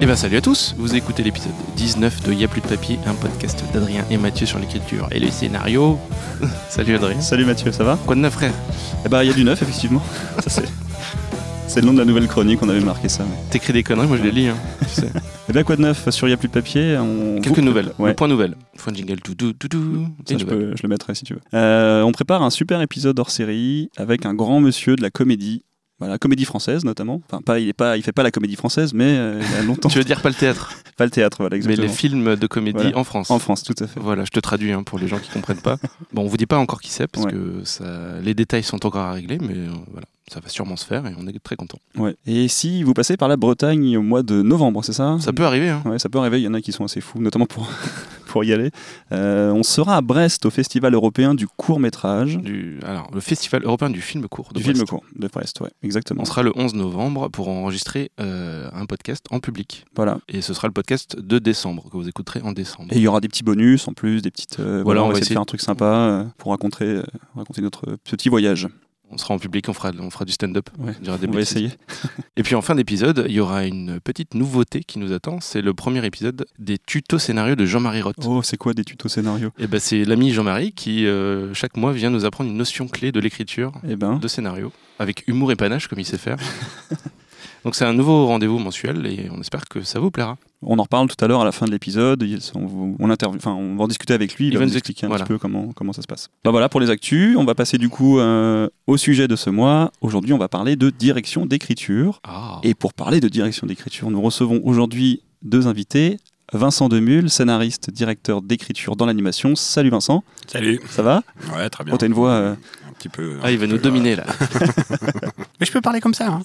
Et salut à tous, vous écoutez l'épisode 19 de Y'a plus de papier, un podcast d'Adrien et Mathieu sur l'écriture et les scénarios. Salut Adrien. Salut Mathieu, ça va ? Quoi de neuf, frère ? Il y a du neuf effectivement. Ça, c'est le nom de la nouvelle chronique, on avait marqué ça. Mais... T'écris des conneries, moi je les lis, tu sais. Quoi de neuf sur Y'a plus de papier Quelques nouvelles, ouais. Le point nouvelle. Faut un jingle, Ça, je le mettrai si tu veux. On prépare un super épisode hors série avec un grand monsieur de la comédie. Voilà, comédie française notamment. Enfin, il fait pas la comédie française, mais il y a longtemps. Tu veux dire pas le théâtre ? Pas le théâtre, voilà, exactement. Mais les films de comédie voilà. En France. En France, tout à fait. Voilà, je te traduis pour les gens qui comprennent pas. Bon, on vous dit pas encore qui c'est parce que les détails sont encore à régler, mais voilà, ça va sûrement se faire et on est très contents. Ouais. Et si vous passez par la Bretagne au mois de novembre, c'est ça ? Ça peut arriver. Ouais, ça peut arriver. Il y en a qui sont assez fous, notamment pour y aller. On sera à Brest au Festival européen du court-métrage. Le Festival européen du film court de du Brest. film court de Brest, ouais, exactement. On sera le 11 novembre pour enregistrer un podcast en public. Voilà. Et ce sera le podcast de décembre, que vous écouterez en décembre. Et il y aura des petits bonus en plus, des petites... on va essayer de faire un truc sympa pour raconter notre petit voyage. On sera en public, on fera du stand-up. Ouais, on va essayer. Et puis en fin d'épisode, il y aura une petite nouveauté qui nous attend. C'est le premier épisode des tutos scénarios de Jean-Marie Roth. Oh, c'est quoi des tutos scénarios ? C'est l'ami Jean-Marie qui, chaque mois, vient nous apprendre une notion clé de l'écriture de scénario, avec humour et panache, comme il sait faire. Donc c'est un nouveau rendez-vous mensuel et on espère que ça vous plaira. On en reparle tout à l'heure à la fin de l'épisode. On va en discuter avec lui. Il va nous expliquer un petit peu comment ça se passe. Voilà pour les actus. On va passer du coup au sujet de ce mois. Aujourd'hui, on va parler de direction d'écriture. Et pour parler de direction d'écriture, nous recevons aujourd'hui deux invités. Vincent Demule, scénariste, directeur d'écriture dans l'animation. Salut Vincent. Salut. Ça va ? Ouais, très bien. Oh, t'as une voix... un petit peu... il va nous dominer là. Mais je peux parler comme ça.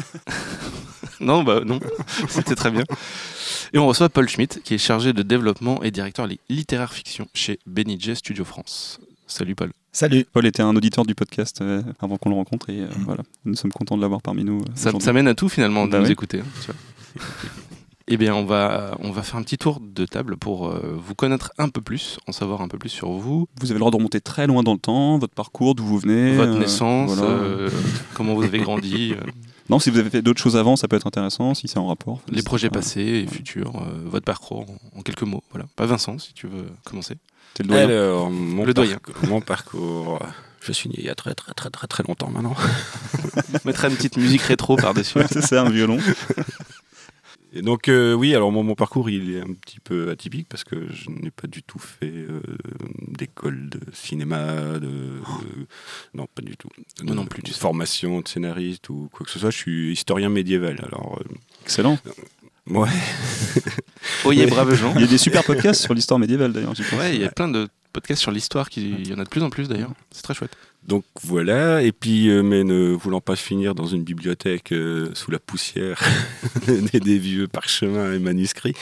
Non, c'était très bien. Et on reçoit Paul Schmitt, qui est chargé de développement et directeur littéraire fiction chez Benijay Studio France. Salut Paul. Salut. Paul était un auditeur du podcast avant qu'on le rencontre et voilà, nous sommes contents de l'avoir parmi nous. Ça mène à tout finalement de nous écouter. Tu vois. Eh bien, on va faire un petit tour de table pour vous connaître un peu plus, en savoir un peu plus sur vous. Vous avez le droit de remonter très loin dans le temps, votre parcours, d'où vous venez. Votre naissance, comment vous avez grandi. Non, si vous avez fait d'autres choses avant, ça peut être intéressant, si c'est en rapport. Les projets passés et futurs, votre parcours en quelques mots. Voilà. Pas Vincent, si tu veux commencer. T'es le doyen. Alors, doyen. Mon parcours, je suis né il y a très très très très très longtemps maintenant. On mettra une petite musique rétro par-dessus. Ouais, c'est ça, un violon. Et donc alors mon parcours il est un petit peu atypique parce que je n'ai pas du tout fait d'école de cinéma, non pas du tout. Moi non plus. De formation de scénariste ou quoi que ce soit. Je suis historien médiéval. Alors excellent. Ouais. Oyez brave gens. Il y a des super podcasts sur l'histoire médiévale d'ailleurs. Ouais, il y a plein de podcasts sur l'histoire, il y en a de plus en plus d'ailleurs. C'est très chouette. Donc voilà, et puis mais ne voulant pas finir dans une bibliothèque sous la poussière des vieux parchemins et manuscrits,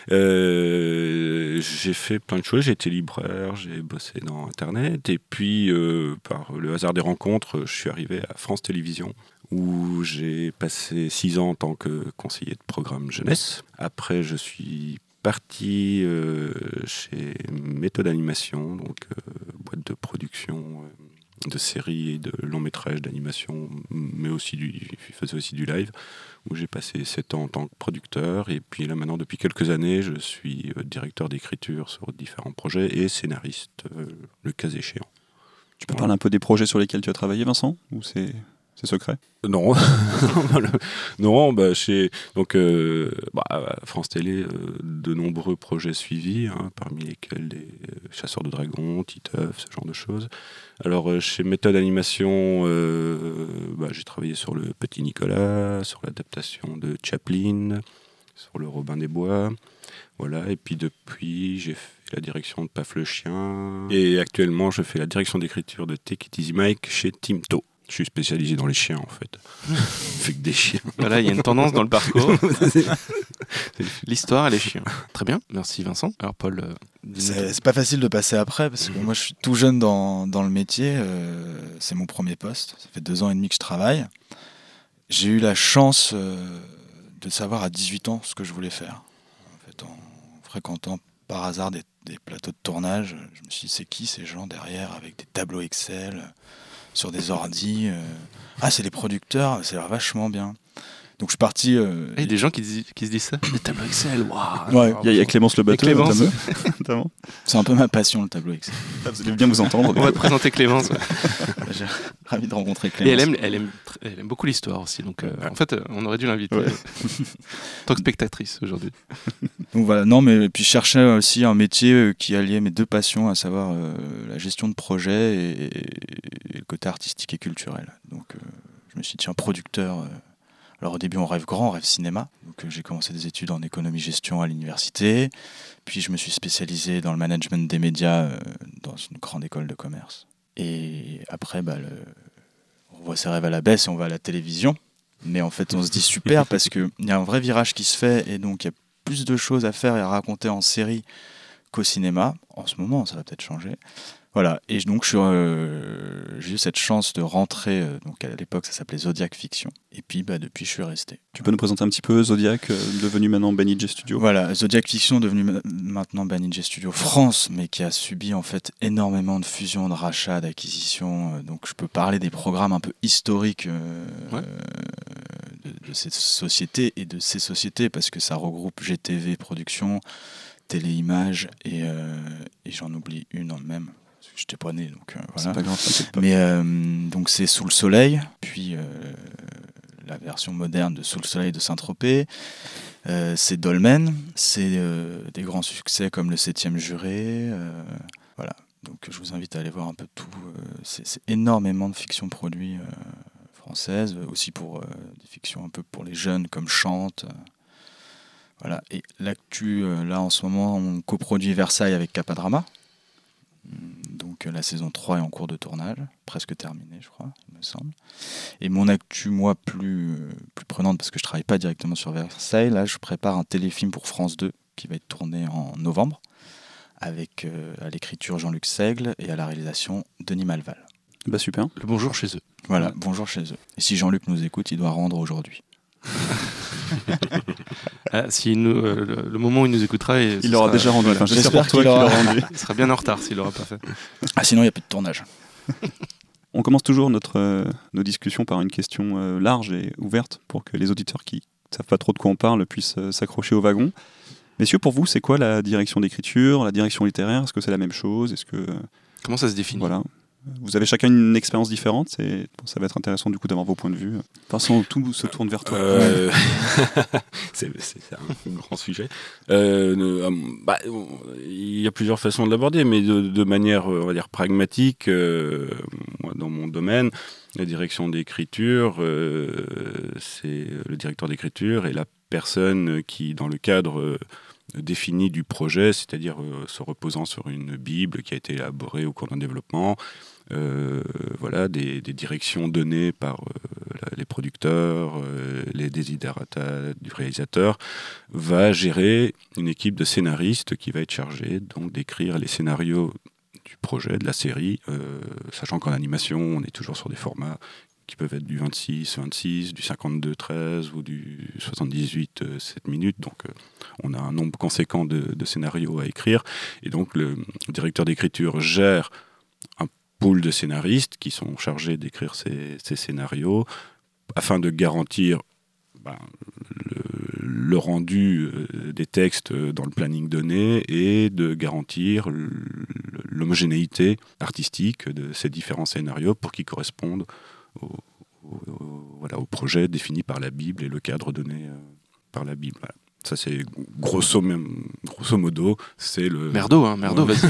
j'ai fait plein de choses. J'ai été libraire, j'ai bossé dans Internet, et puis par le hasard des rencontres, je suis arrivé à France Télévisions, où j'ai passé 6 ans en tant que conseiller de programme jeunesse. Après, je suis parti chez Méthode Animation, donc boîte de production de séries et de longs métrages d'animation, mais aussi je faisais aussi du live, où j'ai passé 7 ans en tant que producteur, et puis là maintenant depuis quelques années je suis directeur d'écriture sur différents projets et scénariste le cas échéant. Tu peux parler un peu des projets sur lesquels tu as travaillé, Vincent, ou c'est secret ? Non, chez France Télé, de nombreux projets suivis, parmi lesquels des Chasseurs de Dragons, Titeuf, ce genre de choses. Alors chez Méthode Animation, j'ai travaillé sur le Petit Nicolas, sur l'adaptation de Chaplin, sur le Robin des Bois, voilà. Et puis depuis, j'ai fait la direction de Paf le Chien, et actuellement je fais la direction d'écriture de Take It Easy Mike chez Timto. Je suis spécialisé dans les chiens, en fait. Je fais que des chiens. Voilà, il y a une tendance dans le parcours. L'histoire et les chiens. Très bien, merci Vincent. Alors Paul... C'est pas facile de passer après, parce que moi je suis tout jeune dans le métier. C'est mon premier poste. Ça fait 2 ans et demi que je travaille. J'ai eu la chance de savoir à 18 ans ce que je voulais faire. En fait, en fréquentant par hasard des plateaux de tournage, je me suis dit, c'est qui ces gens derrière avec des tableaux Excel sur des ordis. C'est les producteurs, c'est vachement bien. Donc je suis parti. Il y a des gens qui se disent ça. Le tableau Excel, waouh. Ouais. Il y a Clémence Le Batteur, notamment. C'est un peu ma passion, le tableau Excel. Vous allez bien vous entendre. On va te présenter Clémence. Ouais. J'ai ravi de rencontrer Clémence. Et elle aime beaucoup l'histoire aussi. Donc en fait, on aurait dû l'inviter en tant que spectatrice aujourd'hui. Donc voilà, non, mais puis je cherchais aussi un métier qui alliait mes deux passions, à savoir la gestion de projet et le côté artistique et culturel. Donc je me suis dit, tiens, producteur. Alors au début on rêve grand, on rêve cinéma. Donc j'ai commencé des études en économie-gestion à l'université. Puis je me suis spécialisé dans le management des médias dans une grande école de commerce. Et après, on voit ses rêves à la baisse et on va à la télévision. Mais en fait on se dit super parce qu'il y a un vrai virage qui se fait et donc il y a plus de choses à faire et à raconter en série qu'au cinéma. En ce moment, ça va peut-être changer. Voilà, et donc j'ai eu cette chance de rentrer, donc à l'époque ça s'appelait Zodiac Fiction, et puis depuis je suis resté. Tu peux nous présenter un petit peu Zodiac, devenu maintenant Banijay Studio? Voilà, Zodiac Fiction devenu maintenant Banijay Studio France, mais qui a subi en fait énormément de fusions, de rachats, d'acquisitions, donc je peux parler des programmes un peu historiques de cette société et de ces sociétés, parce que ça regroupe GTV Productions, Téléimages, et j'en oublie une en même. J'étais pas né, donc voilà. C'est pas grave, mais donc c'est Sous le Soleil, puis la version moderne de Sous le Soleil de Saint-Tropez. C'est Dolmen, c'est des grands succès comme Le 7e Juré. Voilà, donc je vous invite à aller voir un peu tout. C'est énormément de fictions produites françaises, aussi pour des fictions un peu pour les jeunes comme Chante. Voilà, et l'actu, là en ce moment, on coproduit Versailles avec Capadrama. Donc la saison 3 est en cours de tournage, presque terminée je crois, il me semble. Et mon actu, moi, plus prenante, parce que je travaille pas directement sur Versailles, là je prépare un téléfilm pour France 2 qui va être tourné en novembre, avec à l'écriture Jean-Luc Seigle et à la réalisation Denis Malval. Bah super. Le bonjour chez eux. Voilà, bonjour chez eux. Et si Jean-Luc nous écoute, il doit rendre aujourd'hui. Le moment où il nous écoutera, il aura déjà rendu. Enfin, j'espère qu'il aura rendu. Il sera bien en retard s'il l'aura pas fait. Sinon il n'y a plus de tournage. On commence toujours nos discussions par une question large et ouverte pour que les auditeurs qui ne savent pas trop de quoi on parle puissent s'accrocher au wagon. Messieurs, pour vous, c'est quoi la direction d'écriture, la direction littéraire? Est-ce que c'est la même chose? Comment ça se définit? Voilà. Vous avez chacun une expérience différente, ça va être intéressant du coup d'avoir vos points de vue. Vincent, tout se tourne vers toi. C'est un grand sujet. Il y a plusieurs façons de l'aborder, mais de manière, on va dire, pragmatique. Moi, dans mon domaine, la direction d'écriture, c'est le directeur d'écriture et la personne qui, dans le cadre défini du projet, c'est-à-dire se reposant sur une Bible qui a été élaborée au cours d'un développement, voilà, des directions données par les producteurs, les desiderata du réalisateur, va gérer une équipe de scénaristes qui va être chargée donc d'écrire les scénarios du projet, de la série, sachant qu'en animation, on est toujours sur des formats qui peuvent être du 26-26, du 52-13 ou du 78-7 minutes. Donc on a un nombre conséquent de scénarios à écrire. Et donc le directeur d'écriture gère un pool de scénaristes qui sont chargés d'écrire ces scénarios afin de garantir le rendu des textes dans le planning donné et de garantir l'homogénéité artistique de ces différents scénarios pour qu'ils correspondent au projet défini par la Bible et le cadre donné par la Bible. Voilà. Ça, c'est grosso modo, c'est le... Merdo, vas-y.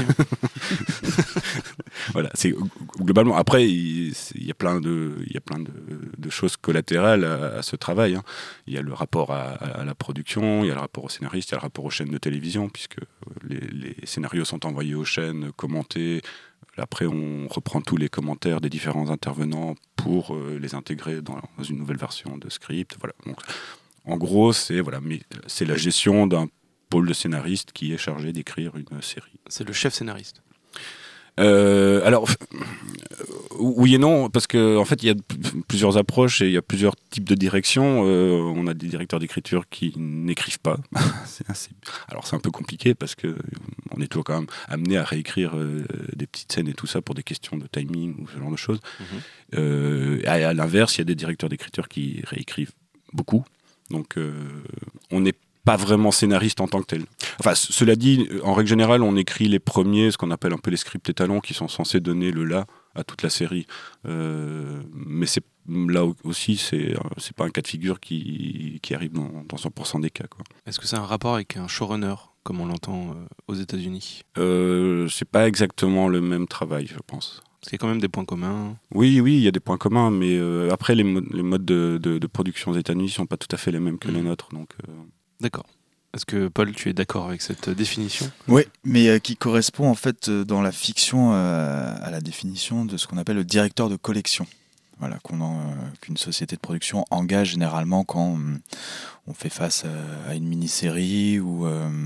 Voilà, c'est globalement. Après, il y a plein de choses collatérales à ce travail. Hein. Il y a le rapport à la production, il y a le rapport aux scénaristes, il y a le rapport aux chaînes de télévision, puisque les scénarios sont envoyés aux chaînes, commentés. Après, on reprend tous les commentaires des différents intervenants pour les intégrer dans une nouvelle version de script. Voilà. Donc, en gros, c'est la gestion d'un pôle de scénaristes qui est chargé d'écrire une série. C'est le chef scénariste. Alors, oui et non, parce qu'en fait, il y a plusieurs approches et il y a plusieurs types de directions. On a des directeurs d'écriture qui n'écrivent pas. Alors, c'est un peu compliqué parce qu'on est toujours quand même amené à réécrire des petites scènes et tout ça pour des questions de timing ou ce genre de choses. À l'inverse, il y a des directeurs d'écriture qui réécrivent beaucoup. Donc on n'est pas vraiment scénariste en tant que tel. Enfin, cela dit, en règle générale, on écrit les premiers, ce qu'on appelle un peu les scripts étalons, qui sont censés donner le là à toute la série. Mais là aussi, c'est pas un cas de figure qui arrive dans 100% des cas, quoi. Est-ce que c'est un rapport avec un showrunner, comme on l'entend aux États-Unis ? C'est pas exactement le même travail, je pense. Parce qu'il y a quand même des points communs. Oui, il y a des points communs, mais après, les modes de production aux États-Unis sont pas tout à fait les mêmes que les nôtres. Donc, D'accord. Est-ce que, Paul, tu es d'accord avec cette définition ? Oui, mais qui correspond en fait dans la fiction à la définition de ce qu'on appelle le directeur de collection. Voilà, qu'une société de production engage généralement quand on fait face à une mini-série ou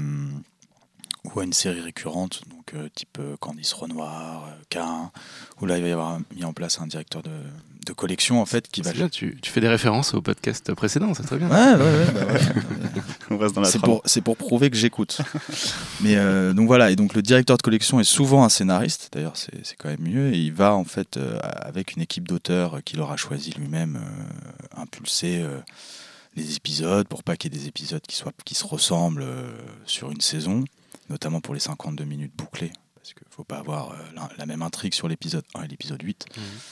à une série récurrente, donc type Candice Renoir, Cain, où là il va y avoir mis en place un directeur de collection en fait qui va. Là, tu fais des références au podcast précédent, c'est très bien. Ouais. On reste dans la c'est pour prouver que j'écoute. Mais donc voilà, et donc le directeur de collection est souvent un scénariste. D'ailleurs, c'est quand même mieux. Et il va en fait avec une équipe d'auteurs qu'il aura choisi lui-même impulser les épisodes pour pas qu'il y ait des épisodes qui se ressemblent sur une saison, notamment pour les 52 minutes bouclées, parce qu'il ne faut pas avoir la même intrigue sur l'épisode 1 et l'épisode 8.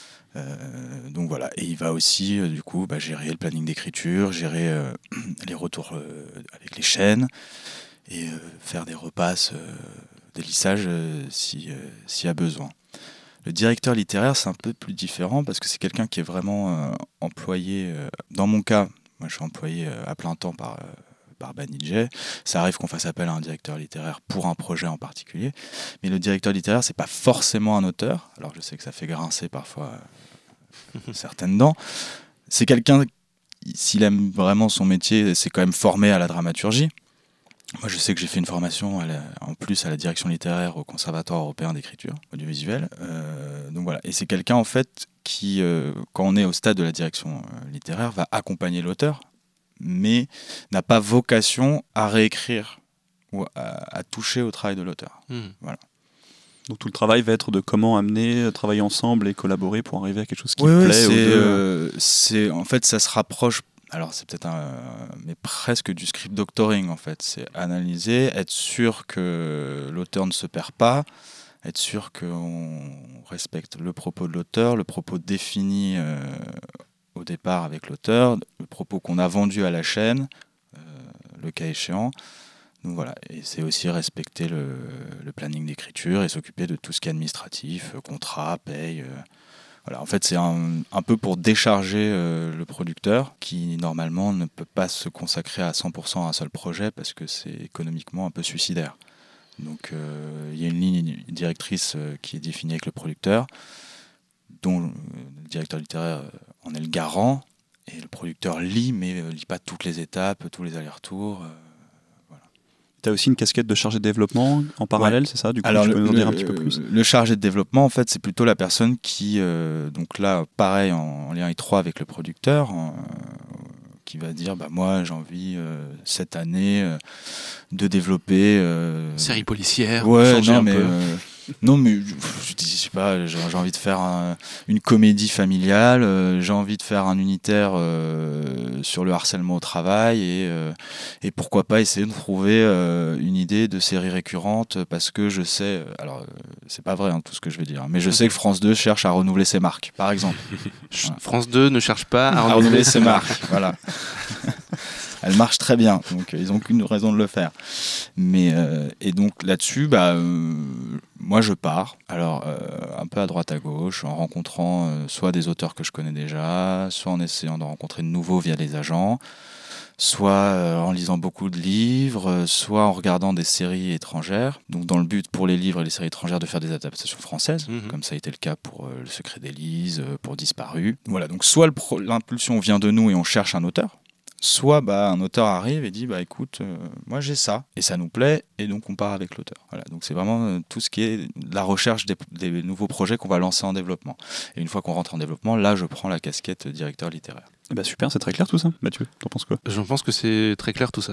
Donc voilà, et il va aussi du coup gérer le planning d'écriture, gérer les retours avec les chaînes et faire des repasses, des lissages s'il y a besoin. Le directeur littéraire, c'est un peu plus différent parce que c'est quelqu'un qui est vraiment employé, dans mon cas, moi je suis employé à plein temps par Banijay. Ça arrive qu'on fasse appel à un directeur littéraire pour un projet en particulier, mais le directeur littéraire, c'est pas forcément un auteur. Alors je sais que ça fait grincer parfois certaines dents. C'est quelqu'un, s'il aime vraiment son métier, c'est quand même formé à la dramaturgie. Moi, je sais que j'ai fait une formation en plus à la direction littéraire au Conservatoire européen d'écriture audiovisuelle. Donc voilà, et c'est quelqu'un en fait qui, quand on est au stade de la direction littéraire, va accompagner l'auteur, mais n'a pas vocation à réécrire ou à toucher au travail de l'auteur. Voilà. Donc tout le travail va être de comment amener, travailler ensemble et collaborer pour arriver à quelque chose qui plaît aux deux. En fait, ça se rapproche. Alors c'est peut-être mais presque du script doctoring en fait. C'est analyser, être sûr que l'auteur ne se perd pas, être sûr qu'on respecte le propos de l'auteur, le propos défini au départ avec l'auteur, le propos qu'on a vendu à la chaîne, le cas échéant. Donc voilà, et c'est aussi respecter le planning d'écriture et s'occuper de tout ce qui est administratif, contrat, paye. Voilà, en fait, c'est un peu pour décharger le producteur qui, normalement, ne peut pas se consacrer à 100% à un seul projet parce que c'est économiquement un peu suicidaire. Donc, il y a une ligne directrice qui est définie avec le producteur, dont le directeur littéraire en est le garant, et le producteur lit, mais ne lit pas toutes les étapes, tous les allers-retours. Tu as aussi une casquette de chargé de développement en parallèle, c'est ça ? Du coup, alors, tu peux nous en dire un petit peu plus ? Le chargé de développement, en fait, c'est plutôt la personne qui, donc là, pareil, en lien étroit avec le producteur, qui va dire, moi, j'ai envie, cette année, de développer... série policière, changer un peu. Non, mais je sais pas, j'ai envie de faire une comédie familiale, j'ai envie de faire un unitaire sur le harcèlement au travail et pourquoi pas essayer de trouver une idée de série récurrente parce que je sais, alors c'est pas vrai tout ce que je vais dire, mais je sais que France 2 cherche à renouveler ses marques, par exemple. Voilà. France 2 ne cherche pas à renouveler ses marques. Voilà. Elle marche très bien, donc ils n'ont qu'une raison de le faire. Mais, et donc là-dessus, moi je pars, alors un peu à droite à gauche, en rencontrant soit des auteurs que je connais déjà, soit en essayant de rencontrer de nouveaux via les agents, soit en lisant beaucoup de livres, soit en regardant des séries étrangères. Donc dans le but pour les livres et les séries étrangères de faire des adaptations françaises, comme ça a été le cas pour Le Secret d'Élise, pour Disparu. Voilà, donc soit l'impulsion vient de nous et on cherche un auteur, soit un auteur arrive et dit écoute, moi j'ai ça et ça nous plaît et donc on part avec l'auteur. Voilà, donc c'est vraiment tout ce qui est la recherche des nouveaux projets qu'on va lancer en développement. Et une fois qu'on rentre en développement, là je prends la casquette directeur littéraire. Super, c'est très clair tout ça. Mathieu, t'en penses quoi ? J'en pense que c'est très clair tout ça.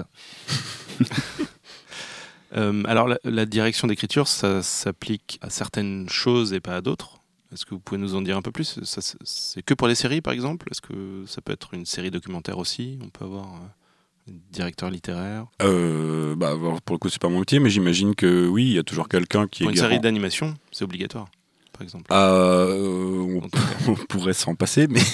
Alors la direction d'écriture, ça s'applique à certaines choses et pas à d'autres. Est-ce que vous pouvez nous en dire un peu plus ? C'est que pour les séries, par exemple ? Est-ce que ça peut être une série documentaire aussi ? On peut avoir Directeur littéraire. Pour le coup, c'est pas mon métier, mais j'imagine que oui, il y a toujours quelqu'un qui pour est une série d'animation, c'est obligatoire. Par exemple. On pourrait s'en passer, mais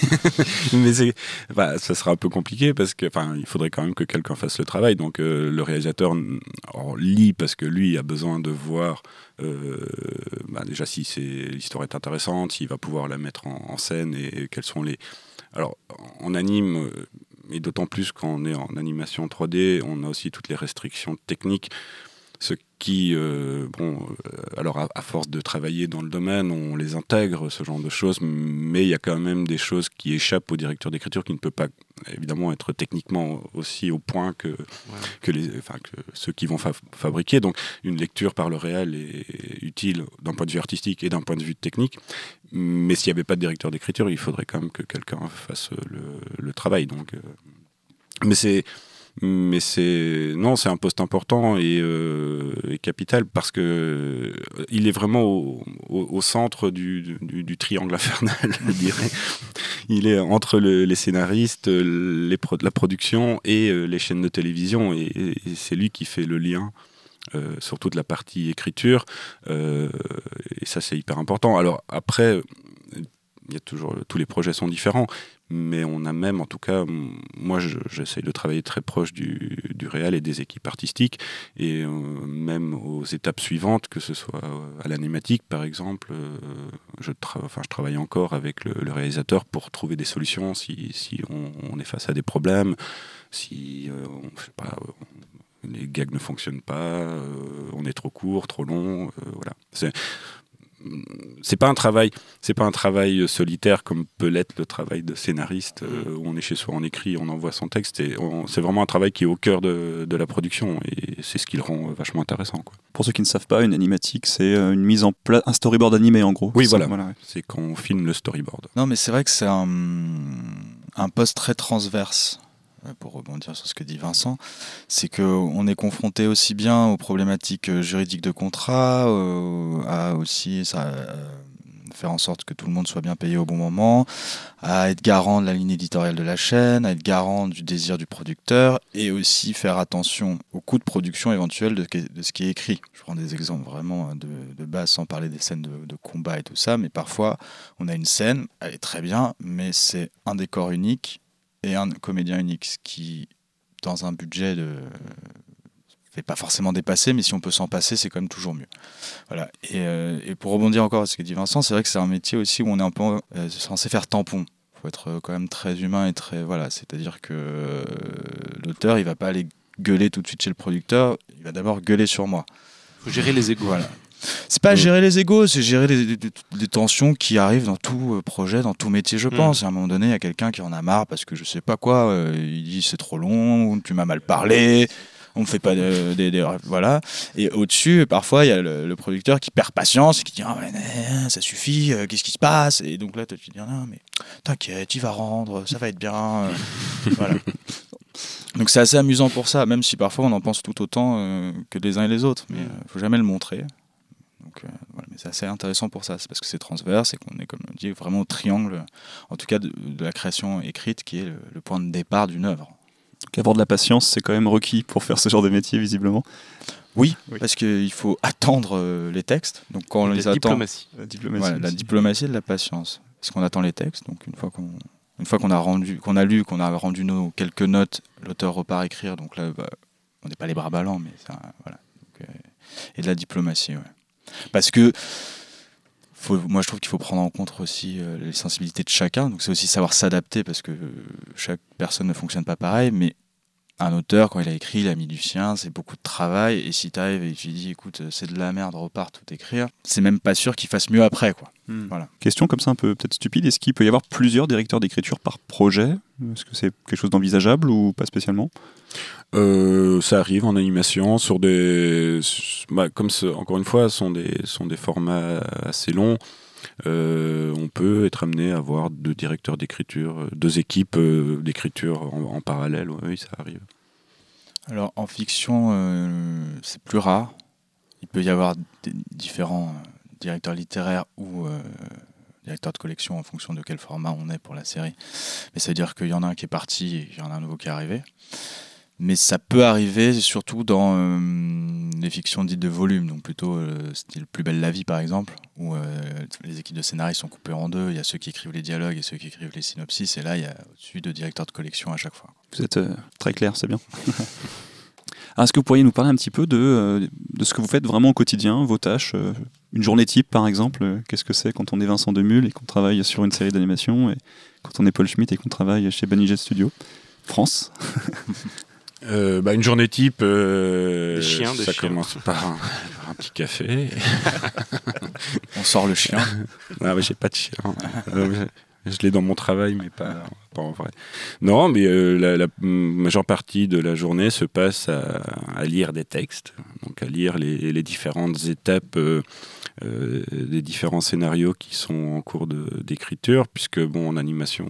ça sera un peu compliqué parce que, il faudrait quand même que quelqu'un fasse le travail. Donc le réalisateur lit parce que lui a besoin de voir déjà si l'histoire est intéressante, s'il va pouvoir la mettre en scène et quels sont les. Alors en anime. Et d'autant plus quand on est en animation 3D, on a aussi toutes les restrictions techniques. Ce qui, alors à force de travailler dans le domaine, on les intègre, ce genre de choses, mais il y a quand même des choses qui échappent au directeur d'écriture qui ne peut pas, évidemment, être techniquement aussi au point que ceux qui vont fabriquer. Donc une lecture par le réel est utile d'un point de vue artistique et d'un point de vue technique, mais s'il n'y avait pas de directeur d'écriture, il faudrait quand même que quelqu'un fasse le travail. Donc, c'est un poste important et capital parce que il est vraiment au centre du triangle infernal, je dirais. Il est entre les scénaristes, la production et les chaînes de télévision et c'est lui qui fait le lien. Surtout de la partie écriture et ça c'est hyper important. Alors après il y a toujours tous les projets sont différents, mais on a même, en tout cas, moi j'essaye de travailler très proche du réel et des équipes artistiques, et même aux étapes suivantes, que ce soit à l'animatique par exemple, je travaille encore avec le réalisateur pour trouver des solutions si on est face à des problèmes, si les gags ne fonctionnent pas, on est trop court, trop long, voilà. C'est pas un travail solitaire comme peut l'être le travail de scénariste où on est chez soi, on écrit, on envoie son texte et c'est vraiment un travail qui est au cœur de la production et c'est ce qui le rend vachement intéressant, quoi. Pour ceux qui ne savent pas, une animatique c'est une mise en place, un storyboard animé en gros. Oui, voilà. C'est quand on filme le storyboard. Non mais c'est vrai que c'est un poste très transverse. Pour rebondir sur ce que dit Vincent, c'est qu'on est confronté aussi bien aux problématiques juridiques de contrat, à aussi faire en sorte que tout le monde soit bien payé au bon moment, à être garant de la ligne éditoriale de la chaîne, à être garant du désir du producteur, et aussi faire attention aux coûts de production éventuels de ce qui est écrit. Je prends des exemples vraiment de base, sans parler des scènes de combat et tout ça, mais parfois on a une scène, elle est très bien, mais c'est un décor unique, et un comédien unique, ce qui, dans un budget fait pas forcément dépasser, mais si on peut s'en passer, c'est quand même toujours mieux. Voilà. Et pour rebondir encore à ce que dit Vincent, c'est vrai que c'est un métier aussi où on est un peu censé faire tampon. Il faut être quand même très humain et très... Voilà, c'est-à-dire que l'auteur, il va pas aller gueuler tout de suite chez le producteur, il va d'abord gueuler sur moi. Il faut gérer les égos. Voilà. C'est pas gérer les égos, c'est gérer les tensions qui arrivent dans tout projet, dans tout métier, je pense. À un moment donné, il y a quelqu'un qui en a marre parce que je sais pas quoi, il dit c'est trop long, tu m'as mal parlé, on me fait pas voilà. Et au-dessus, parfois, il y a le producteur qui perd patience et qui dit ça suffit, qu'est-ce qui se passe? Et donc là, tu te dis non, mais t'inquiète, il va rendre, ça va être bien. Voilà. Donc c'est assez amusant pour ça, même si parfois on en pense tout autant que les uns et les autres, mais faut jamais le montrer. Donc, voilà, mais c'est assez intéressant pour ça, c'est parce que c'est transverse et qu'on est, comme on dit, vraiment au triangle, en tout cas de la création écrite, qui est le point de départ d'une œuvre. Donc avoir de la patience, c'est quand même requis pour faire ce genre de métier, visiblement. Oui. Parce qu'il faut attendre les textes. Donc quand on les attend, la diplomatie et la patience. Parce qu'on attend les textes. Donc une fois qu'on a rendu nos quelques notes, l'auteur repart écrire. Donc là, on n'est pas les bras ballants, mais ça, voilà. Donc, et de la diplomatie, ouais. Parce que moi je trouve qu'il faut prendre en compte aussi les sensibilités de chacun, donc c'est aussi savoir s'adapter parce que chaque personne ne fonctionne pas pareil, mais un auteur quand il a écrit, il a mis du sien, c'est beaucoup de travail, et si tu arrives et tu lui dis écoute c'est de la merde, repars tout écrire, c'est même pas sûr qu'il fasse mieux après, quoi. Voilà. Question comme ça un peu peut-être stupide, est-ce qu'il peut y avoir plusieurs directeurs d'écriture par projet? Est-ce que c'est quelque chose d'envisageable ou pas spécialement? Ça arrive en animation sur des, encore une fois, sont des formats assez longs. On peut être amené à avoir 2 directeurs d'écriture, 2 équipes d'écriture en parallèle. Oui, ça arrive. Alors en fiction, c'est plus rare. Il peut y avoir différents directeurs littéraires ou directeurs de collection en fonction de quel format on est pour la série. Mais ça veut dire qu'il y en a un qui est parti et qu'il y en a un nouveau qui est arrivé. Mais ça peut arriver surtout dans les fictions dites de volume, donc plutôt style Plus belle la vie par exemple, où les équipes de scénaristes sont coupées en deux. Il y a ceux qui écrivent les dialogues et ceux qui écrivent les synopsis, et là il y a au-dessus de directeurs de collection à chaque fois. Vous êtes très clair, c'est bien. Alors, est-ce que vous pourriez nous parler un petit peu de ce que vous faites vraiment au quotidien, vos tâches, une journée type par exemple, qu'est-ce que c'est quand on est Vincent Demule et qu'on travaille sur une série d'animation, et quand on est Paul Schmitt et qu'on travaille chez Bunny Jet Studio France? Une journée type, ça commence par un petit café. On sort le chien. Non, mais j'ai pas de chien. Je l'ai dans mon travail, mais pas en vrai. Non, mais la majeure partie de la journée se passe à lire des textes, donc à lire les différentes étapes des différents scénarios qui sont en cours d'écriture, puisque en animation,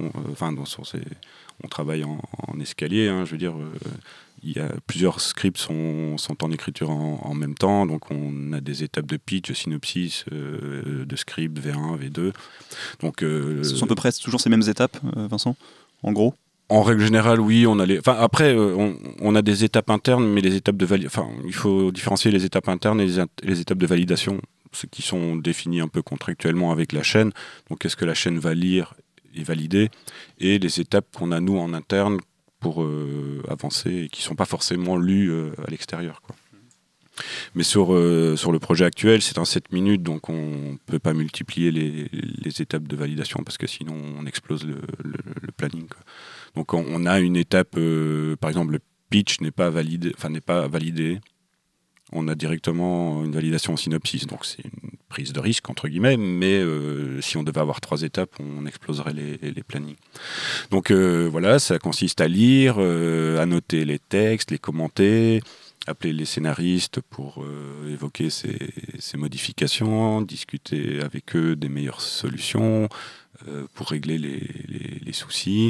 on travaille en escalier, je veux dire. Il y a plusieurs scripts sont en écriture en même temps, donc on a des étapes de pitch, de synopsis, de script V1, V2. Donc, ce sont à peu près toujours ces mêmes étapes, Vincent, en gros? En règle générale, oui. Après, on a des étapes internes, mais les étapes de il faut différencier les étapes internes et les étapes de validation, ce qui sont définies un peu contractuellement avec la chaîne. Donc, qu'est-ce que la chaîne va lire et valider, et les étapes qu'on a nous en interne pour avancer et qui ne sont pas forcément lues à l'extérieur, quoi. Mais sur le projet actuel, c'est en 7 minutes, donc on ne peut pas multiplier les étapes de validation parce que sinon on explose le planning, quoi. Donc on a une étape, par exemple le pitch n'est pas validé. On a directement une validation en synopsis, donc c'est une prise de risque entre guillemets, mais si on devait avoir 3 étapes, on exploserait les plannings. Donc voilà, ça consiste à lire, à noter les textes, les commenter, appeler les scénaristes pour évoquer ces modifications, discuter avec eux des meilleures solutions pour régler les soucis.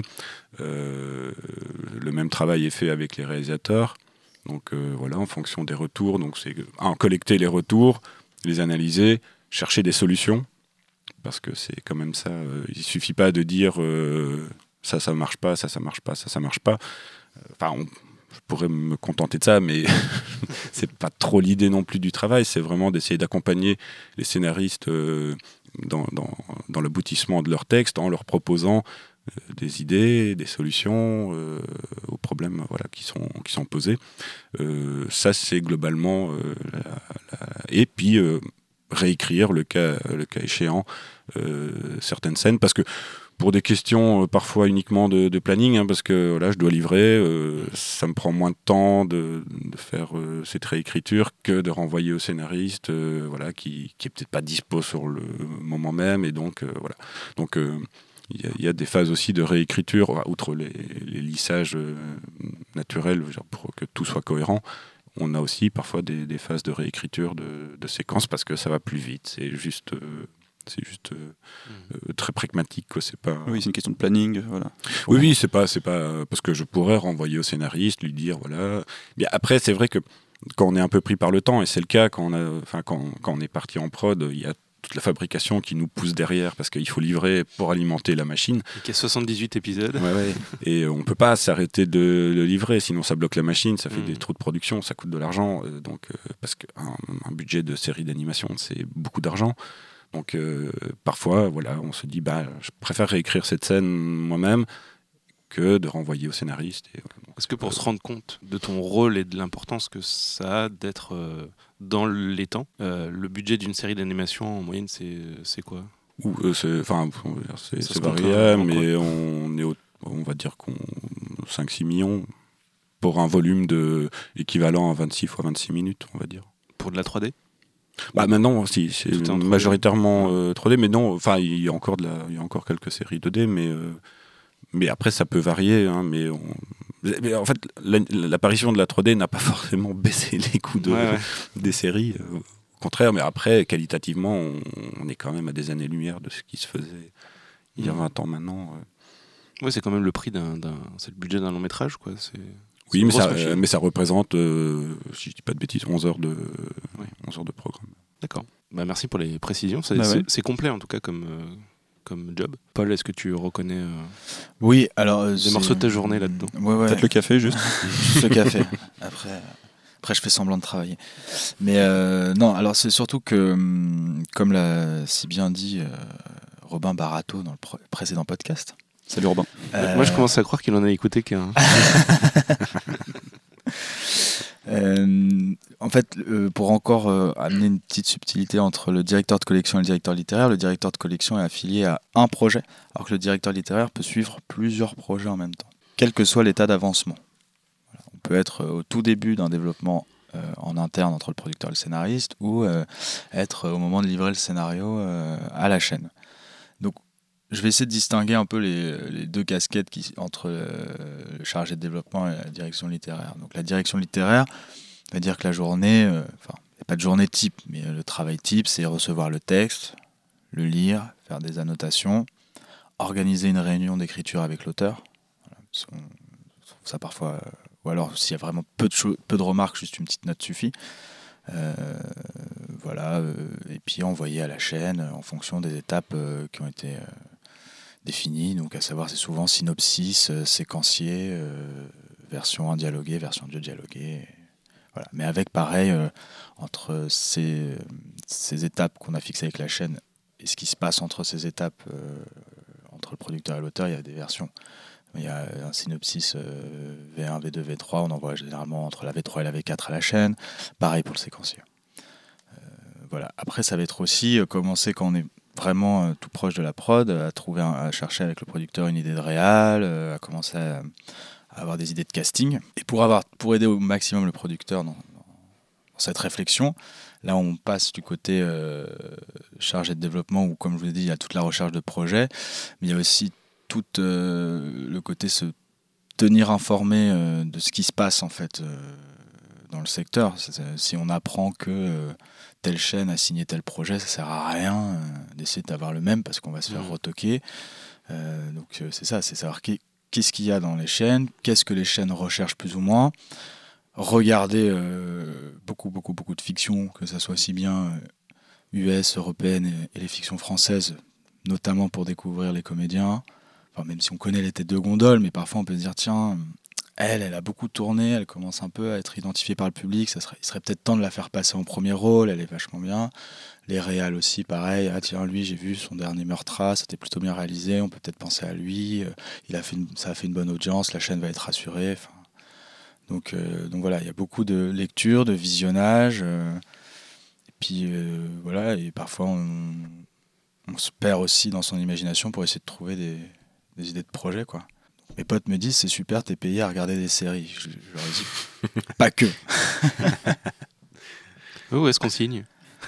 Le même travail est fait avec les réalisateurs. Donc voilà, en fonction des retours, donc c'est collecter les retours, les analyser, chercher des solutions, parce que c'est quand même ça. Il suffit pas de dire ça marche pas, ça marche pas, ça marche pas. Je pourrais me contenter de ça, mais c'est pas trop l'idée non plus du travail. C'est vraiment d'essayer d'accompagner les scénaristes dans l'aboutissement de leur texte en leur proposant des idées, des solutions aux problèmes qui sont posés. Ça, c'est globalement et puis réécrire le cas échéant certaines scènes, parce que pour des questions parfois uniquement de planning, parce que je dois livrer, ça me prend moins de temps de faire cette réécriture que de renvoyer au scénariste qui est peut-être pas dispo sur le moment même, et donc voilà. Donc il y a des phases aussi de réécriture, outre les lissages naturels, pour que tout soit cohérent. On a aussi parfois des phases de réécriture de séquences, parce que ça va plus vite. C'est juste très pragmatique, quoi. C'est pas... Oui, c'est une question de planning. Voilà. Oui, c'est pas parce que je pourrais renvoyer au scénariste, lui dire voilà. Mais après, c'est vrai que quand on est un peu pris par le temps, et c'est le cas quand on est parti en prod, il y a toute la fabrication qui nous pousse derrière, parce qu'il faut livrer pour alimenter la machine. Il y a 78 épisodes. Ouais. Et on peut pas s'arrêter de livrer, sinon ça bloque la machine, ça fait des trous de production, ça coûte de l'argent. Parce qu'un budget de série d'animation, c'est beaucoup d'argent. Donc parfois, on se dit, je préfère réécrire cette scène moi-même que de renvoyer au scénariste. Est-ce que pour se rendre compte de ton rôle et de l'importance que ça a d'être dans les temps, le budget d'une série d'animation en moyenne, c'est quoi? C'est variable, mais on va dire qu'on 5-6 millions pour un volume équivalent à 26 x 26 minutes, on va dire. Pour de la 3D? Maintenant, si, c'est majoritairement 3D, mais non, il y a encore quelques séries 2D, mais après ça peut varier, mais en fait l'apparition de la 3D n'a pas forcément baissé les coûts des séries, au contraire, mais après qualitativement on est quand même à des années-lumière de ce qui se faisait il y a 20 ans maintenant. Ouais, c'est quand même le prix c'est le budget d'un long métrage, quoi. Oui, mais ça représente, si je dis pas de bêtises, 11 heures de programme. D'accord. Merci pour les précisions. C'est complet en tout cas comme comme job. Paul, est-ce que tu reconnais oui, alors des morceaux de ta journée là-dedans? Ouais. Peut-être le café, juste. Juste le café. Après, je fais semblant de travailler. Mais non, alors c'est surtout que, comme l'a si bien dit Robin Barato dans le précédent podcast. Salut Robin. Moi, je commence à croire qu'il en a écouté qu'un. En fait, pour encore amener une petite subtilité entre le directeur de collection et le directeur littéraire, le directeur de collection est affilié à un projet, alors que le directeur littéraire peut suivre plusieurs projets en même temps, quel que soit l'état d'avancement. Voilà. On peut être au tout début d'un développement en interne entre le producteur et le scénariste, ou être au moment de livrer le scénario à la chaîne. Donc, je vais essayer de distinguer un peu les deux casquettes entre le chargé de développement et la direction littéraire. Donc la direction littéraire va dire que la journée, il n'y a pas de journée type, mais le travail type, c'est recevoir le texte, le lire, faire des annotations, organiser une réunion d'écriture avec l'auteur. Voilà, ça parfois, ou alors s'il y a vraiment peu de remarques, juste une petite note suffit. Et puis envoyer à la chaîne en fonction des étapes qui ont été définies. Donc à savoir, c'est souvent synopsis, séquencier, version indialoguée, version 2 dialoguée. Voilà. Mais avec pareil, entre ces étapes qu'on a fixées avec la chaîne et ce qui se passe entre ces étapes, entre le producteur et l'auteur, il y a des versions. Il y a un synopsis V1, V2, V3, on envoie généralement entre la V3 et la V4 à la chaîne. Pareil pour le séquencier. Voilà. Après, ça va être aussi commencer quand on est vraiment tout proche de la prod, à chercher avec le producteur une idée de réal, à commencer à avoir des idées de casting. Et pour aider au maximum le producteur dans cette réflexion, là on passe du côté chargé de développement où, comme je vous l'ai dit, il y a toute la recherche de projet, mais il y a aussi tout le côté se tenir informé de ce qui se passe en fait dans le secteur. Si on apprend que telle chaîne a signé tel projet, ça sert à rien d'essayer d'avoir le même parce qu'on va se faire retoquer. Donc c'est ça, c'est savoir qu'est-ce qu'il y a dans les chaînes, qu'est-ce que les chaînes recherchent plus ou moins. Regarder beaucoup de fictions, que ça soit aussi bien US, européenne et les fictions françaises, notamment pour découvrir les comédiens. Enfin, même si on connaît les têtes de gondole, mais parfois on peut se dire, tiens, elle a beaucoup tourné, elle commence un peu à être identifiée par le public, il serait peut-être temps de la faire passer en premier rôle, elle est vachement bien. Les réals aussi, pareil, tiens, lui, j'ai vu son dernier Meurtra, c'était plutôt bien réalisé, on peut peut-être penser à lui, ça a fait une bonne audience, la chaîne va être rassurée. Donc voilà, il y a beaucoup de lectures, de visionnage, et puis voilà, et parfois on se perd aussi dans son imagination pour essayer de trouver des idées de projet, quoi. Mes potes me disent, c'est super, t'es payé à regarder des séries. Je leur dis, pas que. Où est-ce qu'on signe?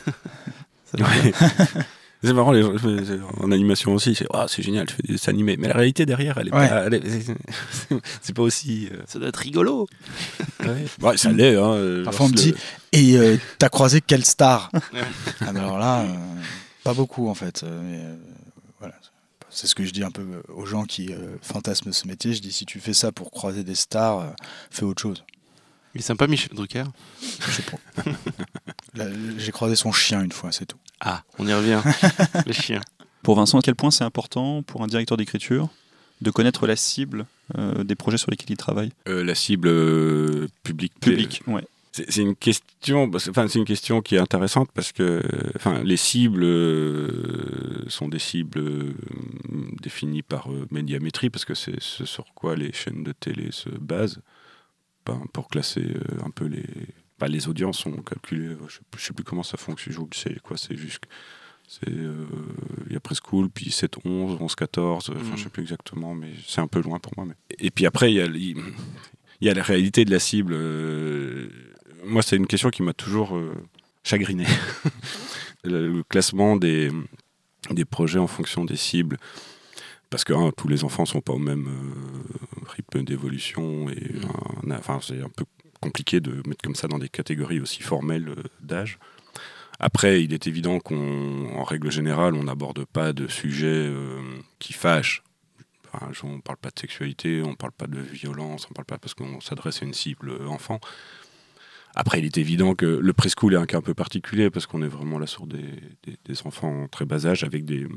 C'est marrant, en animation aussi, c'est génial, tu fais des dessins animés. Mais la réalité derrière, elle est pas. C'est pas aussi. Ça doit être rigolo. Ouais, ça l'est. Parfois on me dit, et t'as croisé quelle star? Alors là, pas beaucoup en fait. Mais, voilà. C'est ce que je dis un peu aux gens qui fantasment ce métier. Je dis, si tu fais ça pour croiser des stars, fais autre chose. Il est sympa, Michel Drucker. Je sais pas. Là, j'ai croisé son chien une fois, c'est tout. Ah, on y revient. Le chien. Pour Vincent, à quel point c'est important pour un directeur d'écriture de connaître la cible des projets sur lesquels il travaille? La cible publique. Ouais. C'est une question, c'est une question qui est intéressante parce que, les cibles sont des cibles définies par médiamétrie, parce que c'est ce sur quoi les chaînes de télé se basent pour classer un peu les audiences sont calculées. Je sais plus comment ça fonctionne. C'est quoi? C'est juste, il y a Preschool, puis 7-11, 11-14. Je sais plus exactement, mais c'est un peu loin pour moi. Et puis après il y a la réalité de la cible. Moi, c'est une question qui m'a toujours chagriné. Le classement des projets en fonction des cibles. Parce que tous les enfants ne sont pas au même rythme d'évolution. Et c'est un peu compliqué de mettre comme ça dans des catégories aussi formelles d'âge. Après, il est évident qu'en règle générale, on n'aborde pas de sujets qui fâchent. On ne parle pas de sexualité, on ne parle pas de violence, on ne parle pas parce qu'on s'adresse à une cible enfant. Après, il est évident que le preschool est un cas un peu particulier parce qu'on est vraiment là sur des enfants en très bas âge avec des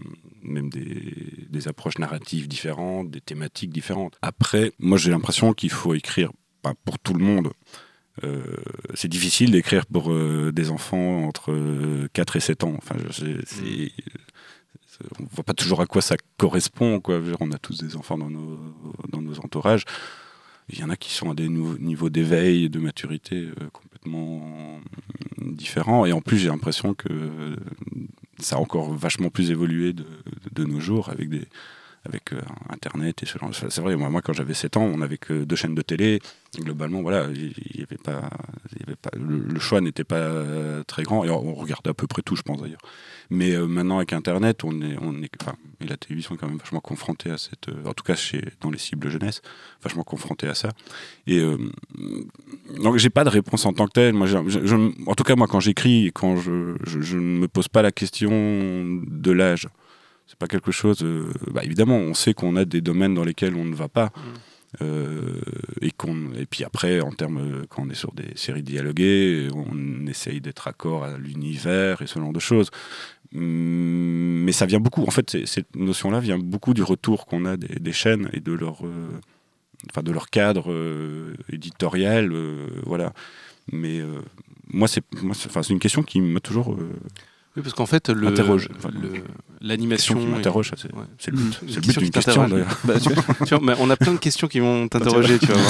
même des approches narratives différentes, des thématiques différentes. Après, moi j'ai l'impression qu'il faut écrire pour tout le monde. C'est difficile d'écrire pour des enfants entre 4 et 7 ans. Enfin, on ne voit pas toujours à quoi ça correspond, quoi. On a tous des enfants dans nos entourages. Il y en a qui sont à des niveaux d'éveil et de maturité complètement différents. Et en plus, j'ai l'impression que ça a encore vachement plus évolué de nos jours avec Internet et ce genre de choses. C'est vrai, moi quand j'avais 7 ans, on n'avait que 2 chaînes de télé. Globalement, voilà, il y avait pas, le choix n'était pas très grand. Et on regardait à peu près tout, je pense d'ailleurs. Mais maintenant, avec Internet, et la télévision est quand même vachement confrontée à en tout cas dans les cibles jeunesse, vachement confrontée à ça. Et donc, j'ai pas de réponse en tant que telle. Moi, en tout cas, moi, quand j'écris, quand je ne me pose pas la question de l'âge. C'est pas quelque chose... évidemment, on sait qu'on a des domaines dans lesquels on ne va pas. Et puis après, en termes, quand on est sur des séries dialoguées, on essaye d'être accord à l'univers et ce genre de choses. Mais ça vient beaucoup... En fait, cette notion-là vient beaucoup du retour qu'on a des chaînes et de leur cadre éditorial. Voilà. Mais moi, c'est une question qui m'a toujours... Oui, parce qu'en fait, l'animation... qui m'interroge, c'est le but. C'est le but d'une question, d'ailleurs. Tu vois, on a plein de questions qui vont t'interroger, tu vas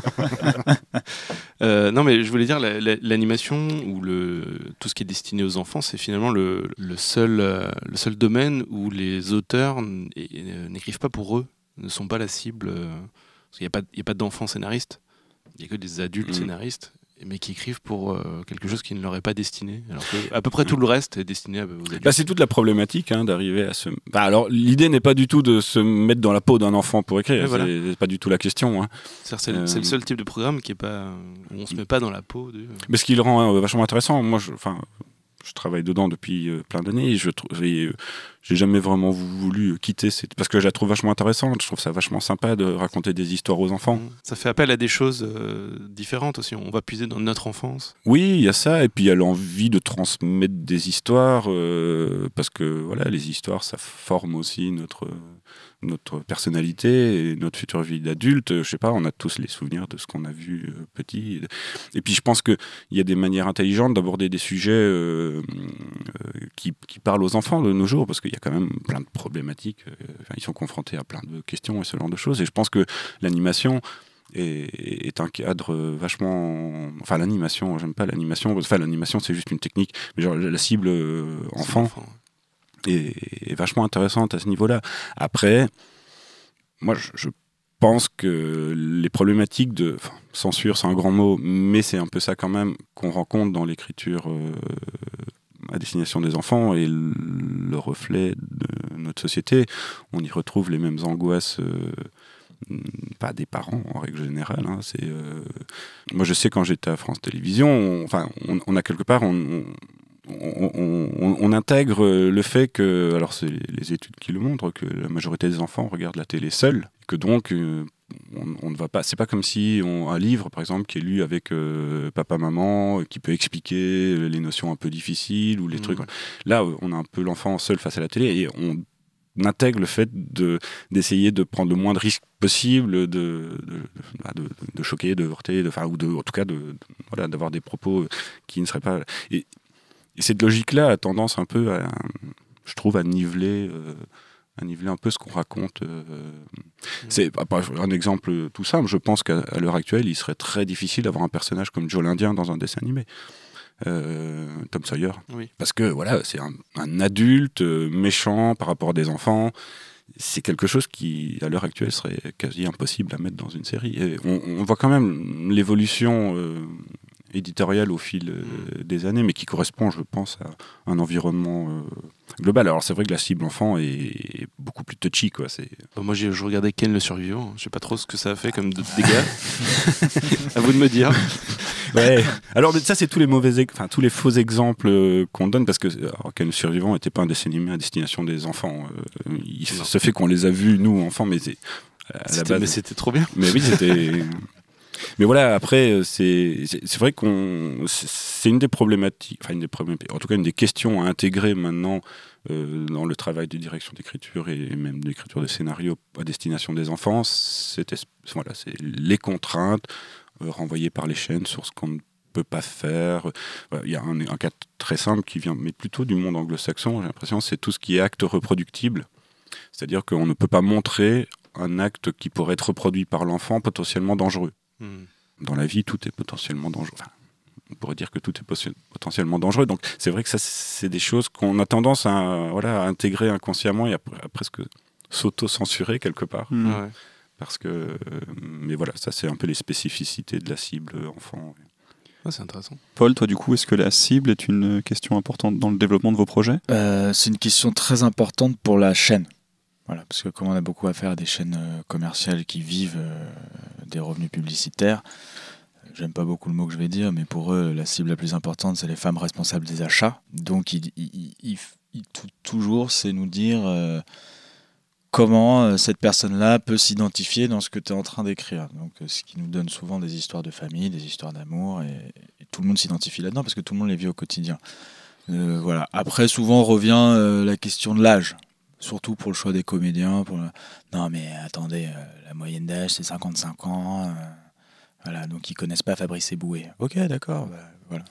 voir. Non, mais je voulais dire, l'animation ou tout ce qui est destiné aux enfants, c'est finalement le seul domaine où les auteurs n'écrivent pas pour eux, ne sont pas la cible. Parce qu'il n'y a pas d'enfants scénaristes, il n'y a que des adultes scénaristes. Mais qui écrivent pour quelque chose qui ne leur est pas destiné, alors que à peu près tout le reste est destiné aux adultes. C'est toute la problématique d'arriver à se... alors l'idée n'est pas du tout de se mettre dans la peau d'un enfant pour écrire, c'est pas du tout la question. C'est le seul type de programme qui est pas où on se met pas dans la peau de... Mais ce qui le rend vachement intéressant, moi je travaille dedans depuis plein d'années et j'ai jamais vraiment voulu quitter parce que je la trouve vachement intéressante. Je trouve ça vachement sympa de raconter des histoires aux enfants. Ça fait appel à des choses différentes aussi. On va puiser dans notre enfance. Oui, il y a ça, et puis il y a l'envie de transmettre des histoires parce que voilà, les histoires ça forme aussi notre personnalité et notre future vie d'adulte. Je sais pas, on a tous les souvenirs de ce qu'on a vu petit. Et puis je pense qu'il y a des manières intelligentes d'aborder des sujets qui parlent aux enfants de nos jours, parce qu'il y a quand même plein de problématiques. Ils sont confrontés à plein de questions et ce genre de choses. Et je pense que l'animation est un cadre vachement... Enfin, l'animation, j'aime pas l'animation. Enfin, l'animation, c'est juste une technique. Mais genre, la cible enfant... est vachement intéressante à ce niveau-là. Après, moi, je pense que les problématiques de censure, c'est un grand mot, mais c'est un peu ça quand même qu'on rencontre dans l'écriture à destination des enfants et le reflet de notre société. On y retrouve les mêmes angoisses pas des parents en règle générale. Moi, je sais quand j'étais à France Télévisions, on a quelque part... On intègre le fait que, alors c'est les études qui le montrent, que la majorité des enfants regardent la télé seuls, que donc on ne va pas. C'est pas comme si un livre, par exemple, qui est lu avec papa, maman, qui peut expliquer les notions un peu difficiles ou les trucs. Là, on a un peu l'enfant seul face à la télé et on intègre le fait d'essayer de prendre le moins de risques possible, de choquer, de heurter, en tout cas d'avoir des propos qui ne seraient pas. Et cette logique-là a tendance un peu je trouve, à niveler un peu ce qu'on raconte. C'est un exemple tout simple. Je pense qu'à l'heure actuelle, il serait très difficile d'avoir un personnage comme Joe l'Indien dans un dessin animé. Tom Sawyer. Oui. Parce que voilà, c'est un adulte méchant par rapport à des enfants. C'est quelque chose qui, à l'heure actuelle, serait quasi impossible à mettre dans une série. Et on voit quand même l'évolution éditoriale au fil des années, mais qui correspond, je pense, à un environnement global. Alors c'est vrai que la cible enfant est beaucoup plus touchy, quoi. Moi, je regardais Ken le survivant. Je sais pas trop ce que ça a fait comme dégâts. À vous de me dire. Ouais. Alors ça, c'est tous les faux exemples qu'on donne, parce que Ken le survivant n'était pas un dessin animé à destination des enfants. Il se fait qu'on les a vus nous enfants, mais à la base. Mais c'était trop bien. Mais oui, c'était. Mais voilà, après, c'est vrai c'est une des problématiques, en tout cas une des questions à intégrer maintenant dans le travail de direction d'écriture et même d'écriture de scénarios à destination des enfants. C'est les contraintes renvoyées par les chaînes sur ce qu'on ne peut pas faire. Il y a un cas très simple qui vient, mais plutôt du monde anglo-saxon, j'ai l'impression, c'est tout ce qui est acte reproductible. C'est-à-dire qu'on ne peut pas montrer un acte qui pourrait être reproduit par l'enfant potentiellement dangereux. Dans la vie, tout est potentiellement dangereux. Enfin, on pourrait dire que tout est potentiellement dangereux. Donc c'est vrai que ça, c'est des choses qu'on a tendance à intégrer inconsciemment et à presque s'auto-censurer quelque part. Ouais. Parce que, mais voilà, ça c'est un peu les spécificités de la cible enfant. Ouais, c'est intéressant. Paul, toi du coup, est-ce que la cible est une question importante dans le développement de vos projets ? C'est une question très importante pour la chaîne. Voilà, parce que comme on a beaucoup affaire à des chaînes commerciales qui vivent des revenus publicitaires, j'aime pas beaucoup le mot que je vais dire, mais pour eux, la cible la plus importante, c'est les femmes responsables des achats. Donc, toujours, c'est nous dire comment cette personne-là peut s'identifier dans ce que tu es en train d'écrire. Donc, ce qui nous donne souvent des histoires de famille, des histoires d'amour, et tout le monde s'identifie là-dedans parce que tout le monde les vit au quotidien. Voilà. Après, souvent revient la question de l'âge. Surtout pour le choix des comédiens. Non mais attendez, la moyenne d'âge c'est 55 ans. Voilà, donc ils connaissent pas Fabrice Eboué. Ok, d'accord. Voilà.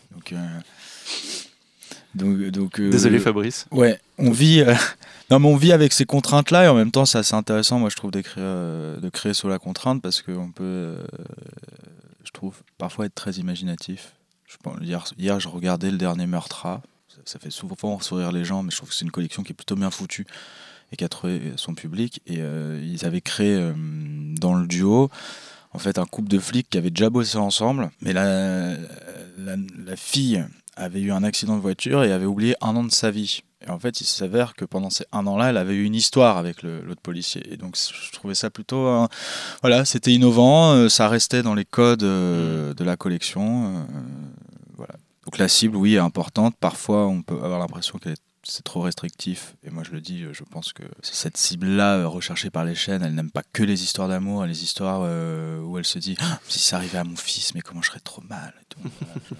Donc désolé Fabrice. Ouais, on vit. Non mais on vit avec ces contraintes-là et en même temps c'est assez intéressant. Moi je trouve de créer sur la contrainte parce qu'on peut, je trouve, parfois être très imaginatif. Hier je regardais Le Dernier Meurtra. Ça fait souvent sourire les gens, mais je trouve que c'est une collection qui est plutôt bien foutue et qui a trouvé son public. Et ils avaient créé dans le duo en fait un couple de flics qui avaient déjà bossé ensemble, mais la fille avait eu un accident de voiture et avait oublié 1 an de sa vie. Et en fait, il s'avère que pendant ces 1 an-là, elle avait eu une histoire avec l'autre policier. Et donc, je trouvais ça plutôt... voilà, c'était innovant, ça restait dans les codes de la collection. Voilà. Donc la cible, oui, est importante. Parfois, on peut avoir l'impression que c'est trop restrictif. Et moi, je le dis, je pense que cette cible-là, recherchée par les chaînes, elle n'aime pas que les histoires d'amour, les histoires où elle se dit « Si ça arrivait à mon fils, mais comment je serais trop mal ?» et tout.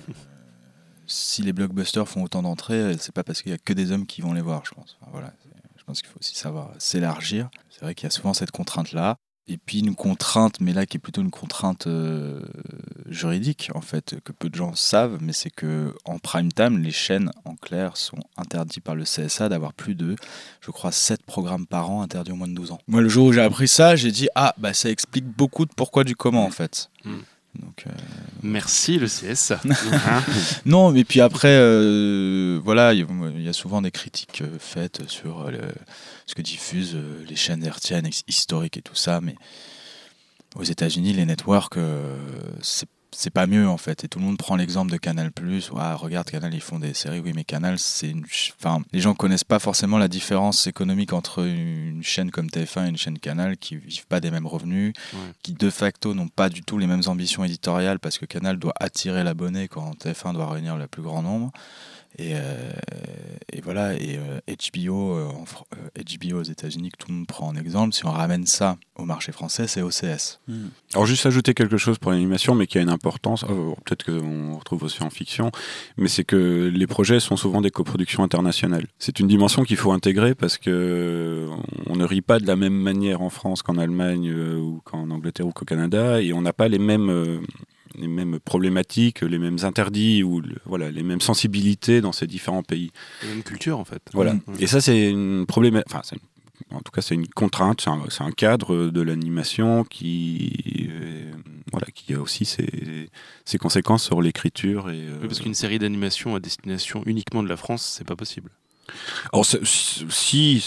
Si les blockbusters font autant d'entrées, c'est pas parce qu'il y a que des hommes qui vont les voir, je pense. Enfin, voilà. Je pense qu'il faut aussi savoir s'élargir. C'est vrai qu'il y a souvent cette contrainte-là. Et puis une contrainte, mais là qui est plutôt une contrainte juridique, en fait, que peu de gens savent, mais c'est qu'en prime time, les chaînes, en clair, sont interdites par le CSA d'avoir plus de, je crois, 7 programmes par an interdits aux moins de 12 ans. Moi, le jour où j'ai appris ça, j'ai dit, ça explique beaucoup de pourquoi du comment, en fait. Donc, merci le CSA. Non, mais puis après, voilà, il y a souvent des critiques faites sur ce que diffusent les chaînes hertziennes historiques et tout ça, mais aux États-Unis, les networks, c'est pas mieux en fait. Et tout le monde prend l'exemple de Canal+. Regarde, Canal, ils font des séries. Oui, mais Canal, les gens connaissent pas forcément la différence économique entre une chaîne comme TF1 et une chaîne Canal qui vivent pas des mêmes revenus, qui de facto n'ont pas du tout les mêmes ambitions éditoriales parce que Canal doit attirer l'abonné quand TF1 doit réunir le plus grand nombre. Et voilà, et HBO aux États-Unis, que tout le monde prend en exemple, si on ramène ça au marché français, c'est OCS. Alors juste ajouter quelque chose pour l'animation, mais qui a une importance, peut-être qu'on retrouve aussi en fiction, mais c'est que les projets sont souvent des coproductions internationales. C'est une dimension qu'il faut intégrer parce que on ne rit pas de la même manière en France qu'en Allemagne ou qu'en Angleterre ou qu'au Canada, et on n'a pas les mêmes problématiques, les mêmes interdits ou les mêmes sensibilités dans ces différents pays. Les mêmes cultures en fait. Voilà. Et ça c'est une problématique. Enfin, en tout cas, c'est une contrainte, c'est un cadre de l'animation qui a aussi ses conséquences sur l'écriture. Oui, parce qu'une série d'animation à destination uniquement de la France, c'est pas possible. Alors, si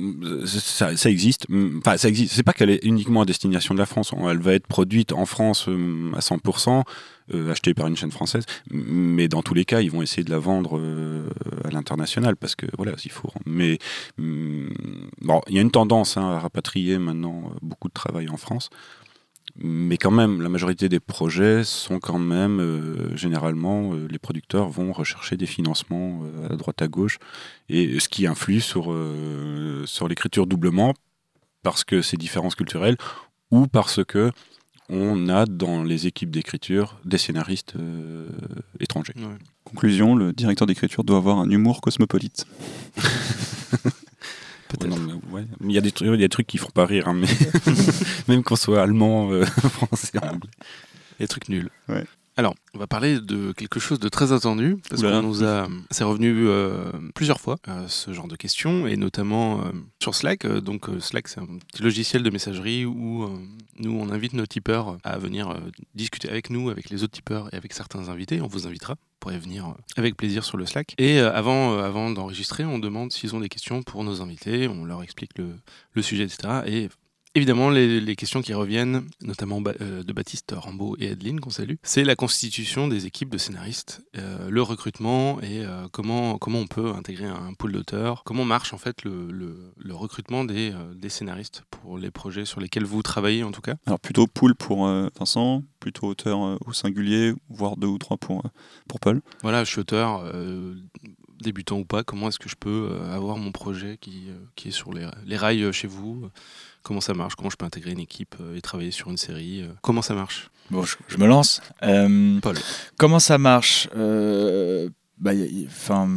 ça existe, enfin ça existe. C'est pas qu'elle est uniquement à destination de la France. Elle va être produite en France à 100%, achetée par une chaîne française. Mais dans tous les cas, ils vont essayer de la vendre à l'international parce que voilà, il faut. Mais bon, il y a une tendance à rapatrier maintenant beaucoup de travail en France. Mais quand même, la majorité des projets sont quand même, généralement, les producteurs vont rechercher des financements à droite à gauche, et ce qui influe sur l'écriture doublement, parce que c'est différences culturelles, ou parce que on a dans les équipes d'écriture des scénaristes étrangers. Ouais. Conclusion, le directeur d'écriture doit avoir un humour cosmopolite. Peut-être. Ouais. Il y a des trucs qui font pas rire, hein, mais même qu'on soit allemand, français, anglais. Des trucs nuls. Ouais. Alors, on va parler de quelque chose de très attendu, parce c'est revenu plusieurs fois, ce genre de questions, et notamment sur Slack. Slack, c'est un petit logiciel de messagerie où nous, on invite nos tipeurs à venir discuter avec nous, avec les autres tipeurs et avec certains invités. On vous invitera, vous pourrez venir avec plaisir sur le Slack. Et avant d'enregistrer, on demande s'ils ont des questions pour nos invités, on leur explique le sujet, etc. Et évidemment, les questions qui reviennent, notamment de Baptiste, Rambaud et Adeline, qu'on salue, c'est la constitution des équipes de scénaristes, le recrutement et comment on peut intégrer un pool d'auteurs, comment marche en fait le recrutement des scénaristes pour les projets sur lesquels vous travaillez en tout cas. Alors plutôt pool pour Vincent, plutôt auteur au singulier, voire 2 ou 3 pour Paul. Voilà, je suis auteur, débutant ou pas, comment est-ce que je peux avoir mon projet qui est sur les rails chez vous ? Comment ça marche ? Comment je peux intégrer une équipe et travailler sur une série ? Comment ça marche ? Bon, je me lance. Paul. Comment ça marche ? Il y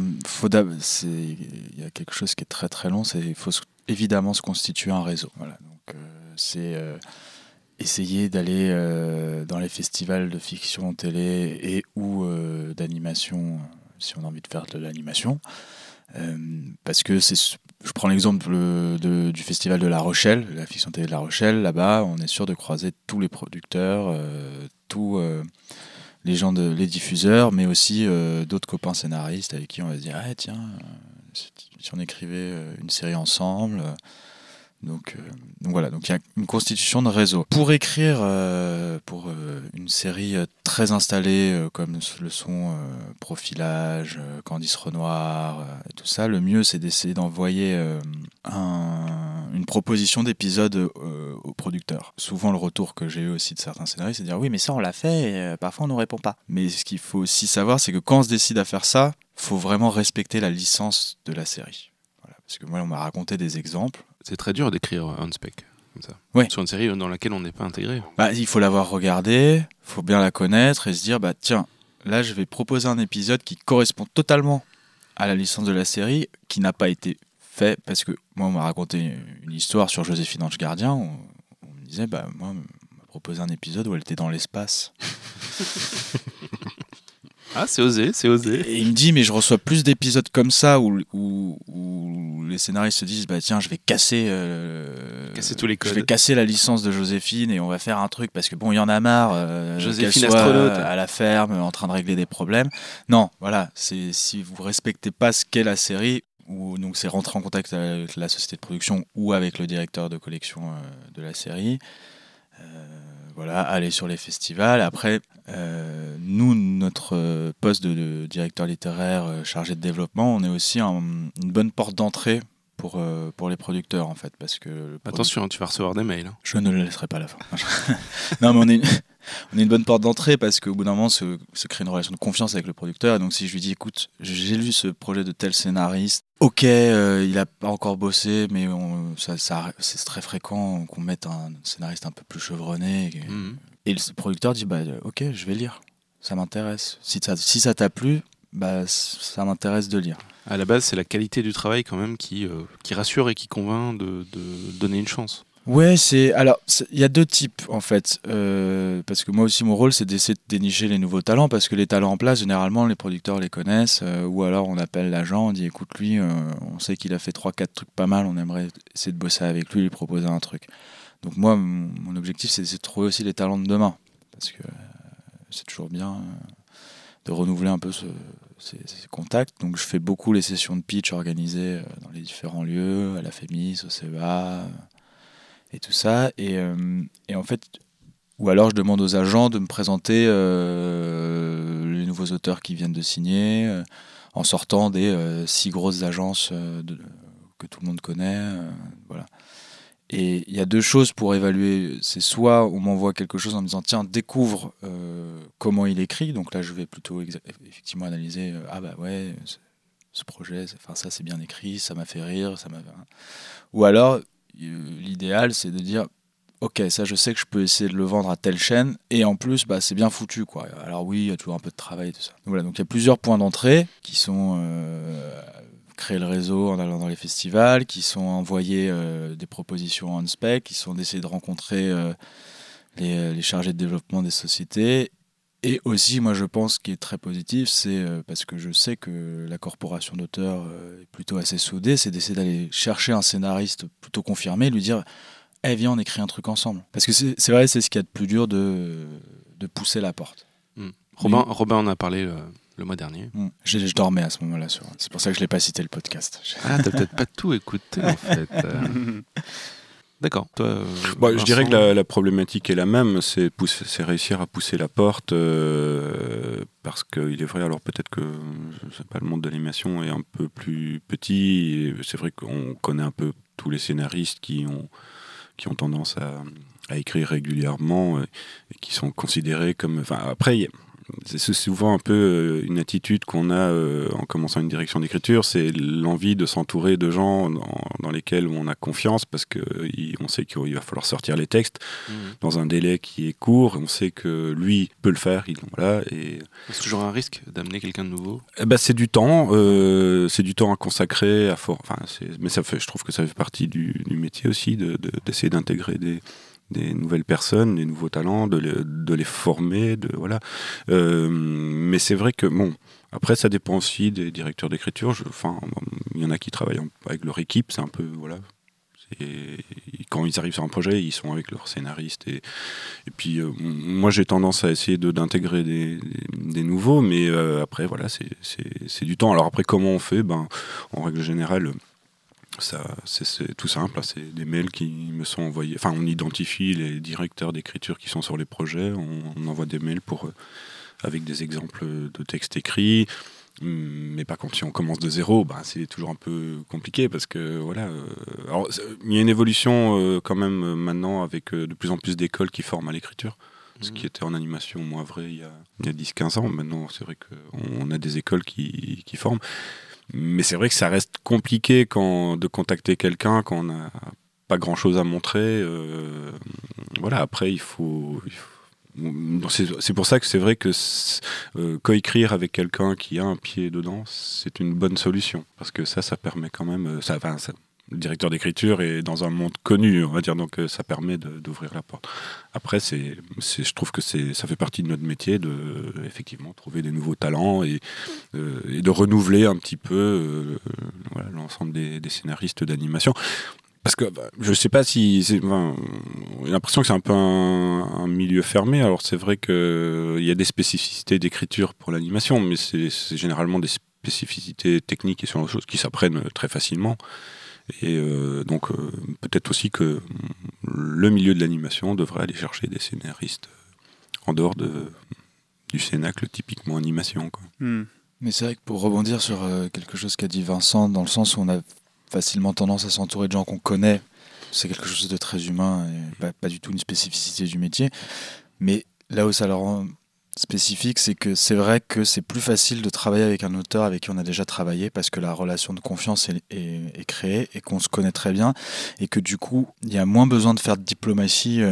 a quelque chose qui est très très long. Il faut évidemment se constituer un réseau. Voilà. Donc, c'est essayer d'aller dans les festivals de fiction télé et ou d'animation, si on a envie de faire de l'animation. Parce que je prends l'exemple du festival de La Rochelle, la fiction télé de La Rochelle. Là-bas, on est sûr de croiser tous les producteurs, tous les gens, les diffuseurs, mais aussi d'autres copains scénaristes avec qui on va se dire tiens, si on écrivait une série ensemble. Donc voilà, donc il y a une constitution de réseau. Pour écrire pour une série très installée comme le sont Profilage, Candice Renoir et tout ça, le mieux c'est d'essayer d'envoyer une proposition d'épisode au producteur. Souvent le retour que j'ai eu aussi de certains scénaristes, c'est de dire oui mais ça on l'a fait et parfois on ne répond pas. Mais ce qu'il faut aussi savoir, c'est que quand on se décide à faire ça, il faut vraiment respecter la licence de la série. Voilà, parce que moi on m'a raconté des exemples. C'est très dur d'écrire un spec comme ça. Ouais. Sur une série dans laquelle on n'est pas intégré. Il faut l'avoir regardée, il faut bien la connaître et se dire tiens, là je vais proposer un épisode qui correspond totalement à la licence de la série, qui n'a pas été fait, parce que moi on m'a raconté une histoire sur Joséphine Ange Gardien, où on me disait moi on m'a proposé un épisode où elle était dans l'espace. Ah, c'est osé, c'est osé. Et il me dit, mais je reçois plus d'épisodes comme ça où les scénaristes se disent, tiens, je vais casser tous les codes. Je vais casser la licence de Joséphine et on va faire un truc parce que il y en a marre. Joséphine qu'elle soit astronaute à la ferme en train de régler des problèmes. Non, voilà, c'est si vous respectez pas ce qu'est la série, ou donc c'est rentrer en contact avec la société de production ou avec le directeur de collection de la série. Voilà, aller sur les festivals. Après, nous, notre poste de directeur littéraire chargé de développement, on est aussi une bonne porte d'entrée pour les producteurs, en fait. Parce que attention, tu vas recevoir des mails. Je ne le laisserai pas à la fin. Non, mais on est une bonne porte d'entrée parce qu'au bout d'un moment, se crée une relation de confiance avec le producteur. Et donc, si je lui dis, écoute, j'ai lu ce projet de tel scénariste, ok, il n'a pas encore bossé, mais c'est très fréquent qu'on mette un scénariste un peu plus chevronné. Et le producteur dit, ok, je vais lire. Ça m'intéresse. Si ça t'a plu, ça m'intéresse de lire. À la base, c'est la qualité du travail quand même qui rassure et qui convainc de donner une chance. Ouais, il y a 2 types en fait, parce que moi aussi mon rôle c'est d'essayer de dénicher les nouveaux talents, parce que les talents en place généralement les producteurs les connaissent, ou alors on appelle l'agent, on dit écoute lui, on sait qu'il a fait 3-4 trucs pas mal, on aimerait essayer de bosser avec lui, lui proposer un truc. Donc moi mon objectif c'est d'essayer de trouver aussi les talents de demain, parce que c'est toujours bien de renouveler un peu ces contacts. Donc je fais beaucoup les sessions de pitch organisées dans les différents lieux, à la FEMIS, au CEA, et tout ça. Et en fait, ou alors je demande aux agents de me présenter les nouveaux auteurs qui viennent de signer, en sortant des 6 grosses agences que tout le monde connaît. Voilà. Et il y a 2 choses pour évaluer. C'est soit on m'envoie quelque chose en me disant tiens, découvre comment il écrit. Donc là, je vais plutôt effectivement analyser ce projet, ça c'est bien écrit, ça m'a fait rire, ou alors l'idéal c'est de dire ok, ça je sais que je peux essayer de le vendre à telle chaîne, et en plus c'est bien foutu quoi. Alors oui, il y a toujours un peu de travail et tout ça. Donc, voilà, donc il y a plusieurs points d'entrée qui sont créer le réseau en allant dans les festivals, qui sont envoyer des propositions en spec, qui sont d'essayer de rencontrer les chargés de développement des sociétés. Et aussi, moi je pense qu'il est très positif, c'est parce que je sais que la corporation d'auteurs est plutôt assez soudée, c'est d'essayer d'aller chercher un scénariste plutôt confirmé, lui dire viens, on écrit un truc ensemble. Parce que c'est vrai, c'est ce qu'il y a de plus dur de pousser la porte. Robin en a parlé le mois dernier. Je dormais à ce moment-là. C'est pour ça que je ne l'ai pas cité le podcast. Ah, t'as peut-être pas tout écouté en fait. D'accord. Toi, je dirais que la problématique est la même, c'est réussir à pousser la porte, parce qu'il est vrai, alors peut-être que le monde de l'animation est un peu plus petit, et c'est vrai qu'on connaît un peu tous les scénaristes qui ont tendance à écrire régulièrement, et qui sont considérés comme... Après, c'est souvent un peu une attitude qu'on a en commençant une direction d'écriture, c'est l'envie de s'entourer de gens dans lesquels on a confiance, parce qu'on sait qu'il va falloir sortir les textes dans un délai qui est court, on sait que lui peut le faire, et... C'est toujours un risque d'amener quelqu'un de nouveau. C'est du temps à consacrer, mais je trouve que ça fait partie du métier aussi, d'essayer d'intégrer des nouvelles personnes, des nouveaux talents, de les former, mais c'est vrai que après ça dépend aussi des directeurs d'écriture. Il y en a qui travaillent avec leur équipe, c'est un peu quand ils arrivent sur un projet, ils sont avec leur scénariste, et puis moi j'ai tendance à essayer d'intégrer des nouveaux, mais après c'est du temps. Alors après, comment on fait ? En règle générale, c'est tout simple, c'est des mails qui me sont envoyés. On identifie les directeurs d'écriture qui sont sur les projets, on envoie des mails avec des exemples de textes écrits. Mais par contre, si on commence de zéro, c'est toujours un peu compliqué, parce que alors, il y a une évolution quand même maintenant, avec de plus en plus d'écoles qui forment à l'écriture. Ce qui était en animation moins vrai il y a 10-15 ans. Maintenant, c'est vrai qu'on a des écoles qui forment. Mais c'est vrai que ça reste compliqué de contacter quelqu'un quand on n'a pas grand-chose à montrer. Après, il faut... C'est pour ça que c'est vrai que coécrire avec quelqu'un qui a un pied dedans, c'est une bonne solution. Parce que ça permet quand même... le directeur d'écriture est dans un monde connu, on va dire, donc ça permet d'ouvrir la porte. Après, je trouve que ça fait partie de notre métier de effectivement trouver des nouveaux talents et de renouveler un petit peu l'ensemble des scénaristes d'animation. Parce que je sais pas si j'ai l'impression que c'est un peu un milieu fermé. Alors c'est vrai qu'il y a des spécificités d'écriture pour l'animation, mais c'est généralement des spécificités techniques et sur des choses qui s'apprennent très facilement. Et donc peut-être aussi que le milieu de l'animation devrait aller chercher des scénaristes en dehors du cénacle typiquement animation, quoi. Mais c'est vrai que pour rebondir sur quelque chose qu'a dit Vincent, dans le sens où on a facilement tendance à s'entourer de gens qu'on connaît, c'est quelque chose de très humain et pas du tout une spécificité du métier, mais là où ça le rend spécifique, c'est que c'est vrai que c'est plus facile de travailler avec un auteur avec qui on a déjà travaillé, parce que la relation de confiance est créée et qu'on se connaît très bien, et que du coup il y a moins besoin de faire de diplomatie.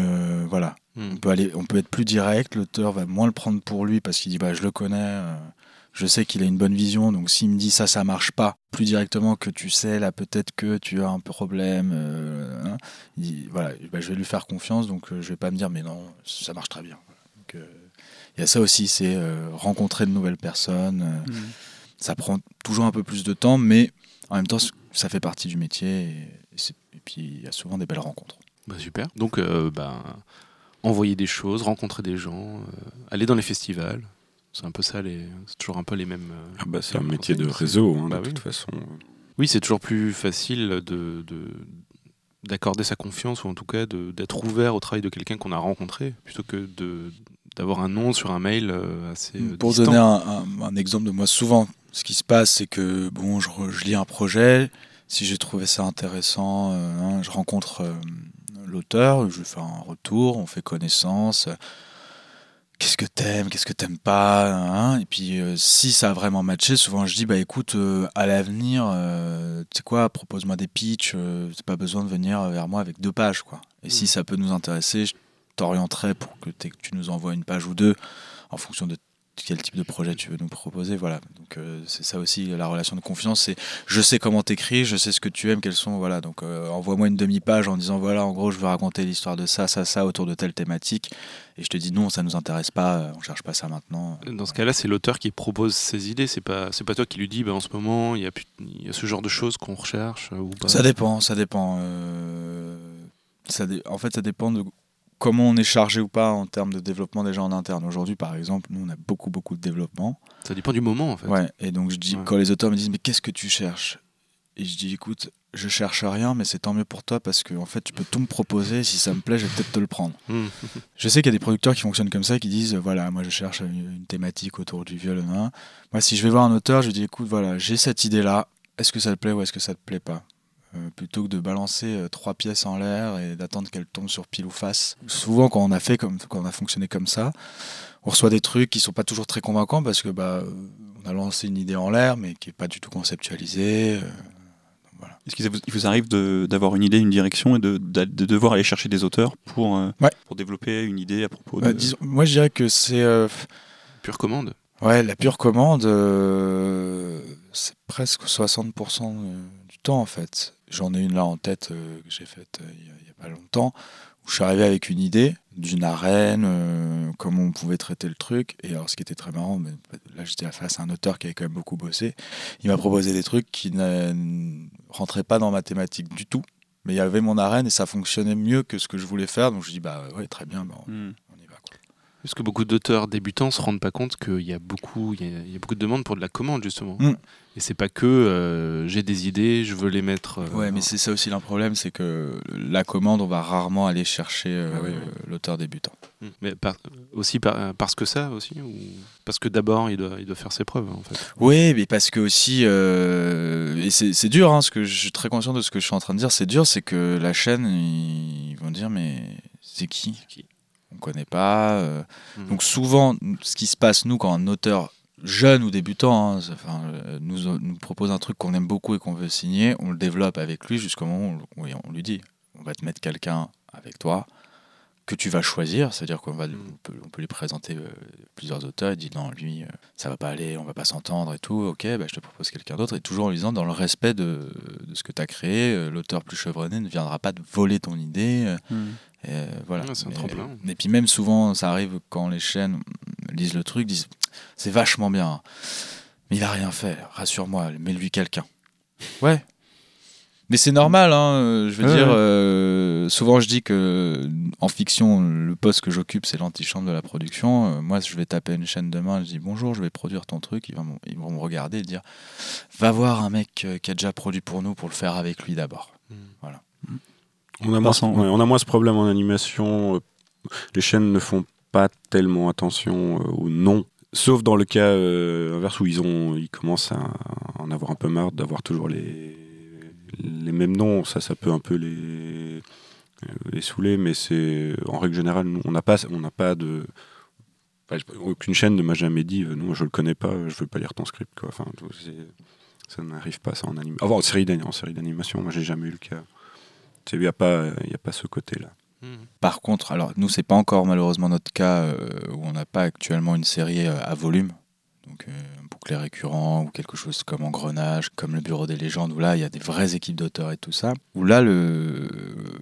On peut être plus direct, l'auteur va moins le prendre pour lui parce qu'il dit je le connais, je sais qu'il a une bonne vision, donc s'il me dit ça marche pas, plus directement que tu sais là peut-être que tu as un problème, il dit, je vais lui faire confiance, donc je vais pas me dire mais non ça marche très bien. Donc, il y a ça aussi, c'est rencontrer de nouvelles personnes. Ça prend toujours un peu plus de temps, mais en même temps, ça fait partie du métier. Et puis, il y a souvent des belles rencontres. Super. Donc, envoyer des choses, rencontrer des gens, aller dans les festivals. C'est un peu ça, c'est toujours un peu les mêmes... c'est un métier de réseau, de toute façon. Oui, c'est toujours plus facile d'accorder sa confiance, ou en tout cas d'être ouvert au travail de quelqu'un qu'on a rencontré, plutôt que d'avoir un nom sur un mail assez Pour distant. Donner un exemple de moi, souvent, ce qui se passe, c'est que je lis un projet, si j'ai trouvé ça intéressant, je rencontre l'auteur, je lui fais un retour, on fait connaissance. qu'est-ce que t'aimes pas, hein. Et puis si ça a vraiment matché, souvent je dis bah écoute, à l'avenir, tu sais quoi, propose-moi des pitchs, c'est pas besoin de venir vers moi avec 2 pages, quoi. Et si ça peut nous intéresser, je t'orienterai pour que tu nous envoies une page ou 2 en fonction de quel type de projet tu veux nous proposer, voilà. Donc c'est ça aussi la relation de confiance, c'est je sais comment t'écris, je sais ce que tu aimes, quels sont, voilà. Donc envoie-moi une demi-page en disant voilà, en gros je veux raconter l'histoire de ça autour de telle thématique, et je te dis non, ça nous intéresse pas, on cherche pas ça maintenant. Dans ce cas-là, c'est l'auteur qui propose ses idées, c'est pas toi qui lui dis en ce moment il y a ce genre de choses qu'on recherche ou pas. Ça dépend. En fait, ça dépend de comment on est chargé ou pas en termes de développement déjà en interne. Aujourd'hui, par exemple, nous, on a beaucoup de développement. Ça dépend du moment, en fait. Ouais, et donc, je dis, quand les auteurs me disent, mais qu'est-ce que tu cherches ? Et je dis, écoute, je cherche rien, mais c'est tant mieux pour toi parce que, en fait, tu peux tout me proposer. Si ça me plaît, je vais peut-être te le prendre. Je sais qu'il y a des producteurs qui fonctionnent comme ça, qui disent, voilà, moi, je cherche une thématique autour du viol. Moi, si je vais voir un auteur, je dis, écoute, voilà, j'ai cette idée-là. Est-ce que ça te plaît ou est-ce que ça te plaît pas ? Plutôt que de balancer 3 pièces en l'air et d'attendre qu'elles tombent sur pile ou face. Souvent, quand on a fonctionné comme ça, on reçoit des trucs qui sont pas toujours très convaincants parce que on a lancé une idée en l'air mais qui est pas du tout conceptualisée. Voilà. Est-ce qu'il vous arrive d'avoir une idée, une direction et de devoir aller chercher des auteurs pour développer une idée à propos de... Moi, je dirais que c'est... Pure commande. Ouais, la pure commande, c'est presque 60% du temps, en fait. J'en ai une là en tête que j'ai faite il y a pas longtemps, où je suis arrivé avec une idée d'une arène, comment on pouvait traiter le truc. Et alors, ce qui était très marrant, là, j'étais face à un auteur qui avait quand même beaucoup bossé. Il m'a proposé des trucs qui ne rentraient pas dans ma thématique du tout. Mais il y avait mon arène et ça fonctionnait mieux que ce que je voulais faire. Donc, je dis, ouais, très bien, on y va, quoi. Parce que beaucoup d'auteurs débutants ne se rendent pas compte qu'il y a beaucoup de demandes pour de la commande, justement. Et c'est pas que j'ai des idées, je veux les mettre... Ouais, mais c'est ça aussi le problème, c'est que la commande, on va rarement aller chercher l'auteur débutant. Mais parce que ça aussi, ou parce que d'abord il doit faire ses preuves, en fait. Oui, mais parce que aussi, et c'est dur, hein, ce que je suis très conscient de ce que je suis en train de dire, c'est dur, c'est que la chaîne, ils vont dire, mais c'est qui ? On connaît pas. Donc souvent, ce qui se passe, nous, quand un auteur jeune ou débutant nous propose un truc qu'on aime beaucoup et qu'on veut signer, on le développe avec lui jusqu'au moment où on lui dit, on va te mettre quelqu'un avec toi que tu vas choisir, c'est-à-dire qu'on peut lui présenter plusieurs auteurs, il dit non, lui, ça va pas aller, on va pas s'entendre et tout, ok, je te propose quelqu'un d'autre, et toujours en lui disant, dans le respect de ce que tu as créé, l'auteur plus chevronné ne viendra pas te voler ton idée. Et voilà. C'est un tremplin. Et puis même souvent, ça arrive quand les chaînes lisent le truc, disent c'est vachement bien, mais il a rien fait, rassure-moi, mets-lui quelqu'un. Ouais. Mais c'est normal, hein, je veux dire, souvent je dis que en fiction, le poste que j'occupe, c'est l'antichambre de la production. Moi, je vais taper une chaîne demain, je dis bonjour, je vais produire ton truc, ils vont me regarder et dire va voir un mec qui a déjà produit pour nous pour le faire avec lui d'abord. Voilà. On a moins ce problème en animation. Les chaînes ne font pas tellement attention aux noms, sauf dans le cas inverse où ils commencent à en avoir un peu marre d'avoir toujours les mêmes noms. Ça peut un peu les saouler, mais c'est en règle générale, on n'a pas de... aucune chaîne ne m'a jamais dit non, je le connais pas, je veux pas lire ton script, quoi. Enfin, ça n'arrive pas, ça, en animation. En série d'animation, moi j'ai jamais eu le cas. Il n'y a pas ce côté-là. Par contre, alors nous, c'est pas encore malheureusement notre cas où on n'a pas actuellement une série à volume, donc un bouclet récurrent ou quelque chose comme Engrenage, comme le Bureau des légendes, où là il y a des vraies équipes d'auteurs et tout ça, où là le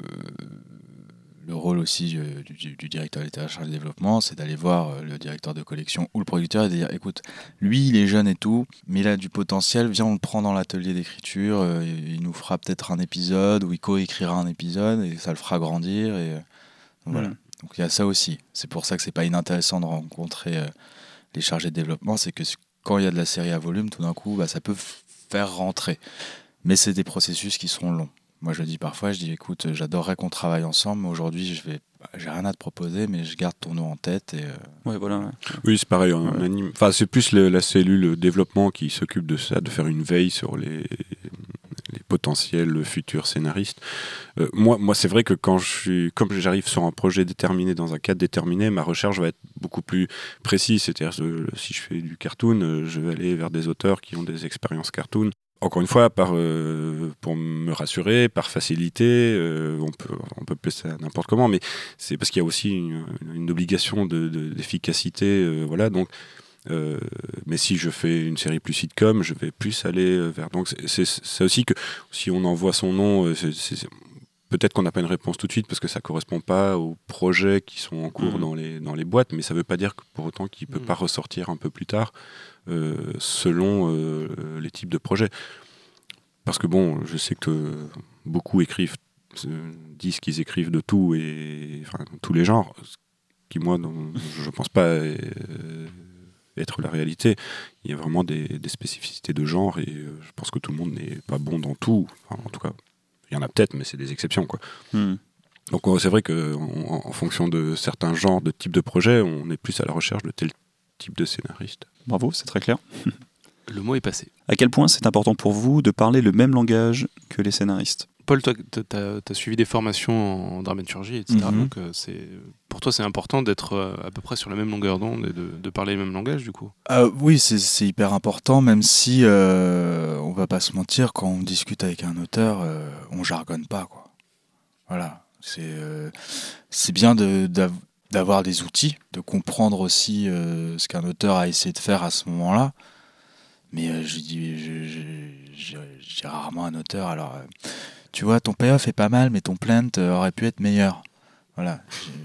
rôle aussi du directeur littéraire chargé de développement, c'est d'aller voir le directeur de collection ou le producteur et de dire écoute, lui il est jeune et tout, mais il a du potentiel, viens on le prend dans l'atelier d'écriture, il nous fera peut-être un épisode ou il co-écrira un épisode et ça le fera grandir. Et donc, voilà. Donc il y a ça aussi. C'est pour ça que c'est pas inintéressant de rencontrer les chargés de développement, c'est que quand il y a de la série à volume, tout d'un coup ça peut faire rentrer. Mais c'est des processus qui sont longs. Moi, je dis parfois, écoute, j'adorerais qu'on travaille ensemble, mais aujourd'hui, j'ai rien à te proposer, mais je garde ton nom en tête. Et voilà. Oui, c'est pareil. Enfin, c'est plus la cellule développement qui s'occupe de ça, de faire une veille sur les potentiels futurs scénaristes. Moi, c'est vrai que comme j'arrive sur un projet déterminé, dans un cadre déterminé, ma recherche va être beaucoup plus précise. C'est-à-dire, si je fais du cartoon, je vais aller vers des auteurs qui ont des expériences cartoon. Encore une fois, pour me rassurer, par facilité, on peut placer ça n'importe comment, mais c'est parce qu'il y a aussi une obligation d'efficacité, voilà. Donc, mais si je fais une série plus sitcom, je vais plus aller vers. Donc, c'est aussi que si on envoie son nom, peut-être qu'on n'a pas une réponse tout de suite parce que ça correspond pas aux projets qui sont en cours dans les boîtes, mais ça veut pas dire que pour autant qu'il peut pas ressortir un peu plus tard. Selon les types de projets. Parce que bon, je sais que beaucoup disent qu'ils écrivent de tout, et enfin, tous les genres, ce qui moi, je ne pense pas être la réalité. Il y a vraiment des spécificités de genre, et je pense que tout le monde n'est pas bon dans tout. Enfin, en tout cas, il y en a peut-être, mais c'est des exceptions, quoi. Donc c'est vrai qu'en fonction de certains genres, de types de projets, on est plus à la recherche de tel type de scénariste. Bravo, c'est très clair. Le mot est passé. À quel point c'est important pour vous de parler le même langage que les scénaristes ? Paul, toi, tu as suivi des formations en dramaturgie, etc. Donc, pour toi, c'est important d'être à peu près sur la même longueur d'onde et de parler le même langage, du coup ? Oui, c'est hyper important, même si, on va pas se mentir, quand on discute avec un auteur, on jargonne pas, quoi. Voilà. C'est bien d'avoir des outils, de comprendre aussi ce qu'un auteur a essayé de faire à ce moment-là. Mais je dis rarement à un auteur, alors tu vois, ton payoff est pas mal, mais ton plaint aurait pu être meilleur. Voilà.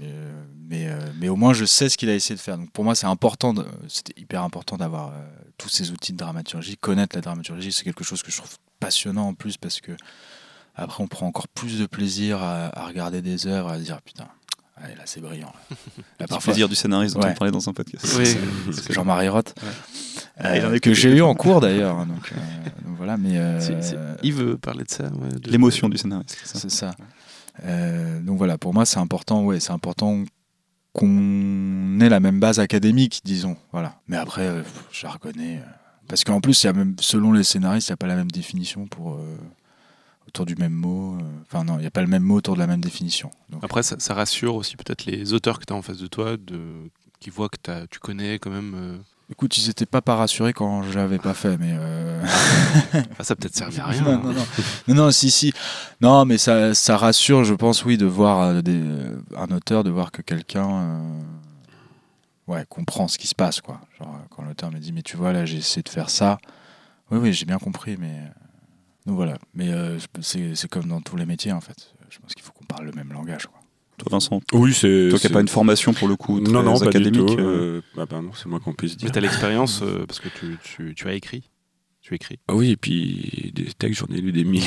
Mais au moins je sais ce qu'il a essayé de faire. Donc pour moi c'était hyper important d'avoir tous ces outils de dramaturgie, connaître la dramaturgie, c'est quelque chose que je trouve passionnant en plus, parce que après on prend encore plus de plaisir à regarder des œuvres, à se dire putain. Allez, là c'est brillant. Là, parfois, plaisir du scénariste dont on parlait dans un podcast. Oui, c'est Jean-Marie Roth, que j'ai eu en cours d'ailleurs. Hein, donc voilà, mais il veut parler de ça. L'émotion du scénariste. C'est ça. Donc voilà, pour moi c'est important. Ouais, c'est important qu'on ait la même base académique, disons. Voilà. Mais après, je la reconnais. Parce qu'en plus, selon les scénaristes, il n'y a pas la même définition autour du même mot. Enfin non, il n'y a pas le même mot autour de la même définition. Donc. Après, ça rassure aussi peut-être les auteurs que tu as en face de toi, qui voient que tu connais quand même... Écoute, ils n'étaient pas rassurés quand je l'avais pas fait, mais... ça peut-être servi à rien. Non, si. Non, mais ça rassure, je pense, oui, de voir un auteur, de voir que quelqu'un comprend ce qui se passe, quoi. Genre, quand l'auteur me dit, mais tu vois, là, j'ai essayé de faire ça. Oui, j'ai bien compris, mais... Donc voilà, mais c'est comme dans tous les métiers en fait. Je pense qu'il faut qu'on parle le même langage, quoi. Toi Vincent, oui, toi qui n'as pas une formation pour le coup très non, académique. Non, c'est moi qu'on puisse dire. Mais tu as l'expérience parce que tu as écrit. Tu écris. Ah oui, et puis des textes, j'en ai lu des milliers.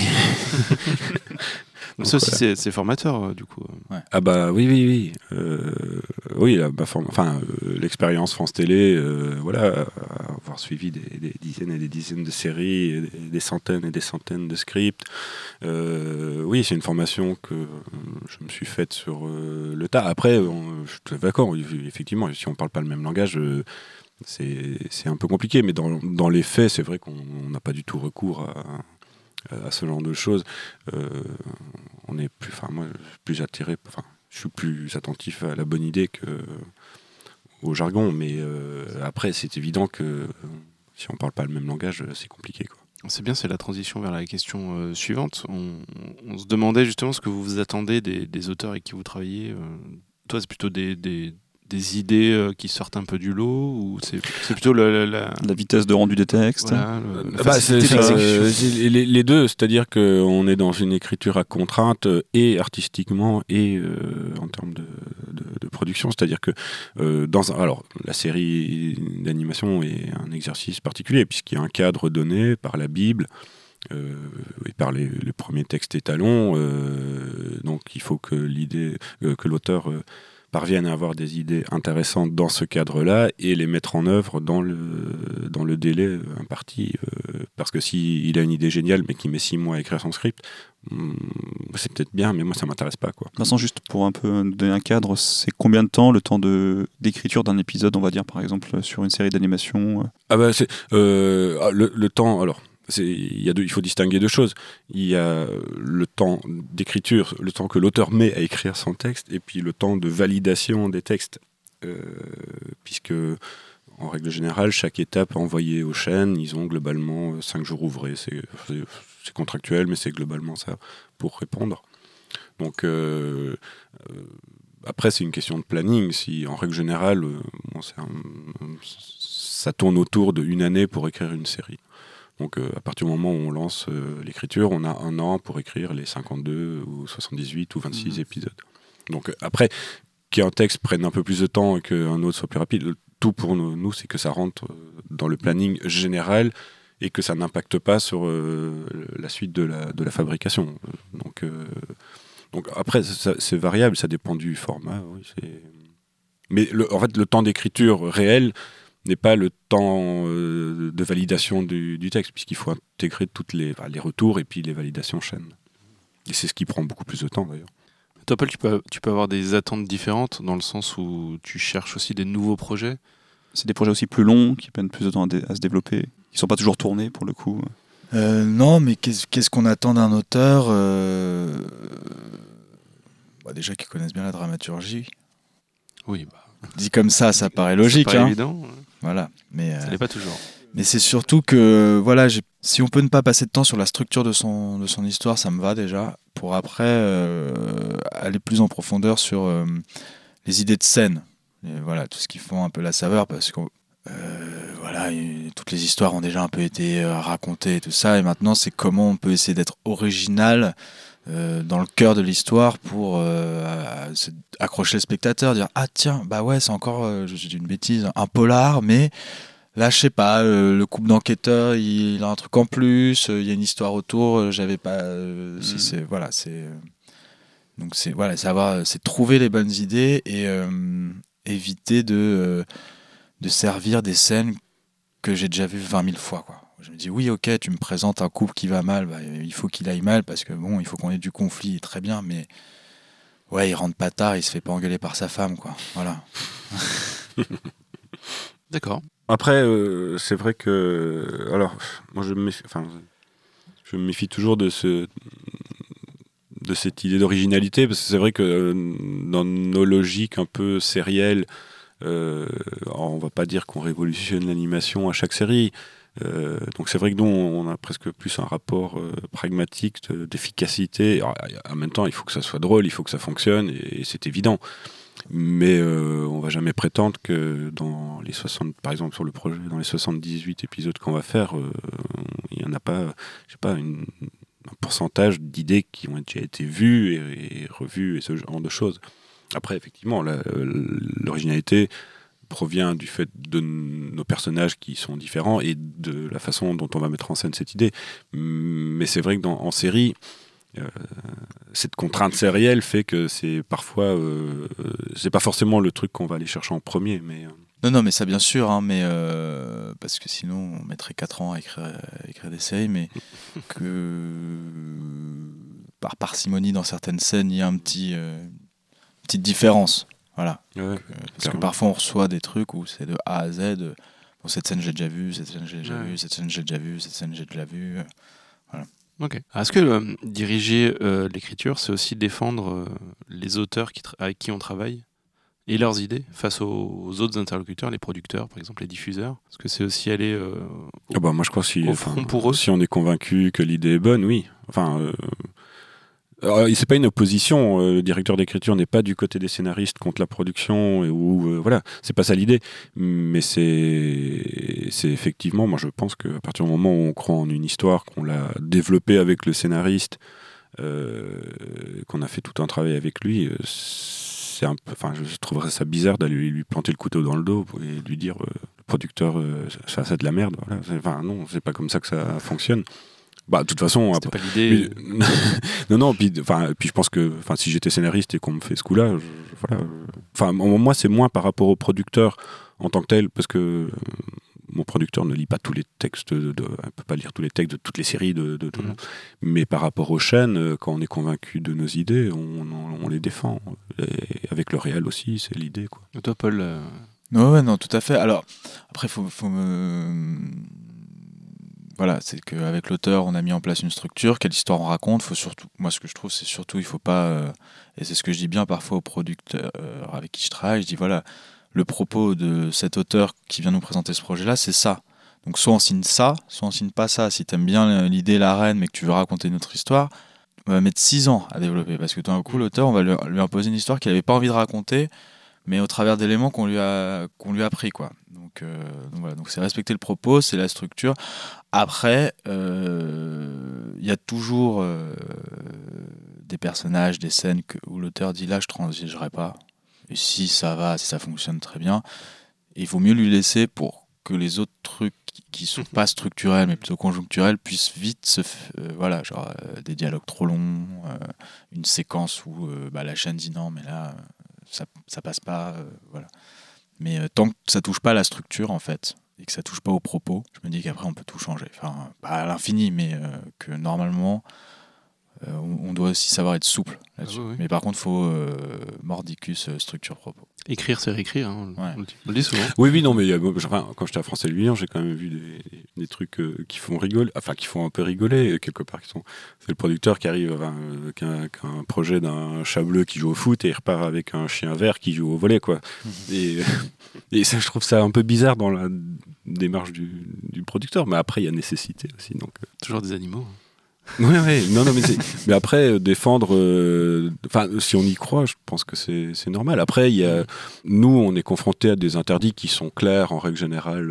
Donc, ça aussi, c'est formateur, du coup. Ouais. Ah bah oui. Oui, l'expérience France Télé, avoir suivi des dizaines et des dizaines de séries, des centaines et des centaines de scripts. Oui, c'est une formation que je me suis faite sur le tas. Après, je suis d'accord, effectivement, si on ne parle pas le même langage... c'est un peu compliqué, mais dans les faits, c'est vrai qu'on n'a pas du tout recours à ce genre de choses. On est plus, moi, je suis plus attiré, je suis plus attentif à la bonne idée qu'au jargon, mais après, c'est évident que si on parle pas le même langage, c'est compliqué, quoi. C'est bien, c'est la transition vers la question suivante. On se demandait justement ce que vous vous attendez des auteurs avec qui vous travaillez. Toi, c'est plutôt des idées qui sortent un peu du lot, ou c'est plutôt la vitesse de rendu des textes, voilà, les deux, c'est-à-dire qu'on est dans une écriture à contrainte et artistiquement et en termes de production, c'est-à-dire que alors la série d'animation est un exercice particulier puisqu'il y a un cadre donné par la Bible et par les premiers textes étalons, donc il faut que l'auteur parviennent à avoir des idées intéressantes dans ce cadre-là et les mettre en œuvre dans le délai imparti. Parce que s'il a une idée géniale mais qu'il met 6 mois à écrire son script, c'est peut-être bien, mais moi ça m'intéresse pas, quoi. Vincent, juste pour un peu donner un cadre, c'est combien de temps le temps d'écriture d'un épisode, on va dire par exemple sur une série d'animation le temps, alors il faut distinguer deux choses. Il y a le temps d'écriture, le temps que l'auteur met à écrire son texte, et puis le temps de validation des textes. Puisque, en règle générale, chaque étape envoyée aux chaînes, ils ont globalement 5 jours ouvrés. C'est contractuel, mais c'est globalement ça pour répondre. Donc, après, c'est une question de planning. Si, en règle générale, ça tourne autour d'1 année pour écrire une série. Donc, à partir du moment où on lance l'écriture, on a 1 an pour écrire les 52 ou 78 ou 26 épisodes. Donc, après, qu'un texte prenne un peu plus de temps et qu'un autre soit plus rapide, tout pour nous, c'est que ça rentre dans le planning général et que ça n'impacte pas sur la suite de la fabrication. Donc après, c'est variable, ça dépend du format. Oui, mais en fait, le temps d'écriture réel n'est pas le temps de validation du texte, puisqu'il faut intégrer toutes les retours et puis les validations chaînes. Et c'est ce qui prend beaucoup plus de temps, d'ailleurs. Toi, Paul, tu peux avoir des attentes différentes dans le sens où tu cherches aussi des nouveaux projets. C'est des projets aussi plus longs, qui prennent plus de temps à se développer, qui ne sont pas toujours tournés, pour le coup. Non, mais qu'est-ce qu'on attend d'un auteur déjà qu'ils connaissent bien la dramaturgie. Oui, dit comme ça paraît logique. Ça paraît évident. Voilà, mais ça l'est pas toujours. Mais c'est surtout que voilà, si on peut ne pas passer de temps sur la structure de son histoire, ça me va déjà. Pour après aller plus en profondeur sur les idées de scène, et voilà, tout ce qui font un peu la saveur, parce que voilà, toutes les histoires ont déjà un peu été racontées et tout ça, et maintenant c'est comment on peut essayer d'être original dans le cœur de l'histoire pour accrocher le spectateur, dire ah tiens, bah ouais, c'est encore, je dis une bêtise, un polar, mais là je sais pas, le couple d'enquêteurs il a un truc en plus, il y a une histoire autour, j'avais pas donc c'est voilà, c'est trouver les bonnes idées et éviter de servir des scènes que j'ai déjà vues 20 000 fois, quoi. Je me dis oui, ok, tu me présentes un couple qui va mal, il faut qu'il aille mal parce que bon, il faut qu'on ait du conflit, très bien, mais ouais, il rentre pas tard, il se fait pas engueuler par sa femme, quoi. Voilà. D'accord. Après, c'est vrai que, alors, moi je me méfie toujours de cette idée d'originalité, parce que c'est vrai que dans nos logiques un peu sérielles, on va pas dire qu'on révolutionne l'animation à chaque série. Donc c'est vrai que nous, on a presque plus un rapport pragmatique d'efficacité. Alors, en même temps, il faut que ça soit drôle, il faut que ça fonctionne, et c'est évident. Mais on va jamais prétendre que dans les 60, par exemple sur le projet, dans les 78 épisodes qu'on va faire, il y en a pas, je sais pas, un pourcentage d'idées qui ont déjà été vues et revues et ce genre de choses. Après, effectivement, l'originalité provient du fait de nos personnages qui sont différents et de la façon dont on va mettre en scène cette idée. Mais c'est vrai que en série, cette contrainte sérielle fait que c'est parfois c'est pas forcément le truc qu'on va aller chercher en premier, mais non mais ça bien sûr, hein, mais parce que sinon on mettrait 4 ans à écrire des séries, mais que par parcimonie dans certaines scènes il y a petite différence, voilà. Ouais, parce que parfois on reçoit des trucs où c'est de A à Z, bon, cette scène j'ai déjà vue, cette scène j'ai déjà vue, cette scène j'ai déjà vue, cette scène j'ai déjà vue, voilà. Ok. Est-ce que diriger l'écriture, c'est aussi défendre les auteurs avec qui on travaille et leurs idées face aux autres interlocuteurs, les producteurs, par exemple les diffuseurs? Est-ce que c'est aussi aller moi je crois au front pour eux? Si on est convaincu que l'idée est bonne, oui. C'est pas une opposition. Le directeur d'écriture n'est pas du côté des scénaristes contre la production, voilà, c'est pas ça l'idée. Mais c'est effectivement, moi je pense qu'à partir du moment où on croit en une histoire, qu'on l'a développée avec le scénariste, qu'on a fait tout un travail avec lui, c'est un peu, je trouverais ça bizarre d'aller lui planter le couteau dans le dos et lui dire le producteur, ça c'est de la merde. Voilà. Non, c'est pas comme ça que ça fonctionne. De toute façon, c'était pas l'idée. Non. Puis je pense que, si j'étais scénariste et qu'on me fait ce coup-là, moi c'est moins par rapport au producteur en tant que tel, parce que mon producteur ne lit pas tous les textes, ne peut pas lire tous les textes de toutes les séries de tout le monde. Mais par rapport aux chaînes, quand on est convaincu de nos idées, on les défend. Et avec le réel aussi, c'est l'idée, quoi. Et toi, Paul Non, tout à fait. Alors après, faut voilà, c'est qu'avec l'auteur, on a mis en place une structure, quelle histoire on raconte. Faut surtout, moi, ce que je trouve, c'est surtout, il faut pas, et c'est ce que je dis bien parfois aux producteurs avec qui je travaille, je dis voilà, le propos de cet auteur qui vient nous présenter ce projet-là, c'est ça. Donc soit on signe ça, soit on signe pas ça. Si t'aimes bien l'idée, l'arène, mais que tu veux raconter une autre histoire, on va mettre 6 ans à développer, parce que tout d'un coup, l'auteur, on va lui imposer une histoire qu'il n'avait pas envie de raconter, mais au travers d'éléments qu'on lui a pris, quoi. Donc voilà, donc c'est respecter le propos, c'est la structure. Après, il y a toujours des personnages, des scènes où l'auteur dit là, je transigerai pas. Et si ça va, si ça fonctionne très bien, il vaut mieux lui laisser pour que les autres trucs qui sont pas structurels mais plutôt conjoncturels puissent vite voilà, genre des dialogues trop longs, une séquence où la chaîne dit non, mais là ça passe pas, voilà. Mais tant que ça touche pas à la structure, en fait, et que ça touche pas au propos, je me dis qu'après on peut tout changer. Enfin, pas à l'infini, mais que normalement on doit aussi savoir être souple là-dessus. Oui. Mais par contre, il faut mordicus, structure, propos. Écrire, c'est réécrire, hein. Ouais. On le dit souvent. Oui, non, mais quand j'étais à France Télévisions, j'ai quand même vu des trucs qui font rigoler, enfin qui font un peu rigoler quelque part. C'est le producteur qui arrive avec un projet d'un chat bleu qui joue au foot et il repart avec un chien vert qui joue au volley, quoi. Et ça, je trouve ça un peu bizarre dans la démarche du producteur. Mais après, il y a nécessité aussi. Donc toujours des animaux. Oui, non, mais après défendre, si on y croit, je pense que c'est normal. Après, nous, on est confrontés à des interdits qui sont clairs en règle générale.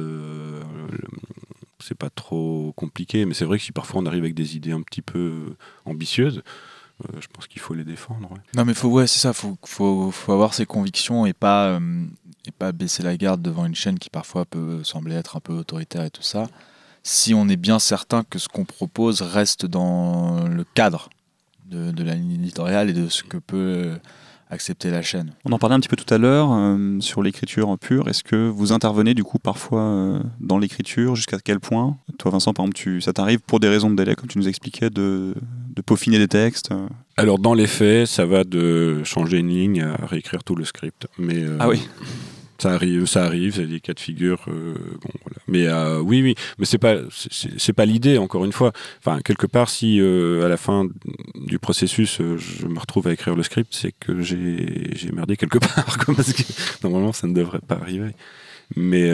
C'est pas trop compliqué, mais c'est vrai que si parfois on arrive avec des idées un petit peu ambitieuses, je pense qu'il faut les défendre. Ouais. Non, mais c'est ça. Faut avoir ses convictions et pas baisser la garde devant une chaîne qui parfois peut sembler être un peu autoritaire et tout ça. Si on est bien certain que ce qu'on propose reste dans le cadre de la ligne éditoriale et de ce que peut accepter la chaîne. On en parlait un petit peu tout à l'heure sur l'écriture pure. Est-ce que vous intervenez du coup parfois dans l'écriture? Jusqu'à quel point? Toi Vincent, par exemple, ça t'arrive pour des raisons de délai, comme tu nous expliquais, de peaufiner des textes? Alors dans les faits, ça va de changer une ligne à réécrire tout le script. Mais, ah oui. Ça arrive, c'est des cas de figure. Voilà. Mais oui, mais c'est pas l'idée, encore une fois. Enfin, quelque part, si à la fin du processus, je me retrouve à écrire le script, c'est que j'ai merdé quelque part, parce que normalement, ça ne devrait pas arriver. Mais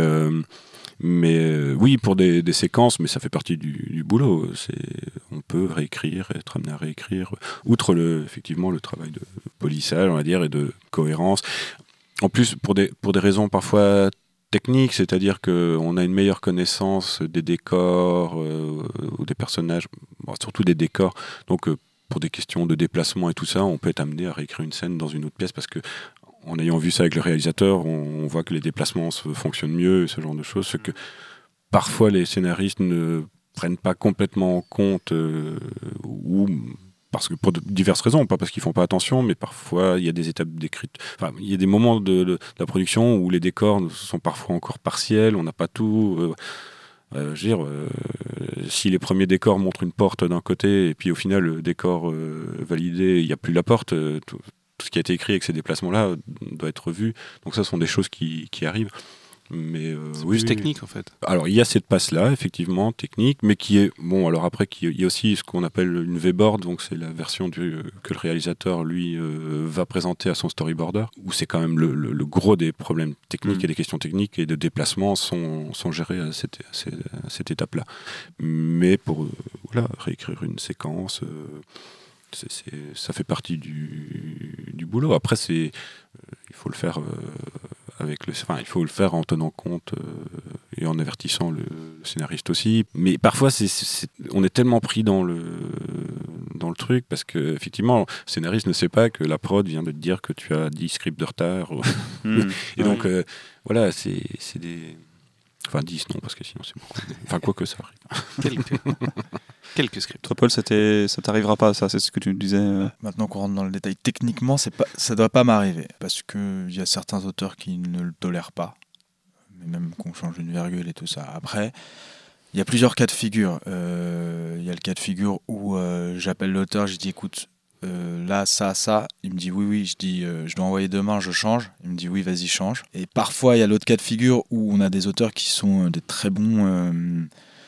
oui, pour des séquences, mais ça fait partie du boulot. On peut réécrire, être amené à réécrire, outre effectivement le travail de polissage, on va dire, et de cohérence. En plus, pour des raisons parfois techniques, c'est-à-dire qu'on a une meilleure connaissance des décors ou des personnages, surtout des décors. Donc, pour des questions de déplacement et tout ça, on peut être amené à réécrire une scène dans une autre pièce parce que, en ayant vu ça avec le réalisateur, on voit que les déplacements fonctionnent mieux et ce genre de choses. Ce que parfois les scénaristes ne prennent pas complètement en compte ou parce que pour diverses raisons, pas parce qu'ils font pas attention, mais parfois il y a des étapes d'écriture. Enfin, il y a des moments de la production où les décors sont parfois encore partiels, on n'a pas tout. Si les premiers décors montrent une porte d'un côté et puis au final le décor validé, il n'y a plus la porte, tout ce qui a été écrit avec ces déplacements-là doit être revu. Donc ça, ce sont des choses qui arrivent. Mais c'est plus technique en fait. Alors il y a cette passe-là, effectivement, technique, mais qui est alors après il y a aussi ce qu'on appelle une V-board, donc c'est la version que le réalisateur lui va présenter à son storyboarder, où c'est quand même le gros des problèmes techniques et des questions techniques et de déplacement sont gérés à cette étape-là. Mais pour réécrire une séquence, ça fait partie du boulot. Après il faut le faire. Il faut le faire en tenant compte et en avertissant le scénariste aussi. Mais parfois, on est tellement pris dans le truc parce que effectivement, le scénariste ne sait pas que la prod vient de te dire que tu as 10 scripts de retard. Et donc, voilà, c'est des... Enfin, 10 non, parce que sinon c'est beaucoup. Enfin, quoi que ça arrive. Quelques scripts. Toi, Paul, ça t'arrivera pas, ça, c'est ce que tu nous disais. Maintenant qu'on rentre dans le détail, techniquement, ça doit pas m'arriver. Parce qu'il y a certains auteurs qui ne le tolèrent pas. Mais même qu'on change une virgule et tout ça. Après, il y a plusieurs cas de figure. Il y a le cas de figure où j'appelle l'auteur, je dis écoute, là, ça, il me dit oui, je dis je dois envoyer demain, je change. Il me dit oui, vas-y, change. Et parfois, il y a l'autre cas de figure où on a des auteurs qui sont des très bons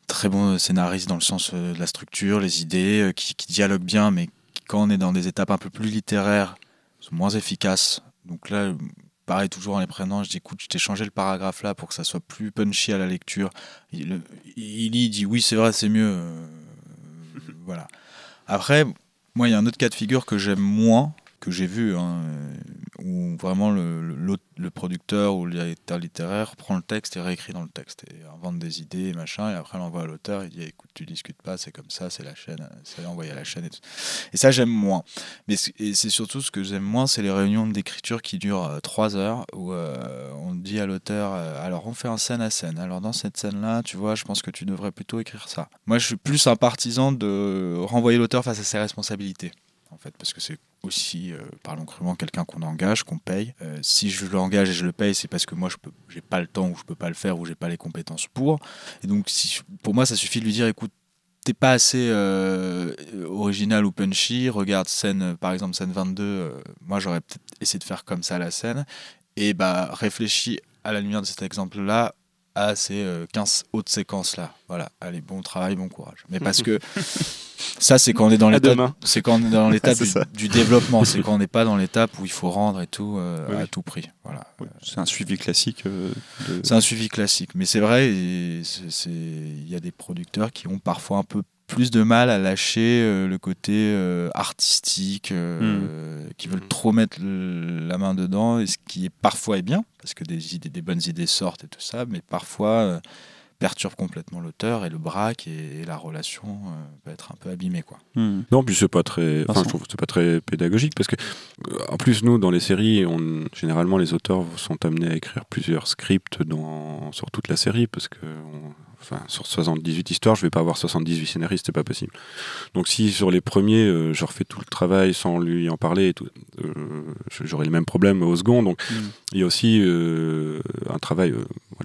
très bons scénaristes dans le sens de la structure, les idées, qui dialoguent bien, mais qui, quand on est dans des étapes un peu plus littéraires, sont moins efficaces. Donc là, pareil, toujours en les prenant, je dis écoute, je t'ai changé le paragraphe là pour que ça soit plus punchy à la lecture. Il dit oui, c'est vrai, c'est mieux. Voilà. Après, moi, il y a un autre cas de figure que j'aime moins, que j'ai vu, où vraiment le producteur ou le directeur littéraire prend le texte et réécrit dans le texte et invente des idées et machin, et après l'envoie à l'auteur, il dit écoute, tu discutes pas, c'est comme ça, c'est la chaîne, c'est envoyé à la chaîne et tout. Et ça, j'aime moins. Mais c'est surtout ce que j'aime moins, c'est les réunions d'écriture qui durent 3 heures, où on dit à l'auteur alors on fait un scène à scène, alors dans cette scène là, tu vois, je pense que tu devrais plutôt écrire ça. Moi, je suis plus un partisan de renvoyer l'auteur face à ses responsabilités, en fait, parce que c'est aussi, parlons crûment, quelqu'un qu'on engage, qu'on paye. Si je l'engage et je le paye, c'est parce que moi, j'ai pas le temps, ou je peux pas le faire, ou j'ai pas les compétences pour. Et donc, pour moi, ça suffit de lui dire, écoute, t'es pas assez original ou punchy, regarde par exemple scène 22, moi j'aurais peut-être essayé de faire comme ça la scène, et réfléchis à la lumière de cet exemple-là à ces 15 autres séquences-là. Voilà, allez, bon travail, bon courage. Mais parce que ça, c'est quand on est dans l'étape du développement, c'est quand on n'est pas dans l'étape où il faut rendre et tout à tout prix. Voilà. Oui, c'est un suivi classique. C'est un suivi classique, mais c'est vrai, il y a des producteurs qui ont parfois un peu plus de mal à lâcher le côté artistique, qui veulent trop mettre la main dedans, et ce qui parfois est bien, parce que des bonnes idées sortent et tout ça, mais parfois perturbe complètement l'auteur et le braque, et la relation peut être un peu abîmée, quoi. Non, puis je trouve que c'est pas très pédagogique, parce que en plus nous dans les séries, généralement les auteurs sont amenés à écrire plusieurs scripts sur toute la série, parce que sur 78 histoires, je vais pas avoir 78 scénaristes, c'est pas possible. Donc si sur les premiers, je refais tout le travail sans lui en parler, et tout, j'aurai le même problème au second. Donc il y a aussi un travail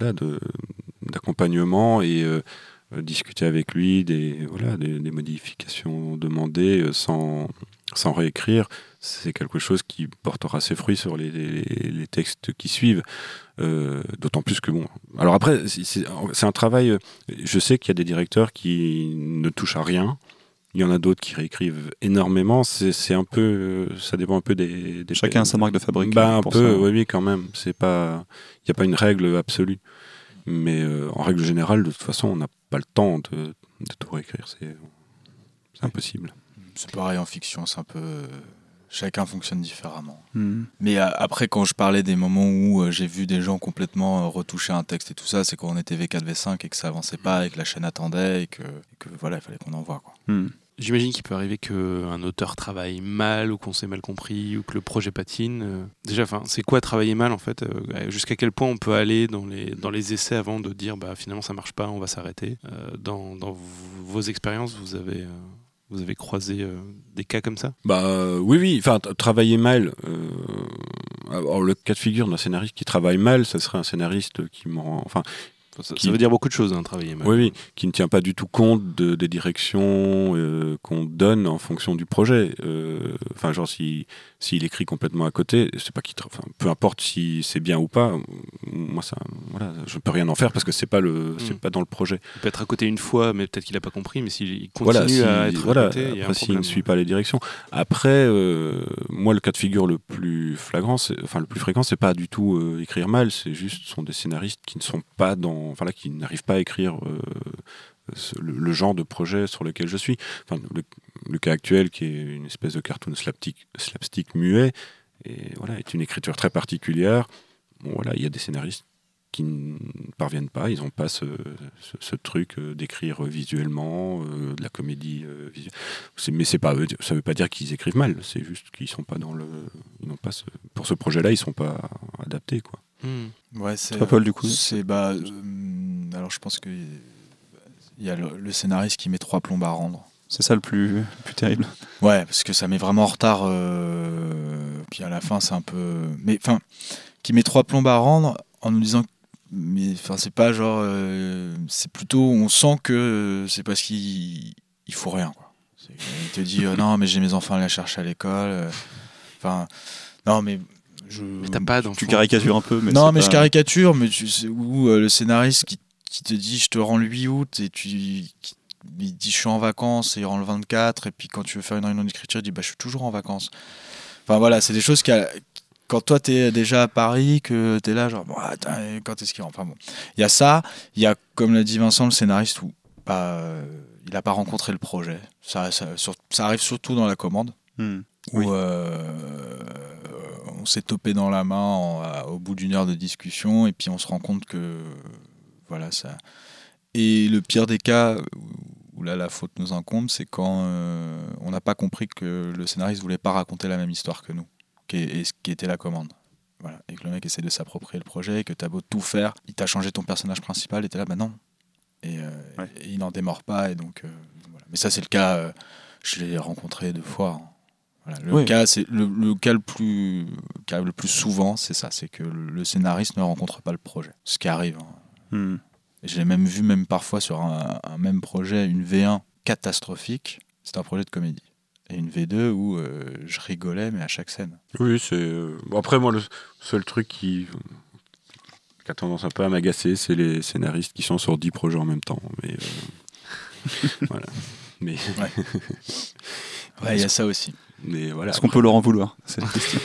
d'accompagnement et discuter avec lui des modifications demandées sans réécrire. C'est quelque chose qui portera ses fruits sur les textes qui suivent. D'autant plus que alors après c'est un travail, je sais qu'il y a des directeurs qui ne touchent à rien, il y en a d'autres qui réécrivent énormément, c'est un peu, ça dépend un peu des chacun a sa marque de fabrique. Un peu, oui, quand même, il n'y a pas une règle absolue, mais en règle générale, de toute façon, on n'a pas le temps de tout réécrire, c'est impossible. C'est pareil en fiction, c'est un peu... Chacun fonctionne différemment. Mais après, quand je parlais des moments où j'ai vu des gens complètement retoucher un texte et tout ça, c'est quand on était V4, V5 et que ça avançait pas, et que la chaîne attendait, et que voilà, il fallait qu'on envoie, quoi. J'imagine qu'il peut arriver qu'un auteur travaille mal, ou qu'on s'est mal compris, ou que le projet patine. Déjà, c'est quoi travailler mal, en fait? Jusqu'à quel point on peut aller dans les essais avant de dire finalement ça marche pas, on va s'arrêter. Dans vos expériences, vous avez croisé des cas comme ça? Oui. Travailler mal. Alors, le cas de figure d'un scénariste qui travaille mal, ça serait un scénariste qui m'en... Ça veut dire beaucoup de choses, travailler mal. Oui, qui ne tient pas du tout compte des directions qu'on donne en fonction du projet. S'il écrit complètement à côté, c'est pas peu importe si c'est bien ou pas. Moi, je peux rien en faire parce que c'est pas dans le projet. Il peut être à côté une fois, mais peut-être qu'il a pas compris. Mais s'il continue à être à côté, il y a un problème. S'il ne suit pas les directions. Après, moi, le cas de figure le plus flagrant, le plus fréquent, c'est pas du tout écrire mal. C'est juste, ce sont des scénaristes qui ne sont pas qui n'arrivent pas à écrire le genre de projet sur lequel je suis. Le cas actuel, qui est une espèce de cartoon slapstick muet, est une écriture très particulière. Il y a des scénaristes qui ne parviennent pas, ils n'ont pas ce truc d'écrire visuellement, de la comédie visuelle. Mais ça ne veut pas dire qu'ils écrivent mal, c'est juste qu'ils sont pas pour ce projet-là, ils sont pas adaptés, quoi. Ouais, c'est toi, Paul, du coup. Alors je pense que il y a le scénariste qui met 3 plombes à rendre. C'est ça le plus terrible. Ouais, parce que ça met vraiment en retard. Puis à la fin, c'est un peu. Mais qui met 3 plombes à rendre en nous disant. Mais c'est pas genre. C'est plutôt. On sent que c'est parce qu'il faut rien, quoi. Il te dit non, mais j'ai mes enfants à aller chercher à l'école. Non, mais. Mais t'as pas d'enfant. Tu caricatures un peu. Mais non, mais je caricature, mais tu sais où le scénariste qui te dit je te rends le 8 août et il dit je suis en vacances et il rend le 24, et puis quand tu veux faire une réunion d'écriture il dit je suis toujours en vacances. Enfin voilà, c'est des choses quand toi t'es déjà à Paris, que t'es là genre attends, quand est-ce qu'il rentre. Enfin bon, il y a ça, il y a comme l'a dit Vincent, le scénariste où il n'a pas rencontré le projet. Ça arrive surtout dans la commande, où on s'est topé dans la main au bout d'une heure de discussion, et puis on se rend compte que voilà ça. Et le pire des cas où là la faute nous incombe, c'est quand on n'a pas compris que le scénariste voulait pas raconter la même histoire que nous, et ce qui était la commande. Voilà. Et que le mec essaie de s'approprier le projet, et que t'as beau tout faire, il t'a changé ton personnage principal, et t'es là, non. Et il n'en démord pas, et donc voilà. Mais ça c'est le cas, je l'ai rencontré 2 fois. Voilà. Le cas, c'est le cas le plus souvent, c'est ça, c'est que le scénariste ne rencontre pas le projet, ce qui arrive. Et je l'ai même vu parfois sur un même projet, une V1 catastrophique, c'est un projet de comédie. Et une V2 où je rigolais, mais à chaque scène. Oui, c'est... Après, moi, le seul truc qui a tendance un peu à m'agacer, c'est les scénaristes qui sont sur 10 projets en même temps. Mais voilà. Mais... Ouais, il y a ça aussi. Mais voilà. Est-ce qu'on peut leur en vouloir? C'est la question.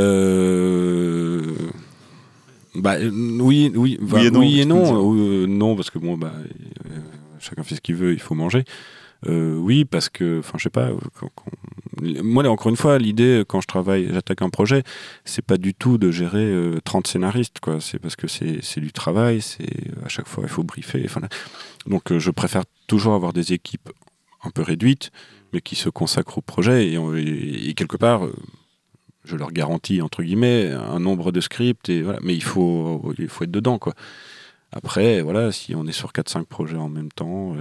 Oui et non. Non, parce que chacun fait ce qu'il veut, il faut manger. Oui, parce que, je sais pas, moi, encore une fois, l'idée, quand j'attaque un projet, c'est pas du tout de gérer 30 scénaristes, quoi. C'est parce que c'est du travail, à chaque fois, il faut briefer. Donc, je préfère toujours avoir des équipes un peu réduites, mais qui se consacrent au projet, et quelque part, je leur garantis, entre guillemets, un nombre de scripts, et voilà. Mais il faut être dedans, quoi. Après, voilà, si on est sur 4-5 projets en même temps,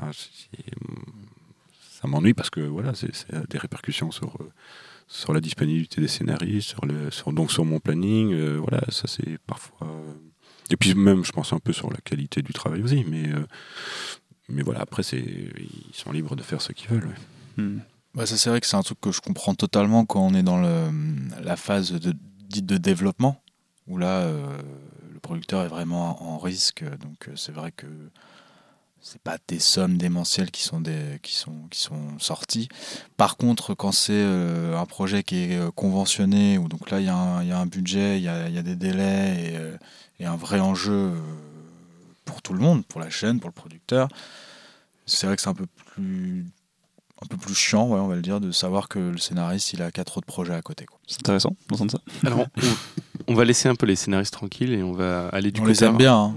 ça m'ennuie, parce que voilà, c'est des répercussions sur la disponibilité des scénaristes, sur mon planning. Voilà, ça c'est parfois. Et puis même, je pense un peu sur la qualité du travail aussi. Mais voilà, après, ils sont libres de faire ce qu'ils veulent. Ouais. Ça, c'est vrai que c'est un truc que je comprends totalement quand on est dans la phase dite de développement, où là, le producteur est vraiment en risque. Donc c'est vrai que c'est pas des sommes démentielles qui sont sorties. Par contre, quand c'est un projet qui est conventionné, où donc là il y a un budget, il y a des délais et un vrai enjeu pour tout le monde, pour la chaîne, pour le producteur, c'est vrai que c'est un peu plus chiant, on va le dire, de savoir que le scénariste il a 4 autres projets à côté, quoi. C'est intéressant d'entendre ça. Alors, on va laisser un peu les scénaristes tranquilles, et on va aller du côté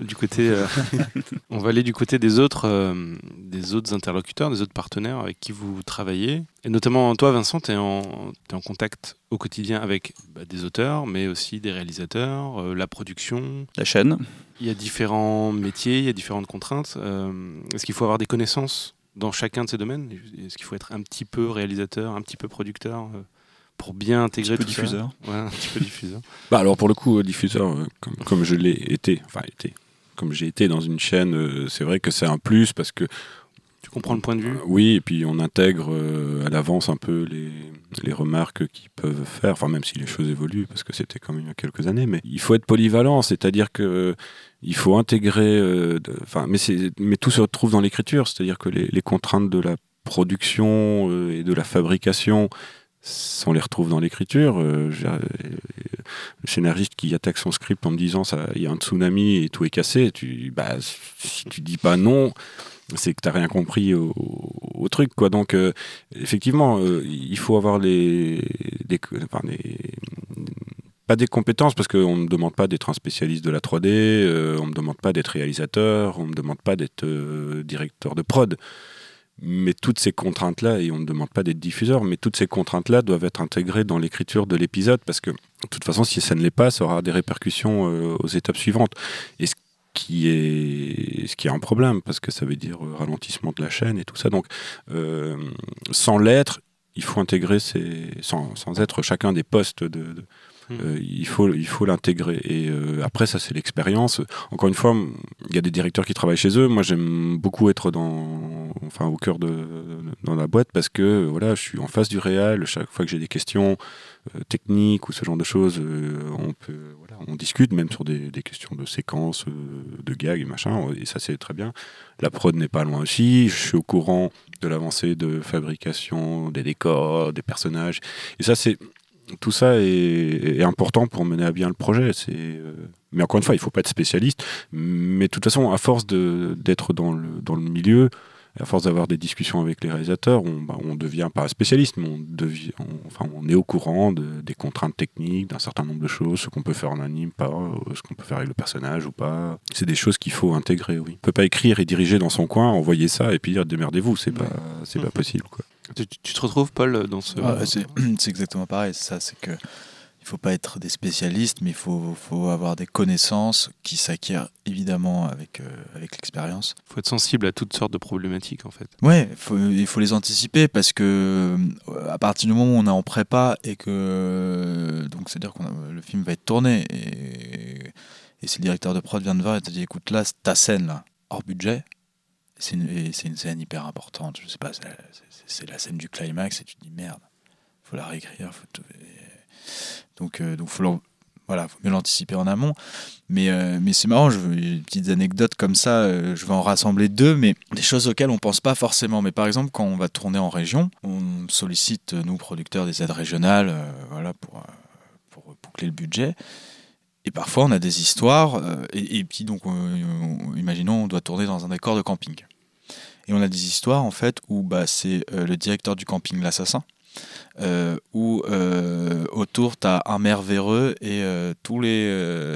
on va aller du côté des autres interlocuteurs, des autres partenaires avec qui vous travaillez. Et notamment toi, Vincent, tu es en contact au quotidien avec des auteurs, mais aussi des réalisateurs, la production, la chaîne. Il y a différents métiers, il y a différentes contraintes. Est-ce qu'il faut avoir des connaissances dans chacun de ces domaines? Est-ce qu'il faut être un petit peu réalisateur, un petit peu producteur, pour bien intégrer tout diffuseur. Ça? Ouais, un petit peu diffuseur. Alors pour le coup, diffuseur, comme je l'ai été, comme j'ai été dans une chaîne, c'est vrai que c'est un plus, parce que tu comprends le point de vue. Oui, et puis on intègre à l'avance un peu les remarques qu'ils peuvent faire, même si les choses évoluent, parce que c'était quand même il y a quelques années. Mais il faut être polyvalent, c'est-à-dire que il faut intégrer, mais tout se retrouve dans l'écriture, c'est-à-dire que les contraintes de la production et de la fabrication, on les retrouve dans l'écriture. Le scénariste qui attaque son script en me disant il y a un tsunami et tout est cassé, si tu dis pas non, c'est que tu n'as rien compris au truc, quoi. Donc effectivement, il faut avoir pas des compétences, parce qu'on ne me demande pas d'être un spécialiste de la 3D, on ne me demande pas d'être réalisateur, on ne me demande pas d'être directeur de prod. Mais toutes ces contraintes-là, et on ne demande pas d'être diffuseur, mais toutes ces contraintes-là doivent être intégrées dans l'écriture de l'épisode, parce que de toute façon, si ça ne l'est pas, ça aura des répercussions aux étapes suivantes. Et ce qui est un problème, parce que ça veut dire ralentissement de la chaîne et tout ça. Donc, sans l'être, il faut intégrer sans être chacun des postes Il faut l'intégrer. Et après, ça, c'est l'expérience. Encore une fois, il y a des directeurs qui travaillent chez eux. Moi, j'aime beaucoup être au cœur dans la boîte parce que voilà, je suis en face du réel. Chaque fois que j'ai des questions techniques ou ce genre de choses, on discute même sur des questions de séquences, de gags et machin. Et ça, c'est très bien. La prod n'est pas loin aussi. Je suis au courant de l'avancée de fabrication, des décors, des personnages. Et ça, tout ça est important pour mener à bien le projet. Mais encore une fois, il ne faut pas être spécialiste. Mais de toute façon, à force d'être dans le milieu, à force d'avoir des discussions avec les réalisateurs, on devient pas spécialiste, mais on est au courant des contraintes techniques, d'un certain nombre de choses, ce qu'on peut faire en anime, pas, ce qu'on peut faire avec le personnage ou pas. C'est des choses qu'il faut intégrer, oui. On peut pas écrire et diriger dans son coin, envoyer ça et puis dire démerdez-vous, c'est pas possible, quoi. Tu te retrouves, Paul, dans ce... C'est exactement pareil, c'est que il faut pas être des spécialistes, mais il faut avoir des connaissances qui s'acquièrent évidemment avec l'expérience. Il faut être sensible à toutes sortes de problématiques, en fait. Ouais, il faut les anticiper parce que à partir du moment où on est en prépa et que donc c'est-à-dire que le film va être tourné et si le directeur de prod vient te voir et te dit écoute là ta scène là hors budget, c'est une scène hyper importante, je sais pas, c'est la scène du climax et tu te dis merde, faut la réécrire, donc faut mieux l'anticiper en amont. Mais c'est marrant, des petites anecdotes comme ça, je vais en rassembler deux, mais des choses auxquelles on pense pas forcément. Mais par exemple, quand on va tourner en région, on sollicite, nous, producteurs, des aides régionales pour boucler le budget. Et parfois, on a des histoires, et puis donc, imaginons, on doit tourner dans un décor de camping. Et on a des histoires, en fait, où c'est le directeur du camping, l'assassin, où autour tu as un maire véreux et tous les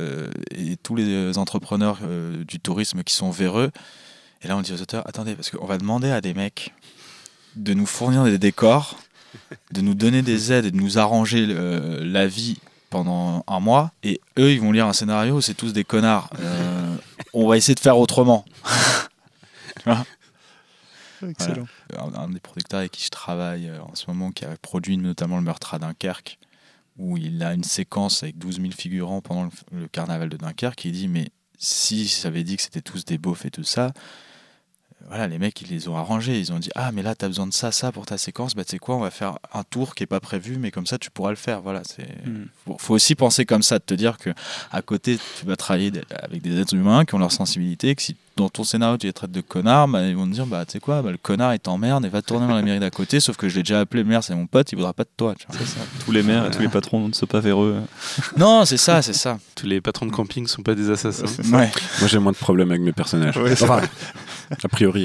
entrepreneurs du tourisme qui sont véreux. Et là on dit aux auteurs attendez, parce qu'on va demander à des mecs de nous fournir des décors, de nous donner des aides et de nous arranger la vie pendant un mois, et eux ils vont lire un scénario, c'est tous des connards, on va essayer de faire autrement. Tu vois ? Excellent. Voilà. Un des producteurs avec qui je travaille en ce moment, qui a produit notamment le meurtre à Dunkerque, où il a une séquence avec 12 000 figurants pendant le carnaval de Dunkerque, il dit mais si j'avais dit que c'était tous des beaufs et tout ça, voilà, les mecs ils les ont arrangés, ils ont dit ah mais là t'as besoin de ça pour ta séquence, tu sais quoi, on va faire un tour qui est pas prévu mais comme ça tu pourras le faire. Voilà, faut aussi penser comme ça, de te dire que à côté tu vas travailler avec des êtres humains qui ont leur sensibilité, que si dans ton scénario tu les traites de connards, ils vont te dire tu sais quoi, le connard il t'emmerde et va tourner dans la mairie d'à côté, sauf que je l'ai déjà appelé, le maire c'est mon pote, il voudra pas de toi, tu vois. C'est ça. Tous les maires et tous les patrons ne sont pas véreux. Non, c'est ça. Tous les patrons de camping sont pas des assassins. Ouais. Moi j'ai moins de problèmes avec mes personnages. A priori.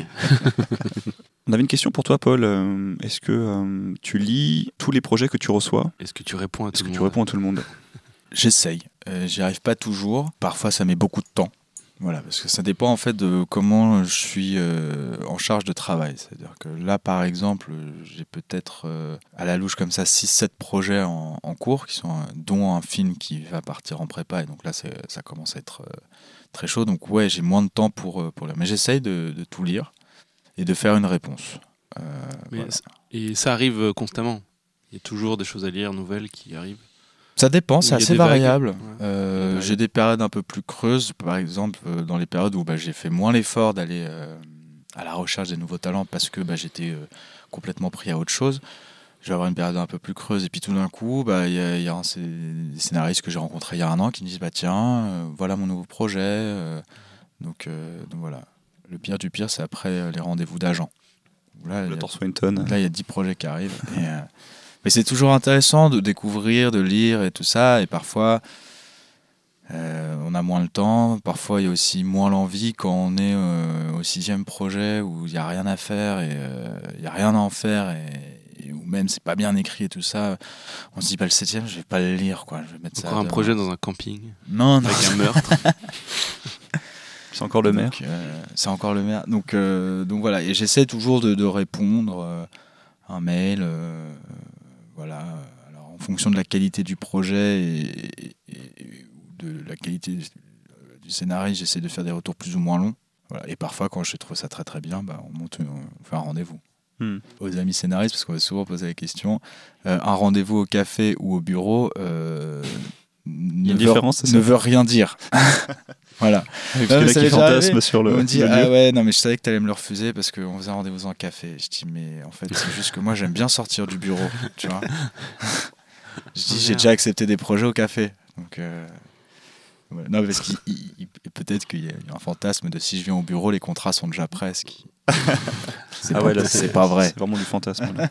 On avait une question pour toi, Paul. Est-ce que tu lis tous les projets que tu reçois ? Est-ce que tu réponds à tout le monde ? Tu réponds à tout le monde ? J'essaye. J'y arrive pas toujours. Parfois, ça met beaucoup de temps. Voilà, parce que ça dépend en fait de comment je suis en charge de travail. C'est-à-dire que là, par exemple, j'ai peut-être à la louche comme ça 6-7 projets en cours, dont un film qui va partir en prépa. Et donc là, ça commence à être très chaud. Donc ouais, j'ai moins de temps pour lire. Mais j'essaye de tout lire et de faire une réponse. Voilà. Et ça arrive constamment. Il y a toujours des choses à lire, nouvelles qui arrivent. Ça dépend, c'est assez variable. Ouais. J'ai des périodes un peu plus creuses, par exemple dans les périodes où j'ai fait moins l'effort d'aller à la recherche des nouveaux talents parce que j'étais complètement pris à autre chose. Je vais avoir une période un peu plus creuse et puis tout d'un coup, y a des scénaristes que j'ai rencontrés il y a 1 an qui me disent tiens, voilà mon nouveau projet. Donc voilà. Le pire du pire, c'est après les rendez-vous d'agents. Le Thor Swinton. Là, il y a 10 projets qui arrivent. Mais c'est toujours intéressant de découvrir, de lire et tout ça. Et parfois, on a moins le temps. Parfois, il y a aussi moins l'envie quand on est au 6e projet où il n'y a rien à faire et il n'y a rien à en faire. Et où même c'est pas bien écrit et tout ça. On se dit, le 7e, je vais pas le lire, quoi. Je vais mettre encore ça un projet dans un camping. Non. Avec un meurtre. C'est encore le maire. C'est encore le maire. Donc voilà. Et j'essaie toujours de répondre un mail. Voilà. Alors, en fonction de la qualité du projet et de la qualité du scénario, j'essaie de faire des retours plus ou moins longs. Voilà. Et parfois, quand je trouve ça très très bien, on fait un rendez-vous. Aux amis scénaristes, parce qu'on va souvent poser la question, un rendez-vous au café ou au bureau, ne veut rien dire. Voilà. Fantasme sur le. On me dit ah ouais, non mais je savais que t'allais me le refuser parce qu'on faisait un rendez-vous en café. Je dis mais en fait c'est juste que moi j'aime bien sortir du bureau, tu vois. Je dis j'ai déjà accepté des projets au café, donc. Non, parce qu'il peut-être qu'il y a un fantasme de si je viens au bureau, les contrats sont déjà prêts. C'est pas vrai. C'est vraiment du fantasme. Là.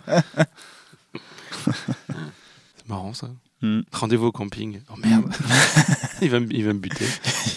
C'est marrant ça. Rendez-vous au camping. Oh merde, il va me buter.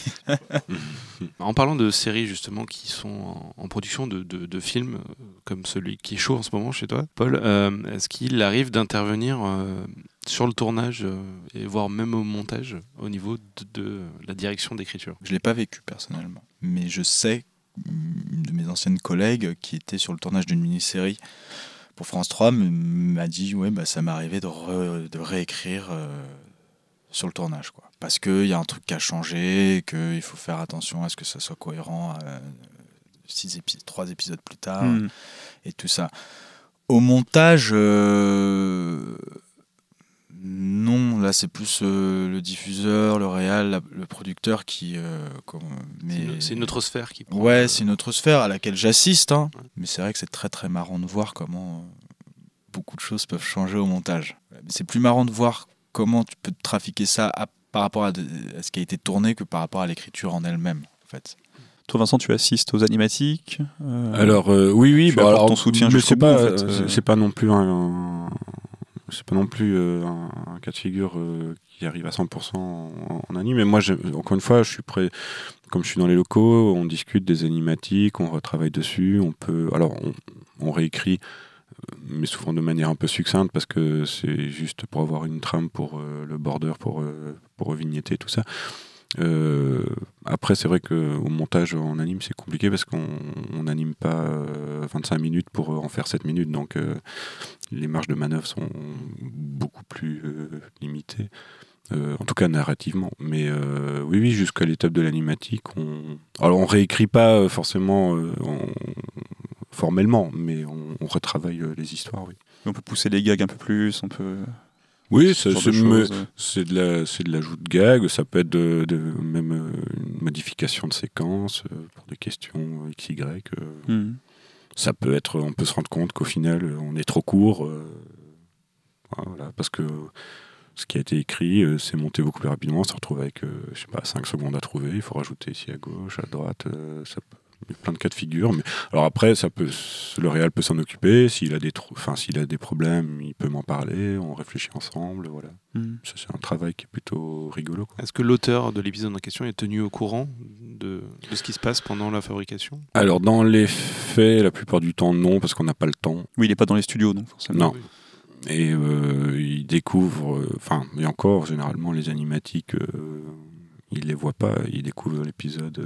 En parlant de séries justement qui sont en production de films comme celui qui est chaud en ce moment chez toi, Paul, est-ce qu'il arrive d'intervenir sur le tournage et voire même au montage au niveau de la direction d'écriture? Je l'ai pas vécu personnellement, mais je sais de mes anciennes collègues qui étaient sur le tournage d'une mini-série pour France 3 m'a dit ouais ça m'est arrivé de réécrire sur le tournage quoi. Parce qu'il y a un truc qui a changé, qu'il faut faire attention à ce que ça soit cohérent 3 épisodes plus tard et tout ça. Au montage non, là c'est plus le diffuseur, le réal, le producteur qui... c'est une autre sphère qui... Ouais, c'est une autre sphère à laquelle j'assiste, hein. Ouais. Mais c'est vrai que c'est très très marrant de voir comment beaucoup de choses peuvent changer au montage. Mais c'est plus marrant de voir comment tu peux trafiquer ça par rapport à ce qui a été tourné que par rapport à l'écriture en elle-même, en fait. Toi, Vincent, tu assistes aux animatiques Alors, oui. Tu apportes ton soutien jusqu'au bout, en fait. C'est pas non plus un cas de figure qui arrive à 100% en anime. Mais moi, encore une fois, je suis prêt. Comme je suis dans les locaux, on discute des animatiques, on retravaille dessus. On réécrit, mais souvent de manière un peu succincte parce que c'est juste pour avoir une trame pour le border, pour vignetter tout ça. Après, c'est vrai qu'au montage en anime, c'est compliqué parce qu'on n'anime pas 25 minutes pour en faire 7 minutes. Donc, les marges de manœuvre sont beaucoup plus limitées. En tout cas, narrativement. Mais oui, jusqu'à l'étape de l'animatique, on réécrit pas forcément formellement, mais on retravaille les histoires, oui. On peut pousser les gags un peu plus, on peut... Oui, c'est de l'ajout de gags, ça peut être même une modification de séquence pour des questions XY. Ça peut être, on peut se rendre compte qu'au final, on est trop court, voilà, parce que ce qui a été écrit, c'est monté beaucoup plus rapidement, on se retrouve avec, 5 secondes à trouver, il faut rajouter ici à gauche, à droite, il y a plein de cas de figure. Mais alors après, le réal peut s'en occuper. S'il a des problèmes, il peut m'en parler. On réfléchit ensemble. Voilà. Ça, c'est un travail qui est plutôt rigolo, quoi. Est-ce que l'auteur de l'épisode en question est tenu au courant de ce qui se passe pendant la fabrication ? Alors, dans les faits, la plupart du temps, non, parce qu'on n'a pas le temps. Oui, il n'est pas dans les studios, donc forcément. Non. Oui. Et il découvre... et encore, généralement, les animatiques... il les voit pas, il découvre l'épisode.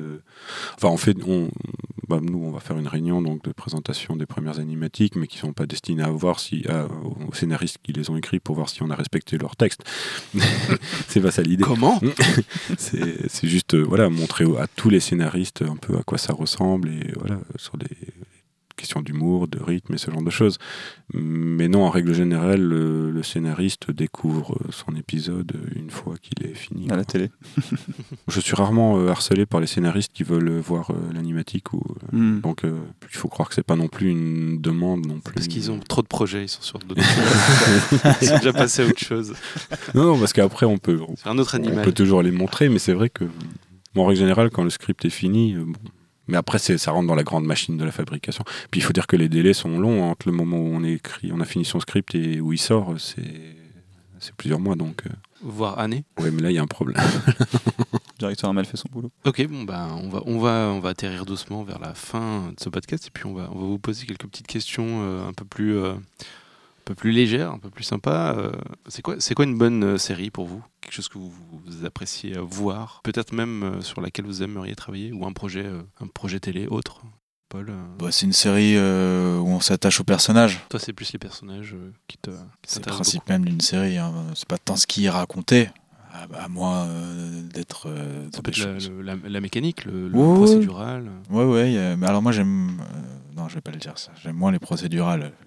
Nous, on va faire une réunion donc de présentation des premières animatiques, mais qui sont pas destinées à voir aux scénaristes qui les ont écrits pour voir si on a respecté leur texte. C'est pas ça l'idée. Comment ? c'est juste montrer à tous les scénaristes un peu à quoi ça ressemble et voilà sur des questions d'humour, de rythme et ce genre de choses. Mais non, en règle générale, le scénariste découvre son épisode une fois qu'il est fini. À la télé. Je suis rarement harcelé par les scénaristes qui veulent voir l'animatique. Donc, il faut croire que c'est pas non plus une demande non plus. Parce qu'ils ont trop de projets, ils sont sur d'autres choses. Ils sont déjà passés à autre chose. Non, parce qu'après, on peut toujours les montrer, mais c'est vrai que, en règle générale, quand le script est fini... Mais après, ça rentre dans la grande machine de la fabrication. Puis il faut dire que les délais sont longs entre le moment où on a fini son script et où il sort, c'est plusieurs mois, donc. Voire années. Oui, mais là il y a un problème. Le directeur a mal fait son boulot. Ok, on va atterrir doucement vers la fin de ce podcast et puis on va vous poser quelques petites questions un peu plus légères, un peu plus sympas. C'est quoi une bonne série pour vous ? Quelque chose que vous appréciez voir, peut-être même sur laquelle vous aimeriez travailler, ou un projet télé autre. Paul c'est une série où on s'attache aux personnages. Toi, c'est plus les personnages qui t'intéressent. C'est le principe même d'une série. Hein. C'est pas tant ce qui est raconté, à moins d'être. Ça peut être la mécanique, le procédural. Ouais. Mais alors moi j'aime. Non, je vais pas le dire ça. J'aime moins les procédurales.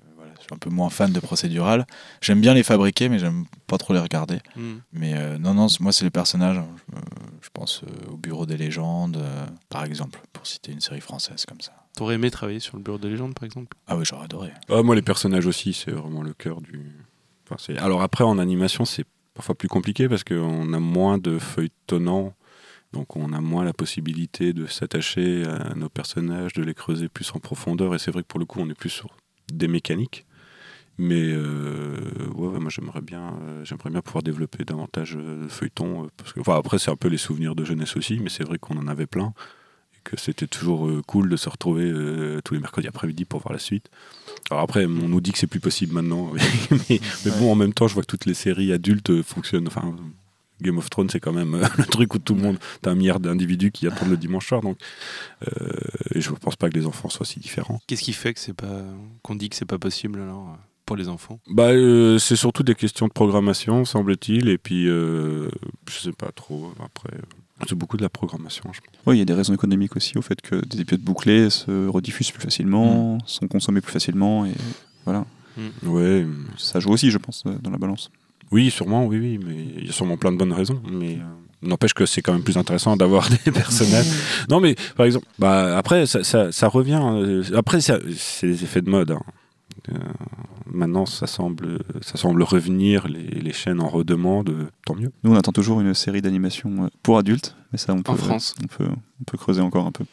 suis un peu moins fan de procédural. J'aime bien les fabriquer, mais j'aime pas trop les regarder. Mais non, moi, c'est les personnages. Je pense au Bureau des légendes, par exemple, pour citer une série française comme ça. T'aurais aimé travailler sur le Bureau des légendes, par exemple ? Ah oui, j'aurais adoré. Moi, les personnages aussi, c'est vraiment le cœur du... Alors après, en animation, c'est parfois plus compliqué parce qu'on a moins de feuilletonnants. Donc on a moins la possibilité de s'attacher à nos personnages, de les creuser plus en profondeur. Et c'est vrai que pour le coup, on est plus sur des mécaniques. Mais moi j'aimerais bien pouvoir développer davantage de feuilletons. Parce que, après, c'est un peu les souvenirs de jeunesse aussi, mais c'est vrai qu'on en avait plein. Et que c'était toujours cool de se retrouver tous les mercredis après-midi pour voir la suite. Alors après, on nous dit que c'est plus possible maintenant. mais bon, en même temps, je vois que toutes les séries adultes fonctionnent... Game of Thrones, c'est quand même le truc où tout le monde, t'as 1 milliard d'individus qui attendent le dimanche soir, donc et je ne pense pas que les enfants soient si différents. Qu'est-ce qui fait qu'on dit que c'est pas possible alors pour les enfants ? C'est surtout des questions de programmation, semble-t-il, et puis je sais pas trop. Après, c'est beaucoup de la programmation, je pense. Oui, il y a des raisons économiques aussi au fait que des épisodes bouclés se rediffusent plus facilement, sont consommés plus facilement, et voilà. Ouais. Ça joue aussi, je pense, dans la balance. Oui, sûrement, oui, mais il y a sûrement plein de bonnes raisons, mais n'empêche que c'est quand même plus intéressant d'avoir des personnages. Non, mais par exemple, après, ça revient. Après, c'est des effets de mode. Maintenant, ça semble revenir, les chaînes en redemandent, tant mieux. Nous, on attend toujours une série d'animation pour adultes, mais ça, en France. On peut creuser encore un peu.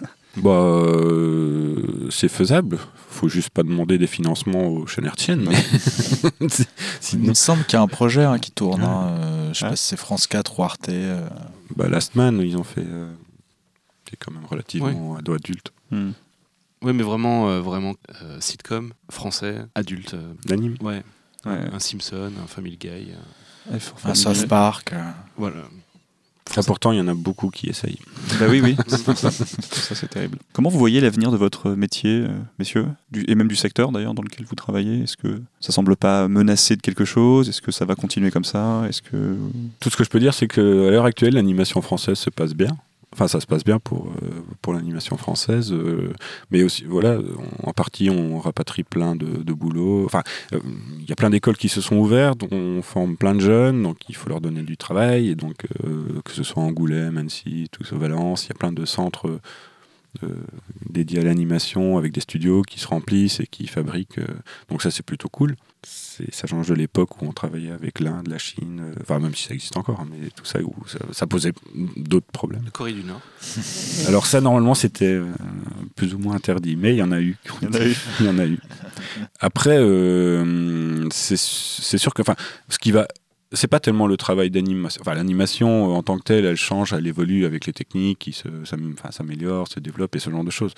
C'est faisable. Faut juste pas demander des financements aux chaînes hertziennes. Mais... Il me semble qu'il y a un projet qui tourne. Je sais pas si c'est France 4 ou Arte. Last Man, ils ont fait. C'est quand même relativement ado adulte. Oui, mais vraiment sitcom français, adulte. L'anime. Ouais. Un Simpson, un Family Guy. Un South Park. Voilà. Pourtant, il y en a beaucoup qui essayent. Oui. Ça, c'est terrible. Comment vous voyez l'avenir de votre métier, messieurs, et même du secteur d'ailleurs dans lequel vous travaillez ? Est-ce que ça semble pas menacé de quelque chose ? Est-ce que ça va continuer comme ça ? Tout ce que je peux dire, c'est qu'à l'heure actuelle, l'animation française se passe bien. Enfin, ça se passe bien pour l'animation française, mais aussi, voilà, en partie, on rapatrie plein de boulot. Enfin, il y a plein d'écoles qui se sont ouvertes, on forme plein de jeunes, donc il faut leur donner du travail, et donc que ce soit Angoulême, Annecy, Valence, il y a plein de centres dédiés à l'animation avec des studios qui se remplissent et qui fabriquent. Donc ça, c'est plutôt cool. Ça change de l'époque où on travaillait avec l'Inde, la Chine, même si ça existe encore, mais tout ça, où ça posait d'autres problèmes. La Corée du Nord. Alors ça, normalement, c'était plus ou moins interdit, mais il y en a eu. Il y en a eu. Après, c'est sûr que, ce qui va... C'est pas tellement le travail d'animation. L'animation en tant que telle, elle change, elle évolue avec les techniques qui s'améliorent, se développent et ce genre de choses.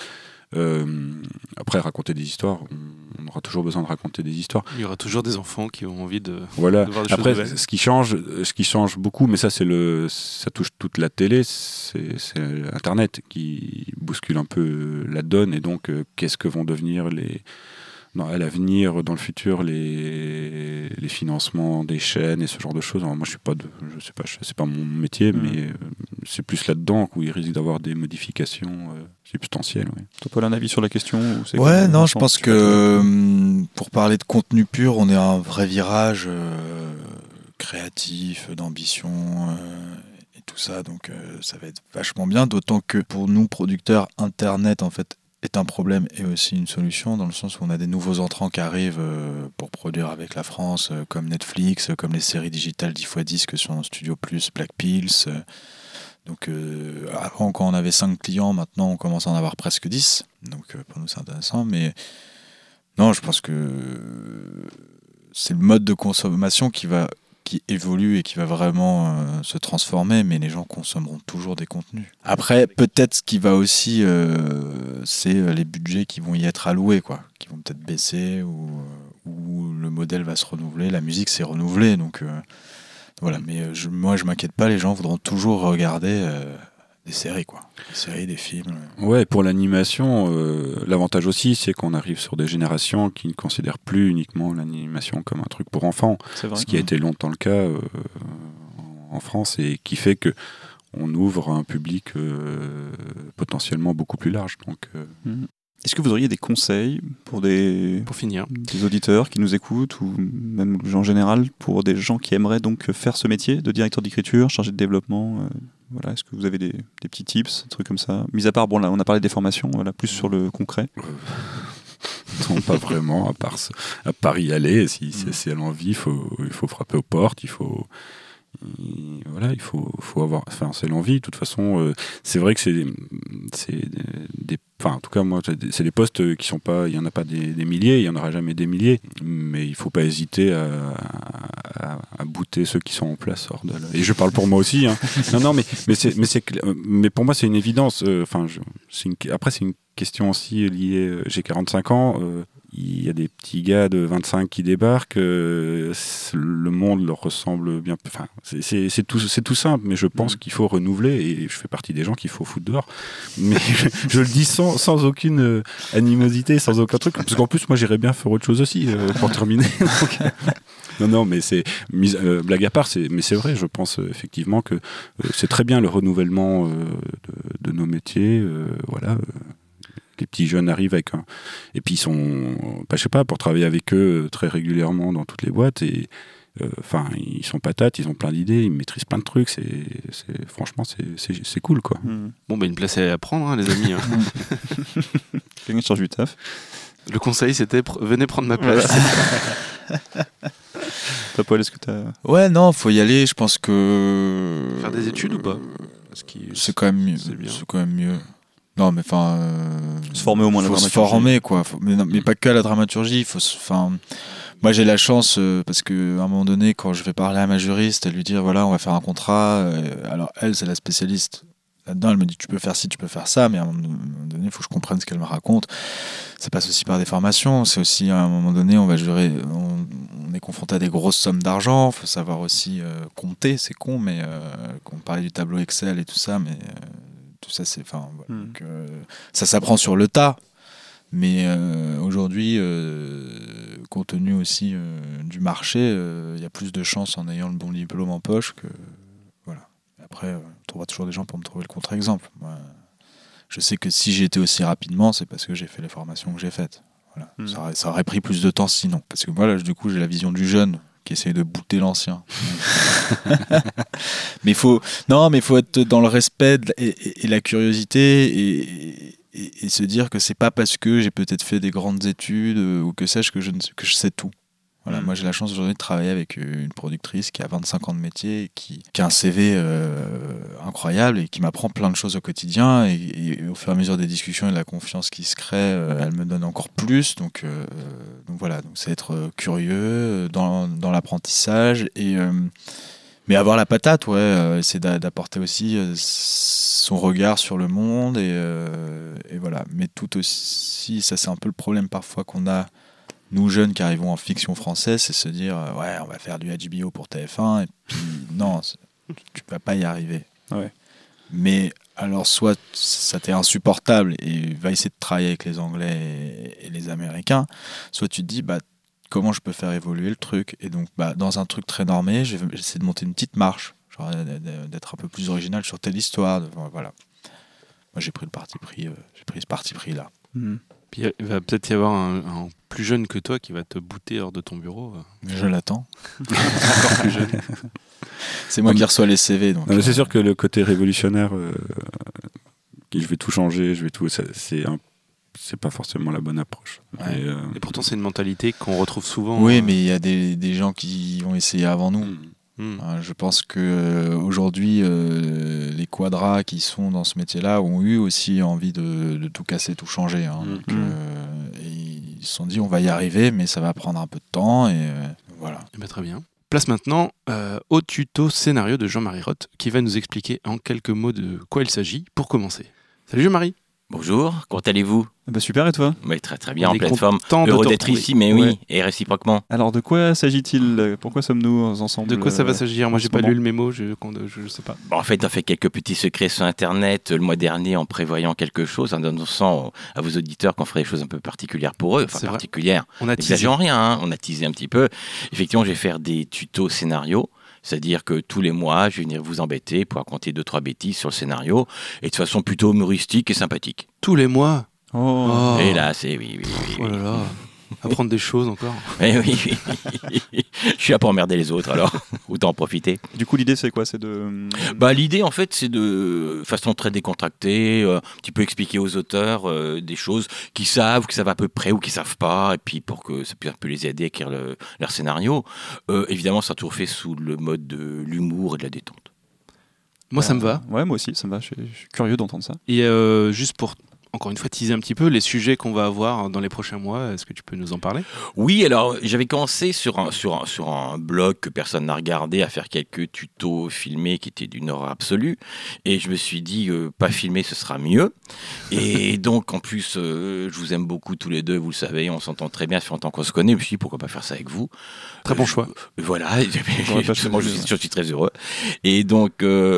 Après, raconter des histoires, on aura toujours besoin de raconter des histoires. Il y aura toujours des enfants qui ont envie de voir des choses nouvelles. Après, ce qui change beaucoup, mais ça touche toute la télé, c'est Internet qui bouscule un peu la donne, et donc qu'est-ce que vont devenir à l'avenir, dans le futur, les financements des chaînes et ce genre de choses. Alors moi, je sais pas, c'est pas mon métier, mais c'est plus là-dedans où il risque d'avoir des modifications substantielles. Ouais. Tu as pas un avis sur la question je pense que pour parler de contenu pur, on est à un vrai virage créatif, d'ambition et tout ça, donc ça va être vachement bien, d'autant que pour nous, producteurs, Internet, en fait, est un problème et aussi une solution, dans le sens où on a des nouveaux entrants qui arrivent pour produire avec la France, comme Netflix, comme les séries digitales 10x10 que sont Studio Plus, Black Pills. Donc avant, quand on avait 5 clients, maintenant on commence à en avoir presque 10. Donc pour nous c'est intéressant, mais non, je pense que c'est le mode de consommation qui évolue et qui va vraiment se transformer, mais les gens consommeront toujours des contenus. Après, peut-être ce qui va aussi, c'est les budgets qui vont y être alloués, qui vont peut-être baisser, ou le modèle va se renouveler. La musique s'est renouvelée, donc voilà. Mais moi, je m'inquiète pas, les gens voudront toujours regarder des séries, des séries, des films. Ouais, pour l'animation, l'avantage aussi, c'est qu'on arrive sur des générations qui ne considèrent plus uniquement l'animation comme un truc pour enfants, ce qui a été longtemps le cas en France, et qui fait que on ouvre un public potentiellement beaucoup plus large. Donc, Est-ce que vous auriez des conseils pour finir, des auditeurs qui nous écoutent ou même en général pour des gens qui aimeraient donc faire ce métier de directeur d'écriture, chargé de développement voilà, est-ce que vous avez des petits tips, des trucs comme ça? Mis à part, bon là, on a parlé des formations, voilà, plus sur le concret. Non, pas vraiment, à part y aller. Si elle a envie, il faut frapper aux portes, il faut avoir, enfin, c'est l'envie. De toute façon, c'est vrai que en tout cas, moi, c'est des postes qui sont pas, il y en a pas des milliers, il y en aura jamais des milliers, mais il faut pas hésiter à booter ceux qui sont en place hors de là. Et je parle pour moi aussi, hein. Non, mais pour moi, c'est une évidence. Après, c'est une question aussi liée. J'ai 45 ans. Il y a des petits gars de 25 qui débarquent, le monde leur ressemble bien. Enfin, c'est tout simple, mais je pense qu'il faut renouveler, et je fais partie des gens qu'il faut foutre dehors. Mais je le dis sans aucune animosité, sans aucun truc, parce qu'en plus, moi, j'irais bien faire autre chose aussi, pour terminer. Donc, non, mais c'est blague à part, mais c'est vrai, je pense effectivement que c'est très bien le renouvellement de nos métiers, voilà. Les petits jeunes arrivent avec et puis ils sont, je sais pas, pour travailler avec eux très régulièrement dans toutes les boîtes, et ils sont patates, ils ont plein d'idées, ils maîtrisent plein de trucs, franchement c'est cool, quoi. Bon, une place à prendre, hein, les amis, hein. Quelqu'un change du taf. Le conseil, c'était venez prendre ma place. Toi, Paul, est-ce que t'as... Ouais, non, faut y aller. Je pense que faire des études ou pas? C'est quand même mieux. C'est quand même mieux. Non, mais enfin, se former au moins à la dramaturgie. Faut se former, quoi. Mais pas que à la dramaturgie. Moi, j'ai la chance parce que à un moment donné, quand je vais parler à ma juriste, elle lui dit voilà, on va faire un contrat. Alors elle, c'est la spécialiste là-dedans. Elle me dit tu peux faire ci, tu peux faire ça, mais à un moment donné, il faut que je comprenne ce qu'elle me raconte. Ça passe aussi par des formations. C'est aussi à un moment donné, on va jurer. On est confronté à des grosses sommes d'argent. Faut savoir aussi compter. C'est con, mais on parlait du tableau Excel et tout ça, mais tout ça, c'est, donc, ça s'apprend sur le tas, mais aujourd'hui, compte tenu aussi du marché, il y a plus de chances en ayant le bon diplôme en poche que voilà. Après, on trouvera toujours des gens pour me trouver le contre-exemple. Moi, je sais que si j'ai été aussi rapidement, c'est parce que j'ai fait les formations que j'ai faites. Voilà. Ça aurait pris plus de temps sinon, parce que moi, là, du coup, j'ai la vision du jeune qui essaye de booter l'ancien. Mais il faut être dans le respect et la curiosité et se dire que c'est pas parce que j'ai peut-être fait des grandes études ou que sais-je que je sais tout. Voilà, moi j'ai la chance aujourd'hui de travailler avec une productrice qui a 25 ans de métier, qui a un CV incroyable et qui m'apprend plein de choses au quotidien, et au fur et à mesure des discussions et de la confiance qui se crée, elle me donne encore plus. Donc voilà, donc c'est être curieux dans l'apprentissage mais avoir la patate, essayer d'apporter aussi son regard sur le monde et voilà. Mais tout aussi, ça c'est un peu le problème parfois qu'on a, nous jeunes qui arrivons en fiction française, c'est se dire on va faire du HBO pour TF1, et puis non, tu vas pas y arriver. Ouais. Mais alors soit ça t'est insupportable et va essayer de travailler avec les Anglais et les Américains, soit tu te dis comment je peux faire évoluer le truc, et donc dans un truc très normé, j'essaie de monter une petite marche, genre d'être un peu plus original sur telle histoire. Voilà. Moi j'ai pris ce parti pris là. Puis il va peut-être y avoir un plus jeune que toi qui va te booter hors de ton bureau. Je l'attends. Encore plus jeune. C'est moi qui reçois les CV. Donc, c'est sûr que le côté révolutionnaire, je vais tout changer, c'est pas forcément la bonne approche. Ouais. Et pourtant, c'est une mentalité qu'on retrouve souvent. Oui, mais il y a des gens qui ont essayé avant nous. Je pense que aujourd'hui, les quadras qui sont dans ce métier-là ont eu aussi envie de tout casser, tout changer. Donc, et ils se sont dit, on va y arriver, mais ça va prendre un peu de temps. Et voilà. Très bien. Place maintenant au tuto scénario de Jean-Marie Roth, qui va nous expliquer en quelques mots de quoi il s'agit pour commencer. Salut Jean-Marie. Bonjour, comment allez-vous ? Super, et toi ? Oui, très très bien, en pleine forme. Heureux d'être ici, mais oui, et réciproquement. Alors, de quoi s'agit-il ? Pourquoi sommes-nous ensemble ? De quoi ça va s'agir ? Moi, j'ai pas lu le mémo, je sais pas. En fait, on fait quelques petits secrets sur Internet le mois dernier en prévoyant quelque chose, en annonçant à vos auditeurs qu'on ferait des choses un peu particulières pour eux. Enfin, particulières. On a teasé. Rien, on a teasé un petit peu. Effectivement, je vais faire des tutos scénarios. C'est-à-dire que tous les mois, je vais venir vous embêter pour raconter 2-3 bêtises sur le scénario, et de façon plutôt humoristique et sympathique. Tous les mois ? Oh. Et là, c'est oui. Oh là là. Apprendre des choses encore. Oui. Je suis là pour emmerder les autres, alors autant en profiter. Du coup, l'idée, c'est quoi? C'est de... L'idée, en fait, c'est de façon très décontractée, un petit peu expliquer aux auteurs des choses qu'ils savent à peu près ou qu'ils savent pas, et puis pour que ça puisse un peu les aider à écrire leur scénario. Évidemment, ça a toujours fait sous le mode de l'humour et de la détente. Moi, ça me va. Ouais, moi aussi, ça me va. Je suis curieux d'entendre ça. Et juste pour encore une fois teaser un petit peu les sujets qu'on va avoir dans les prochains mois, est-ce que tu peux nous en parler? Oui, alors j'avais commencé sur un blog que personne n'a regardé à faire quelques tutos filmés qui étaient d'une horreur absolue, et je me suis dit pas filmé ce sera mieux. Et donc en plus je vous aime beaucoup tous les deux, vous le savez, on s'entend très bien, ça fait longtemps qu'on se connaît, je me suis dit pourquoi pas faire ça avec vous. Très bon choix. Voilà, je suis très heureux. Et donc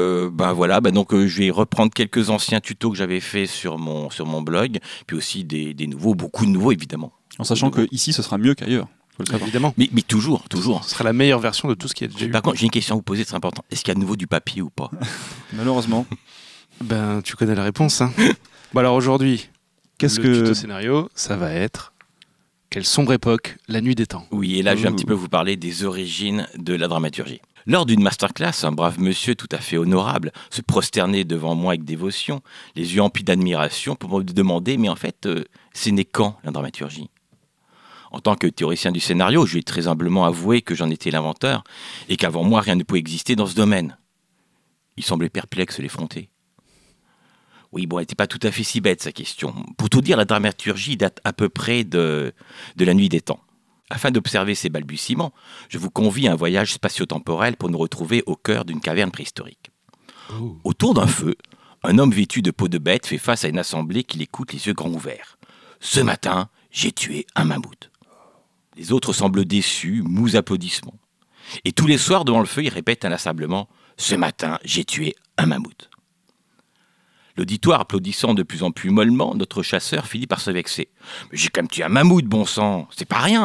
je vais reprendre quelques anciens tutos que j'avais fait sur mon blog, puis aussi des nouveaux, beaucoup de nouveaux évidemment. En sachant que ici ce sera mieux qu'ailleurs. Évidemment. Mais toujours. Ce sera la meilleure version de tout ce qui a déjà eu. Par contre, j'ai une question à vous poser, c'est important. Est-ce qu'il y a de nouveau du papier ou pas? Malheureusement. Tu connais la réponse. Hein. Bon alors aujourd'hui, le tuto scénario, ça va être quelle sombre époque, la nuit des temps. Oui, et là je vais un petit peu vous parler des origines de la dramaturgie. Lors d'une masterclass, un brave monsieur tout à fait honorable se prosternait devant moi avec dévotion, les yeux emplis d'admiration pour me demander « Mais en fait, c'est né quand la dramaturgie ?» En tant que théoricien du scénario, je lui ai très humblement avoué que j'en étais l'inventeur et qu'avant moi, rien ne pouvait exister dans ce domaine. Il semblait perplexe, l'effronté. Oui, elle n'était pas tout à fait si bête, sa question. Pour tout dire, la dramaturgie date à peu près de la nuit des temps. Afin d'observer ces balbutiements, je vous convie à un voyage spatio-temporel pour nous retrouver au cœur d'une caverne préhistorique. Oh. Autour d'un feu, un homme vêtu de peau de bête fait face à une assemblée qui l'écoute les yeux grands ouverts. « Ce matin, j'ai tué un mammouth. » Les autres semblent déçus, mous applaudissements. Et tous les soirs, devant le feu, ils répètent inlassablement « Ce matin, j'ai tué un mammouth. » L'auditoire applaudissant de plus en plus mollement, notre chasseur finit par se vexer. « Mais j'ai quand même tué un mammouth, bon sang, c'est pas rien !»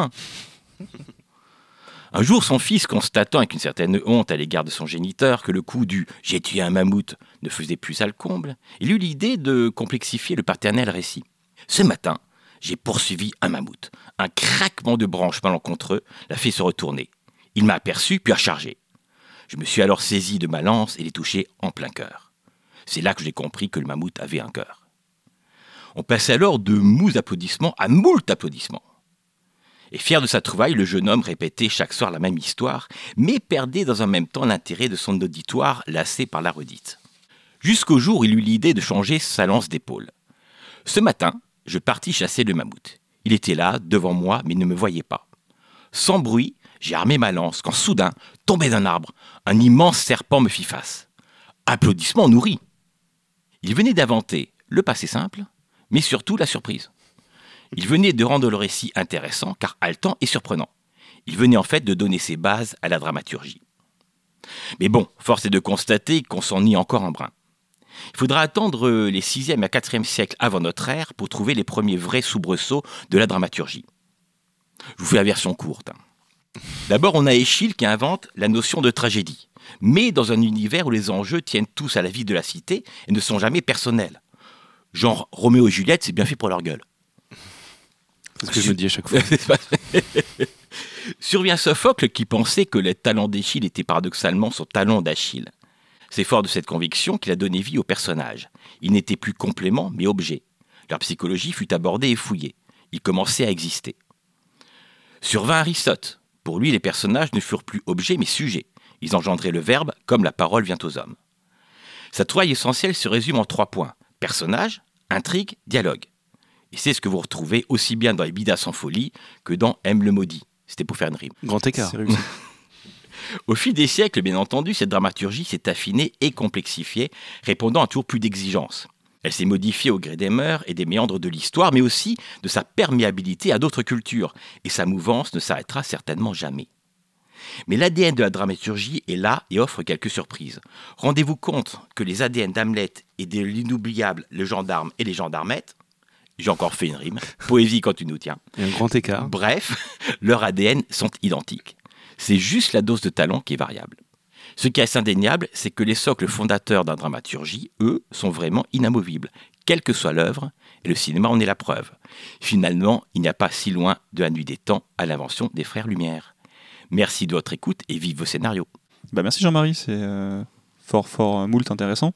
Un jour, son fils, constatant avec une certaine honte à l'égard de son géniteur que le coup du « j'ai tué un mammouth » ne faisait plus ça le comble, il eut l'idée de complexifier le paternel récit. « Ce matin, j'ai poursuivi un mammouth. Un craquement de branches malencontreux l'a fait se retourner. Il m'a aperçu puis a chargé. Je me suis alors saisi de ma lance et l'ai touché en plein cœur. C'est là que j'ai compris que le mammouth avait un cœur. » On passait alors de mous applaudissements à moult applaudissements. Et fier de sa trouvaille, le jeune homme répétait chaque soir la même histoire, mais perdait dans un même temps l'intérêt de son auditoire, lassé par la redite. Jusqu'au jour où il eut l'idée de changer sa lance d'épaule. Ce matin, je partis chasser le mammouth. Il était là, devant moi, mais il ne me voyait pas. Sans bruit, j'ai armé ma lance, quand soudain, tombé d'un arbre, un immense serpent me fit face. Applaudissements nourris. Il venait d'inventer le passé simple, mais surtout la surprise. Il venait de rendre le récit intéressant, car haletant et surprenant. Il venait en fait de donner ses bases à la dramaturgie. Mais bon, force est de constater qu'on s'en nie encore un brin. Il faudra attendre les 6e à 4e siècles avant notre ère pour trouver les premiers vrais soubresauts de la dramaturgie. Je vous fais la version courte. D'abord, on a Échille qui invente la notion de tragédie, mais dans un univers où les enjeux tiennent tous à la vie de la cité et ne sont jamais personnels. Genre, Roméo et Juliette, c'est bien fait pour leur gueule. C'est ce que je me dis à chaque fois. Survient Sophocle qui pensait que le talent d'Échille était paradoxalement son talent d'Achille. C'est fort de cette conviction qu'il a donné vie aux personnages. Ils n'étaient plus compléments, mais objets. Leur psychologie fut abordée et fouillée. Ils commençaient à exister. Survint Aristote. Pour lui, les personnages ne furent plus objets, mais sujets. Ils engendraient le verbe, comme la parole vient aux hommes. Sa trouvaille essentielle se résume en 3 points. Personnage, intrigue, dialogue. Et c'est ce que vous retrouvez aussi bien dans les Midas sans folie que dans M le maudit. C'était pour faire une rime. Grand écart. Au fil des siècles, bien entendu, cette dramaturgie s'est affinée et complexifiée, répondant à toujours plus d'exigences. Elle s'est modifiée au gré des mœurs et des méandres de l'histoire, mais aussi de sa perméabilité à d'autres cultures, et sa mouvance ne s'arrêtera certainement jamais. Mais l'ADN de la dramaturgie est là et offre quelques surprises. Rendez-vous compte que les ADN d'Hamlet et de l'inoubliable Le Gendarme et les Gendarmettes, j'ai encore fait une rime, poésie quand tu nous tiens. Il y a un grand écart. Bref, leurs ADN sont identiques. C'est juste la dose de talent qui est variable. Ce qui est indéniable, c'est que les socles fondateurs d'un dramaturgie, eux, sont vraiment inamovibles. quelle que soit l'œuvre, et le cinéma en est la preuve. Finalement, il n'y a pas si loin de la nuit des temps à l'invention des frères Lumière. Merci de votre écoute et vive vos scénarios. Merci Jean-Marie, c'est fort moult intéressant.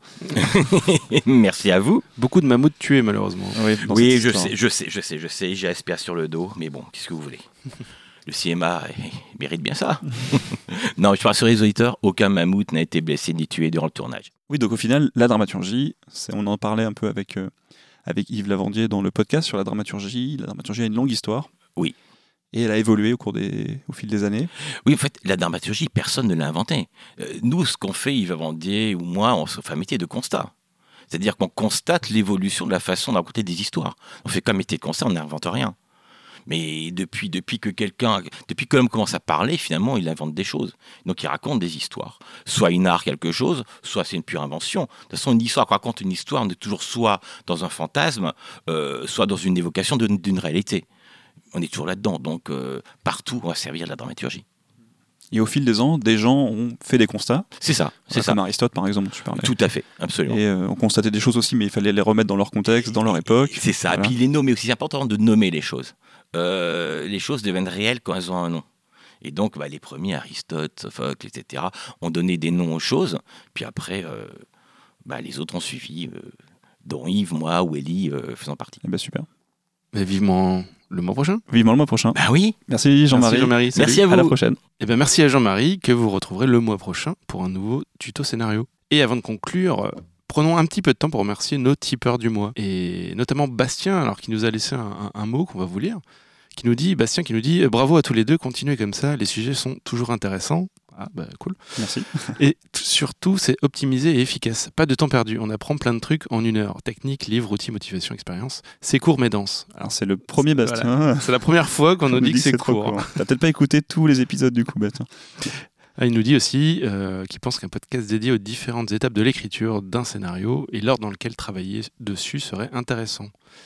Merci à vous. Beaucoup de mammouths tués malheureusement. Oui, je sais, j'ai Asper sur le dos, mais bon, qu'est-ce que vous voulez? Le cinéma mérite bien ça. Non, je rassure les auditeurs, aucun mammouth n'a été blessé ni tué durant le tournage. Oui, donc au final, la dramaturgie, on en parlait un peu avec Yves Lavandier dans le podcast sur la dramaturgie. La dramaturgie a une longue histoire. Oui. Et elle a évolué au fil des années. Oui, en fait, la dramaturgie, personne ne l'a inventée. Nous, ce qu'on fait, Yves Lavandier ou moi, on fait un métier de constat. C'est-à-dire qu'on constate l'évolution de la façon de raconter des histoires. On fait comme métier de constat, on n'invente rien. Mais depuis que l'homme commence à parler, finalement, il invente des choses. Donc, il raconte des histoires. Soit il narre quelque chose, soit c'est une pure invention. De toute façon, une histoire, quand on raconte une histoire, on est toujours soit dans un fantasme, soit dans une évocation d'une réalité. On est toujours là-dedans. Donc, partout, on va servir de la dramaturgie. Et au fil des ans, des gens ont fait des constats. C'est ça. Comme Aristote, par exemple, dont tu parlais. Tout à fait, absolument. Et on constatait des choses aussi, mais il fallait les remettre dans leur contexte, dans leur époque. C'est ça. Voilà. Et puis les nommer aussi. C'est important de nommer les choses. Les choses deviennent réelles quand elles ont un nom. Et donc, les premiers, Aristote, Sophocle, etc., ont donné des noms aux choses. Puis après, les autres ont suivi, dont Yves, moi ou Élie faisant partie. Super. Vivement le mois prochain. Vivement le mois prochain. Oui. Merci Jean-Marie. Merci à vous. À la prochaine. Merci à Jean-Marie que vous retrouverez le mois prochain pour un nouveau tuto scénario. Et avant de conclure, prenons un petit peu de temps pour remercier nos tipeurs du mois. Et notamment Bastien, alors qui nous a laissé un mot qu'on va vous lire, Bastien qui nous dit bravo à tous les deux, continuez comme ça, les sujets sont toujours intéressants. Ah cool. Merci. Et surtout, c'est optimisé et efficace. Pas de temps perdu. On apprend plein de trucs en 1 heure. Technique, livre, outils, motivation, expérience. C'est court mais dense. Alors c'est le premier Bastien. Voilà. C'est la première fois qu'on nous dit que c'est court. T'as peut-être pas écouté tous les épisodes du coup, Bastien. Il nous dit aussi qu'il pense qu'un podcast dédié aux différentes étapes de l'écriture d'un scénario et l'ordre dans lequel travailler dessus serait intéressant.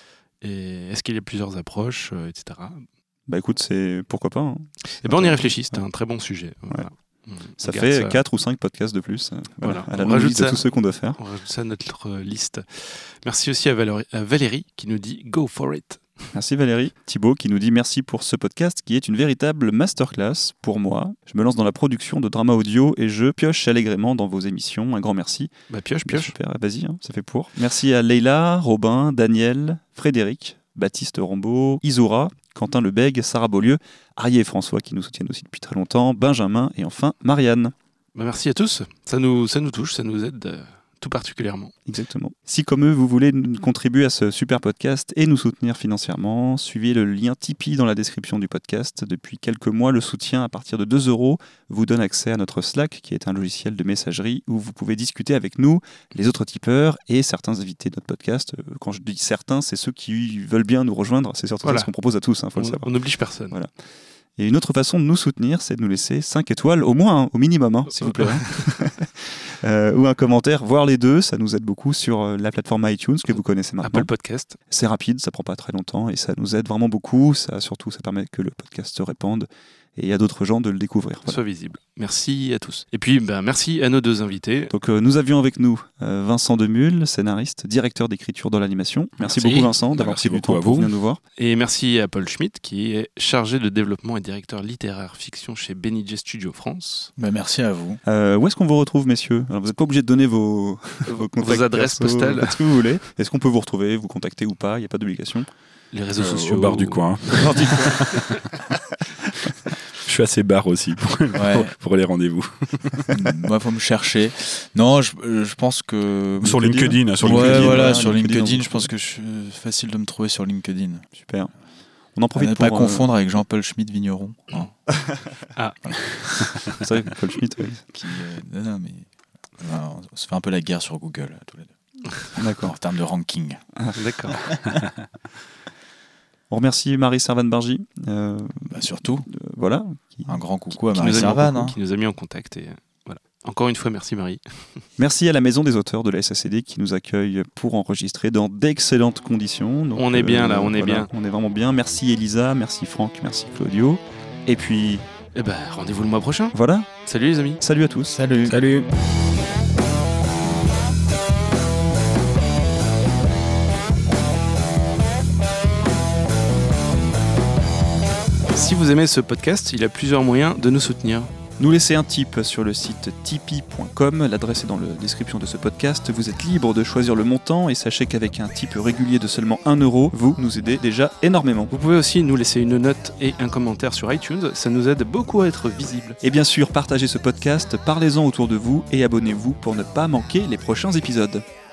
Et est-ce qu'il y a plusieurs approches, etc. Écoute, c'est pourquoi pas. On y réfléchit. C'est un très bon sujet. Voilà. Ça fait 4 ou 5 podcasts de plus à la limite de tous ceux qu'on doit faire. On rajoute ça à notre liste. Merci aussi à Valérie qui nous dit « Go for it ». Merci Valérie. Thibaut qui nous dit « Merci pour ce podcast qui est une véritable masterclass pour moi. Je me lance dans la production de drama audio et je pioche allègrement dans vos émissions. Un grand merci. » Pioche. Super, vas-y, ça fait pour. Merci à Leïla, Robin, Daniel, Frédéric, Baptiste Rambaud, Isoura, Quentin Lebègue, Sarah Beaulieu, Arié et François qui nous soutiennent aussi depuis très longtemps, Benjamin et enfin Marianne. Merci à tous, ça nous touche, ça nous aide tout particulièrement. Exactement. Si comme eux, vous voulez contribuer à ce super podcast et nous soutenir financièrement, suivez le lien Tipeee dans la description du podcast. Depuis quelques mois, le soutien à partir de 2 € vous donne accès à notre Slack, qui est un logiciel de messagerie où vous pouvez discuter avec nous, les autres tipeurs et certains invités de notre podcast. Quand je dis certains, c'est ceux qui veulent bien nous rejoindre. C'est surtout ce qu'on propose à tous, faut le savoir. On n'oblige personne. Voilà. Et une autre façon de nous soutenir, c'est de nous laisser 5 étoiles, au moins, au minimum, s'il vous plaît. Ou un commentaire, voire les deux, ça nous aide beaucoup sur la plateforme iTunes que vous connaissez maintenant. Apple Podcast. C'est rapide, ça prend pas très longtemps et ça nous aide vraiment beaucoup. Ça permet que le podcast se répande et à d'autres gens de le découvrir. Soit visible. Merci à tous. Et puis, merci à nos 2 invités. Donc, nous avions avec nous Vincent Demule, scénariste, directeur d'écriture dans l'animation. Merci beaucoup Vincent d'avoir pris le temps pour venir nous voir. Et merci à Paul Schmitt qui est chargé de développement et directeur littéraire fiction chez Benijé Studio France. Merci à vous. Où est-ce qu'on vous retrouve, messieurs ? Alors, vous n'êtes pas obligés de donner vos adresses postales. Ce que vous voulez. Est-ce qu'on peut vous retrouver, vous contacter ou pas ? Il n'y a pas d'obligation. Les réseaux sociaux. Au bar du coin. Je suis assez barre aussi pour les rendez-vous. Moi, faut me chercher. Non, je pense que... Sur LinkedIn. Sur LinkedIn, je pense que je suis facile de me trouver sur LinkedIn. Super. On en profite pour... Ne pas confondre avec Jean-Paul Schmitt Vigneron. Ah. C'est vrai, Paul Schmitt, oui. Non, mais... on se fait un peu la guerre sur Google, tous les deux. D'accord. En termes de ranking. D'accord. On remercie Marie Servan-Bargy. Surtout. Voilà. Un grand coucou à Marie Servan. Qui nous a mis en contact. Et voilà. Encore une fois, merci Marie. Merci à la Maison des auteurs de la SACD qui nous accueille pour enregistrer dans d'excellentes conditions. Donc, on est bien là, on est bien. On est vraiment bien. Merci Elisa, merci Franck, merci Claudio. Et puis... rendez-vous le mois prochain. Voilà. Salut les amis. Salut à tous. Salut. Si vous aimez ce podcast, il y a plusieurs moyens de nous soutenir. Nous laisser un tip sur le site tipeee.com, l'adresse est dans la description de ce podcast. Vous êtes libre de choisir le montant et sachez qu'avec un tip régulier de seulement 1 €, vous nous aidez déjà énormément. Vous pouvez aussi nous laisser une note et un commentaire sur iTunes, ça nous aide beaucoup à être visibles. Et bien sûr, partagez ce podcast, parlez-en autour de vous et abonnez-vous pour ne pas manquer les prochains épisodes.